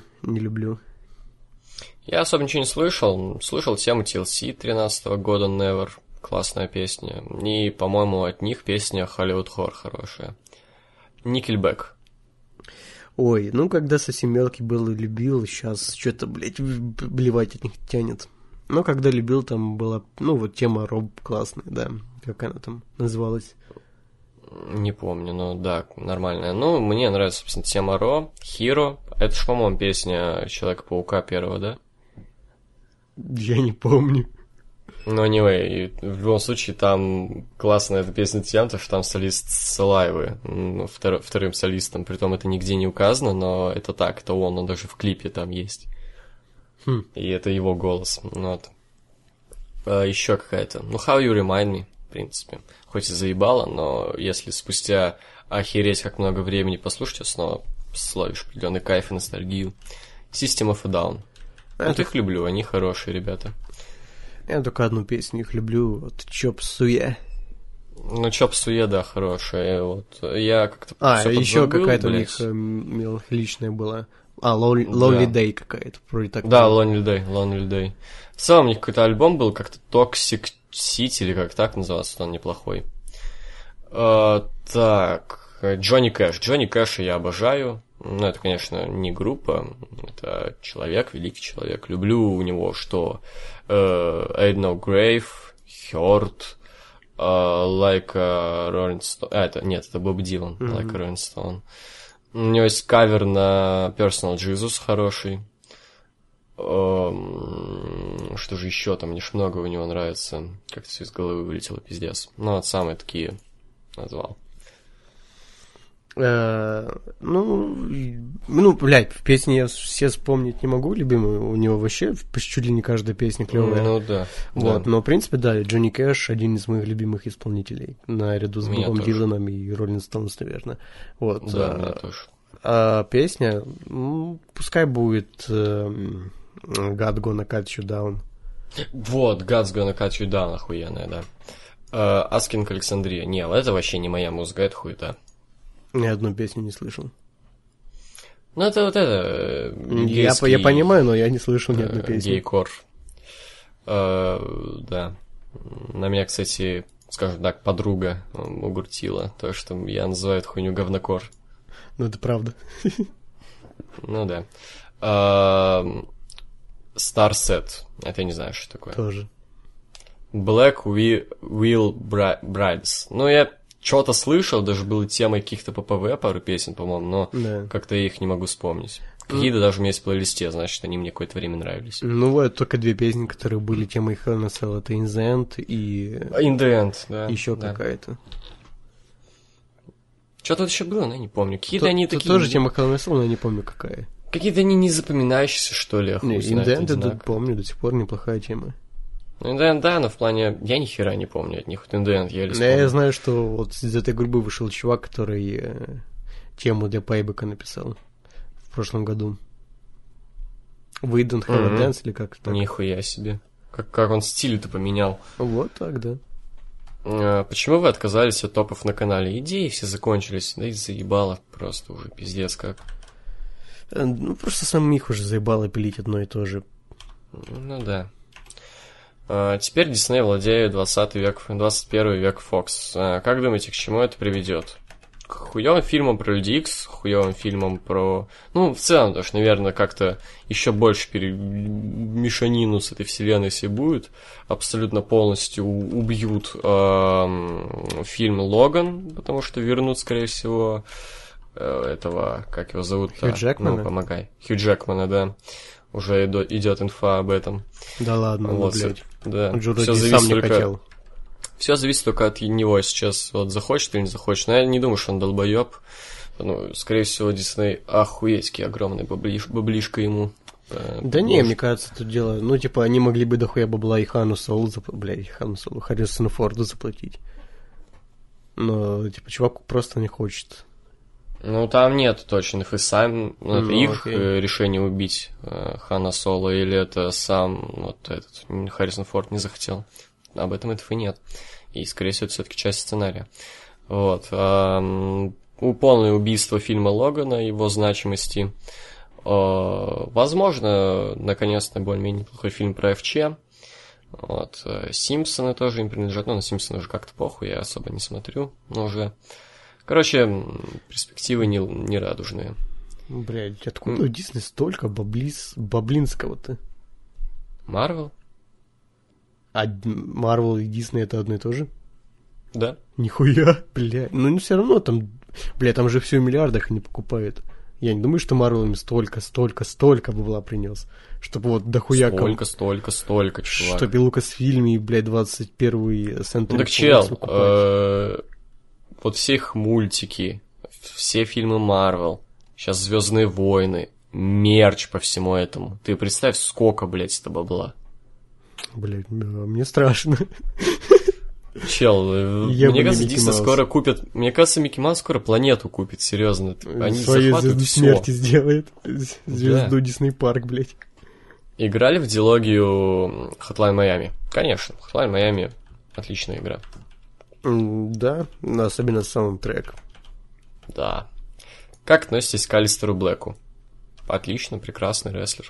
Я особо ничего не слышал. Слышал тему TLC 13 года Never. Классная песня. И, по-моему, от них песня Hollywood Horror хорошая. Nickelback. Ой, ну когда совсем мелкий был и любил, сейчас что-то, блядь, блевать от них тянет. Но когда любил, там была, ну вот тема Роб классная, да, как она там называлась. Не помню, но да, нормальная. Ну, мне нравится, собственно, тема Ро, Hero. Это ж, по-моему, песня Человека-паука первого, да? Я не помню. Ну, anyway, в любом случае, там классная эта песня тем, что там солист Салаевы, вторым солистом, притом это нигде не указано, но это так, это он даже в клипе там есть. И это его голос, вот. Еще какая-то, ну, How You Remind Me, в принципе, хоть и заебало, но если спустя охереть как много времени послушать, снова словишь определенный кайф и ностальгию. System of a Down. Вот их люблю, они хорошие ребята. Я только одну песню их люблю, вот Chop Suey. Ну, Chop Suey, да, хорошая. Вот. Я как-то еще какая-то у них меланхоличная была. Lonely Day какая-то, вроде так. Да, Lonely Day. В целом у них какой-то альбом был, как-то Toxic City, или как так назывался, он неплохой. Так, Джонни Кэш. Джонни Кэша я обожаю. Ну, это, конечно, не группа, это человек, великий человек. Люблю у него, что Ain't No Grave, Hurt, Like a Rolling Stone. Это Боб Дилан, Like a Rolling Stone. У него есть кавер на Personal Jesus хороший. Что же еще там? Мне ж много у него нравится. Как-то все из головы вылетело, пиздец. Ну, вот самые такие назвал. Блядь, песни я все вспомнить не могу, любимые. У него вообще чуть ли не каждая песня клевая. Ну да. Вот, да. Но в принципе, да, Джонни Кэш один из моих любимых исполнителей, наряду с Бобом Диланом и Роллинг Стоунс, наверное. Вот. Да, меня тоже. А песня, пускай будет God Gonna Cut You Down. Вот, God's Gonna Cut You Down, охуенная, да. Asking Alexandria. Не, это вообще не моя музыка, это хуета. Ни одну песню не слышал. Ну, это вот это... Я понимаю, но я не слышал ни одну песню. Гей-кор. Да. На меня, кстати, скажем так, подруга угуртила то, что я называю эту хуйню говнокор. Ну, это правда. Ну, да. Starset. Это я не знаю, что такое. Тоже. Black Wheel Brides. Ну, я что-то слышал, даже было темой каких-то ППВ, пару песен, по-моему, но как-то я их не могу вспомнить. Какие-то даже у меня есть в плейлисте, значит, они мне какое-то время нравились. Ну, вот только две песни, которые были темой Hell in a Cell, это In the End и... In the End, да. Еще какая-то. Что тут еще было, я не помню. Какие-то они такие... Тоже тема Hell in a Cell, но я не помню, какая. Какие-то они не запоминающиеся, что ли, Не, In the End, я помню, до сих пор неплохая тема. In the End, да, но в плане... Я ни хера не помню от них. In the End я еле вспомню. Я знаю, что вот из этой группы вышел чувак, который тему для Пайбека написал в прошлом году. We Don't Have a Dance или как так? Нихуя себе. Как он стиль-то поменял. Вот так, да. Почему вы отказались от топов на канале? Идеи все закончились, да и заебало просто уже, пиздец как. Ну, просто самих уже заебало пилить одно и то же. Ну да. Теперь Дисней владеет 21 век Fox. Как думаете, к чему это приведет? К хуёвым фильмам про Люди Икс, хуёвым фильмам про... Ну, в целом, даже, наверное, как-то еще больше мешанину с этой вселенной, если будет. Абсолютно полностью убьют фильм «Логан», потому что вернут, скорее всего, этого, как его зовут? Хью Джекмана? Ну, помогай. Хью Джекмана, да. уже идет инфа об этом. Да ладно, Вот, ну, блядь. да. Он же Всё вроде зависит сам не только- хотел. Все зависит только от него сейчас, вот захочет или не захочет. Но я не думаю, что он долбоеб. Ну, скорее всего, Дисней охуеть, какие огромные баблишко ему. Да не, мне кажется, тут дело... Ну, типа, они могли бы дохуя бабла и Хану Солу, Харрисону Форду заплатить. Но, типа, чувак просто не хочет. Ну, там нет точных, и сам, ну, это Ну, их окей. решение убить Хана Соло, или это сам вот этот Харрисон Форд не захотел. Об этом инфы нет. И, скорее всего, это все-таки часть сценария. Вот. Полное убийство фильма Логана, его значимости. Возможно, наконец-то более-менее неплохой фильм про ФЧ. Вот. Симпсоны тоже им принадлежат. Ну, на Симпсоны уже как-то похуй, я особо не смотрю. Но уже... Короче, перспективы не радужные. Блядь, откуда у Дисней столько баблинского-то? Марвел? А Марвел и Дисней это одно и то же? Да. Нихуя, блядь. Ну, не все равно там... Блядь, там же все в миллиардах они покупают. Я не думаю, что Марвел им столько бабла принес. Чтобы вот дохуя... Столько, чувак. Чтобы и Лукасфильм, и, блядь, 21-й Century Ну так, Fox чел, выкупать. вот все их мультики, все фильмы Марвел, сейчас Звездные войны, мерч по всему этому. Ты представь, сколько, блядь, это бабла. Блядь, да, мне страшно. Чел, Я бы мне не кажется, Микки Дисней Маус. скоро купит... Мне кажется, Микки Маус скоро планету купит, серьезно. Они Свою захватывают звезду все. смерти сделает. Звезду Дисней Парк, блядь. Играли в дилогию Hotline Miami? Конечно, Hotline Miami отличная игра. Да, но особенно саундтрек. Да. Как относитесь к Алистеру Блэку? Отлично, прекрасный рестлер.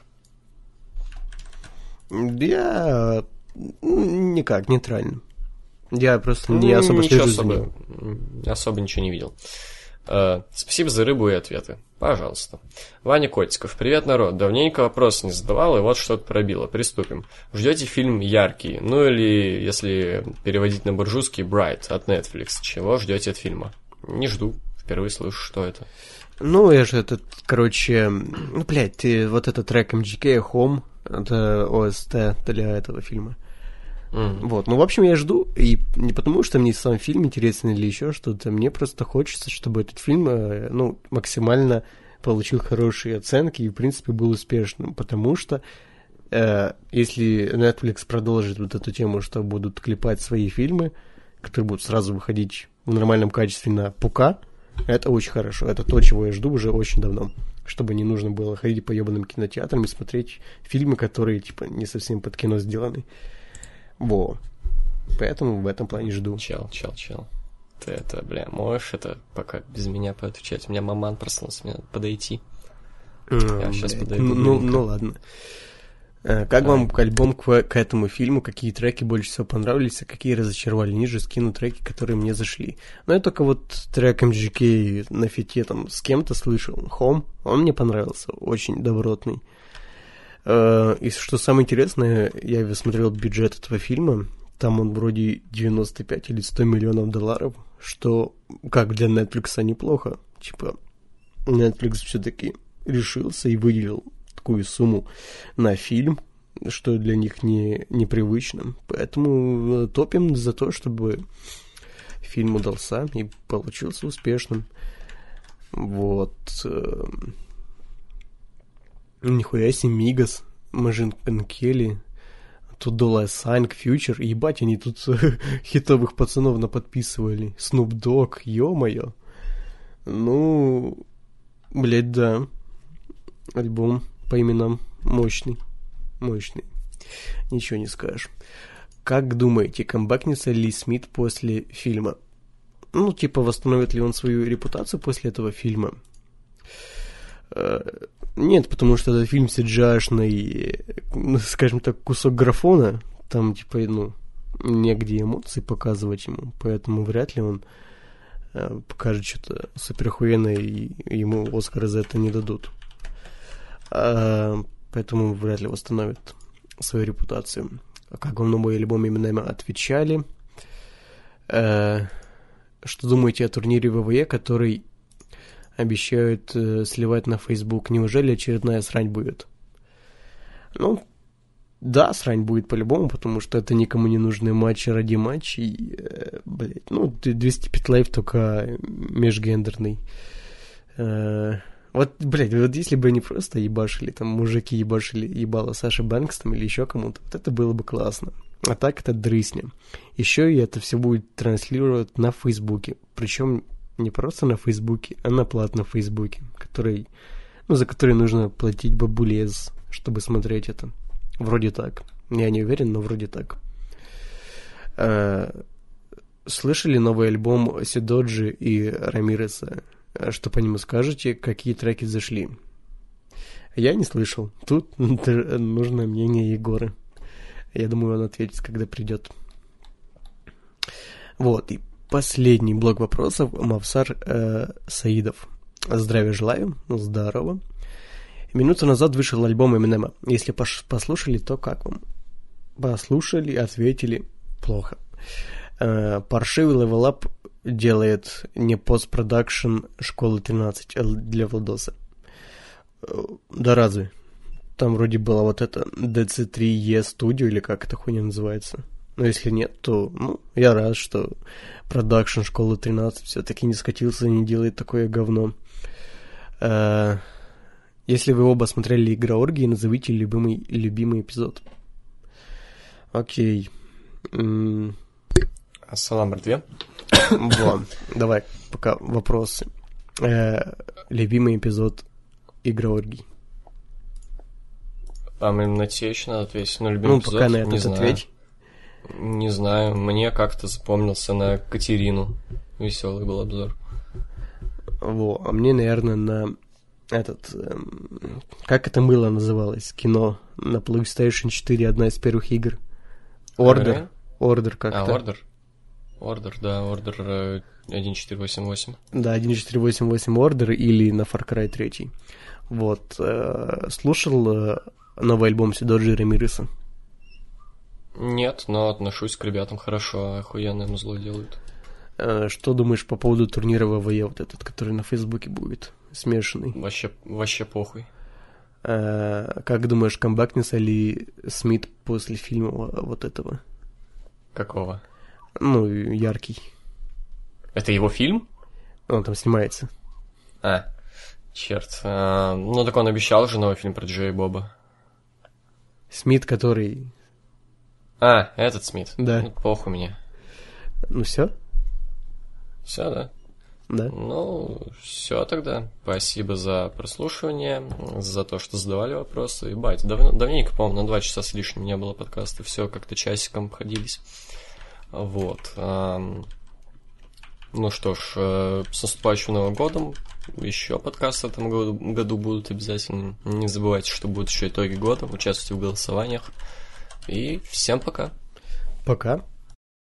Я никак, нейтрально. Я просто не особо Ничего слежу за ним. особо ничего не видел. Спасибо за рыбу и ответы. Пожалуйста. Ваня Котиков. Привет, народ. Давненько вопрос не задавал, и вот что-то пробило. Приступим. Ждете фильм «Яркий»? Ну или, если переводить на буржуйский, «Bright» от Netflix. Чего ждете от фильма? Не жду. Впервые слышу, что это. Ну, я же этот, короче... Ну, блядь, ты вот этот трек MGK Home, это ОСТ для этого фильма. Вот, ну, в общем, я жду, и не потому, что мне сам фильм интересен или еще что-то, мне просто хочется, чтобы этот фильм, ну, максимально получил хорошие оценки и, в принципе, был успешным, потому что если Netflix продолжит вот эту тему, что будут клепать свои фильмы, которые будут сразу выходить в нормальном качестве на ПУК, это очень хорошо, это то, чего я жду уже очень давно, чтобы не нужно было ходить по ебаным кинотеатрам и смотреть фильмы, которые, типа, не совсем под кино сделаны. Во. Поэтому в этом плане жду. Чел. Ты это, бля, можешь это пока без меня поотвечать? У меня маман проснулся, мне надо подойти. Я сейчас подойду. Ну ладно. Как вам альбом к этому фильму? Какие треки больше всего понравились, а какие разочаровали? Ниже скину треки, которые мне зашли. Но я только вот трек MGK на фите там с кем-то слышал. Home, он мне понравился. Очень добротный. И что самое интересное, я смотрел бюджет этого фильма, там он вроде 95 или 100 миллионов долларов, что, как для Netflix, неплохо. Типа, Netflix все-таки решился и выделил такую сумму на фильм, что для них непривычно. Поэтому топим за то, чтобы фильм удался и получился успешным. Вот... Нихуя себе, Мигас, Мажин Келли, тут Дола Сайн, Фьючер, ебать, они тут хитовых пацанов наподписывали. Snoop Dogg, ё-моё. Ну, блядь, да. Альбом по именам мощный. Ничего не скажешь. Как думаете, камбэкнется ли Смит после фильма? Ну, типа, восстановит ли он свою репутацию после этого фильма? Нет, потому что этот фильм CGI-шный, скажем так, кусок графона, там, типа, ну, негде эмоции показывать ему, поэтому вряд ли он покажет что-то суперохуенное, и ему Оскара за это не дадут. Поэтому вряд ли восстановит свою репутацию. А как вам на мой альбом именно отвечали? Что думаете о турнире ВВЕ, который обещают сливать на Facebook? Неужели очередная срань будет? Ну, да, срань будет по-любому, потому что это никому не нужные матчи ради матчей. Блять, ну, 205 лайв только межгендерный. Вот, блядь, вот если бы они просто ебашили, там, мужики ебала Саша Бэнкс там или еще кому-то, вот это было бы классно. А так это дрысня. Еще и это все будет транслировать на Фейсбуке. Причем не просто на Фейсбуке, а на платном Фейсбуке, за который нужно платить бабулез, чтобы смотреть это. Вроде так. Я не уверен, но вроде так. Слышали новый альбом Сидоджи и Рамиреса? Что по нему скажете, какие треки зашли? Я не слышал. Тут нужно мнение Егора. Я думаю, он ответит, когда придет. Вот, и последний блок вопросов. Мавсар Саидов. Здравия желаю. Здорово. Минуту назад вышел альбом Эминема. Если послушали, то как вам? Послушали, ответили. Плохо. Паршивый левелап делает не постпродакшн Школы 13 для Владоса. Да разве? Там вроде было вот это DC3E Studio, или как эта хуйня называется. Но если нет, то я рад, что продакшн Школы 13 все-таки не скатился и не делает такое говно. Если вы оба смотрели «Игра оргии», назовите любимый эпизод. Окей. Ассалам, братве. Вот, давай, пока вопросы. Любимый эпизод «Игра оргий». На те еще надо ответить. На любимый эпизод, пока на этот ответь. Не знаю, мне как-то запомнился на Катерину. Веселый был обзор. А мне, наверное, на как это мыло называлось? Кино на PlayStation 4, одна из первых игр. Order как-то. Order, да, Order 1488. Да, 1488 Order или на Far Cry 3. Вот. Слушал новый альбом Сидоджи Рамиреса? Нет, но отношусь к ребятам хорошо, охуенное музло делают. Что думаешь по поводу турнира ВВЕ, вот этот, который на Фейсбуке будет смешанный? Вообще похуй. Как думаешь, камбэкнется ли Смит после фильма вот этого? Какого? Яркий. Это его фильм? Он там снимается. Черт. Так он обещал же новый фильм про Джей Боба. Смит, который... Этот Смит. Да. Похуй мне. Все? Все, да? Да. Все тогда. Спасибо за прослушивание, за то, что задавали вопросы. Ебать, давненько, по-моему, на 2 часа с лишним не было подкаста. Все как-то часиком обходились. Вот. Что ж, с наступающим Новым годом. Еще подкасты в этом году будут обязательно. Не забывайте, что будут еще итоги года. Участвуйте в голосованиях. И всем пока. Пока.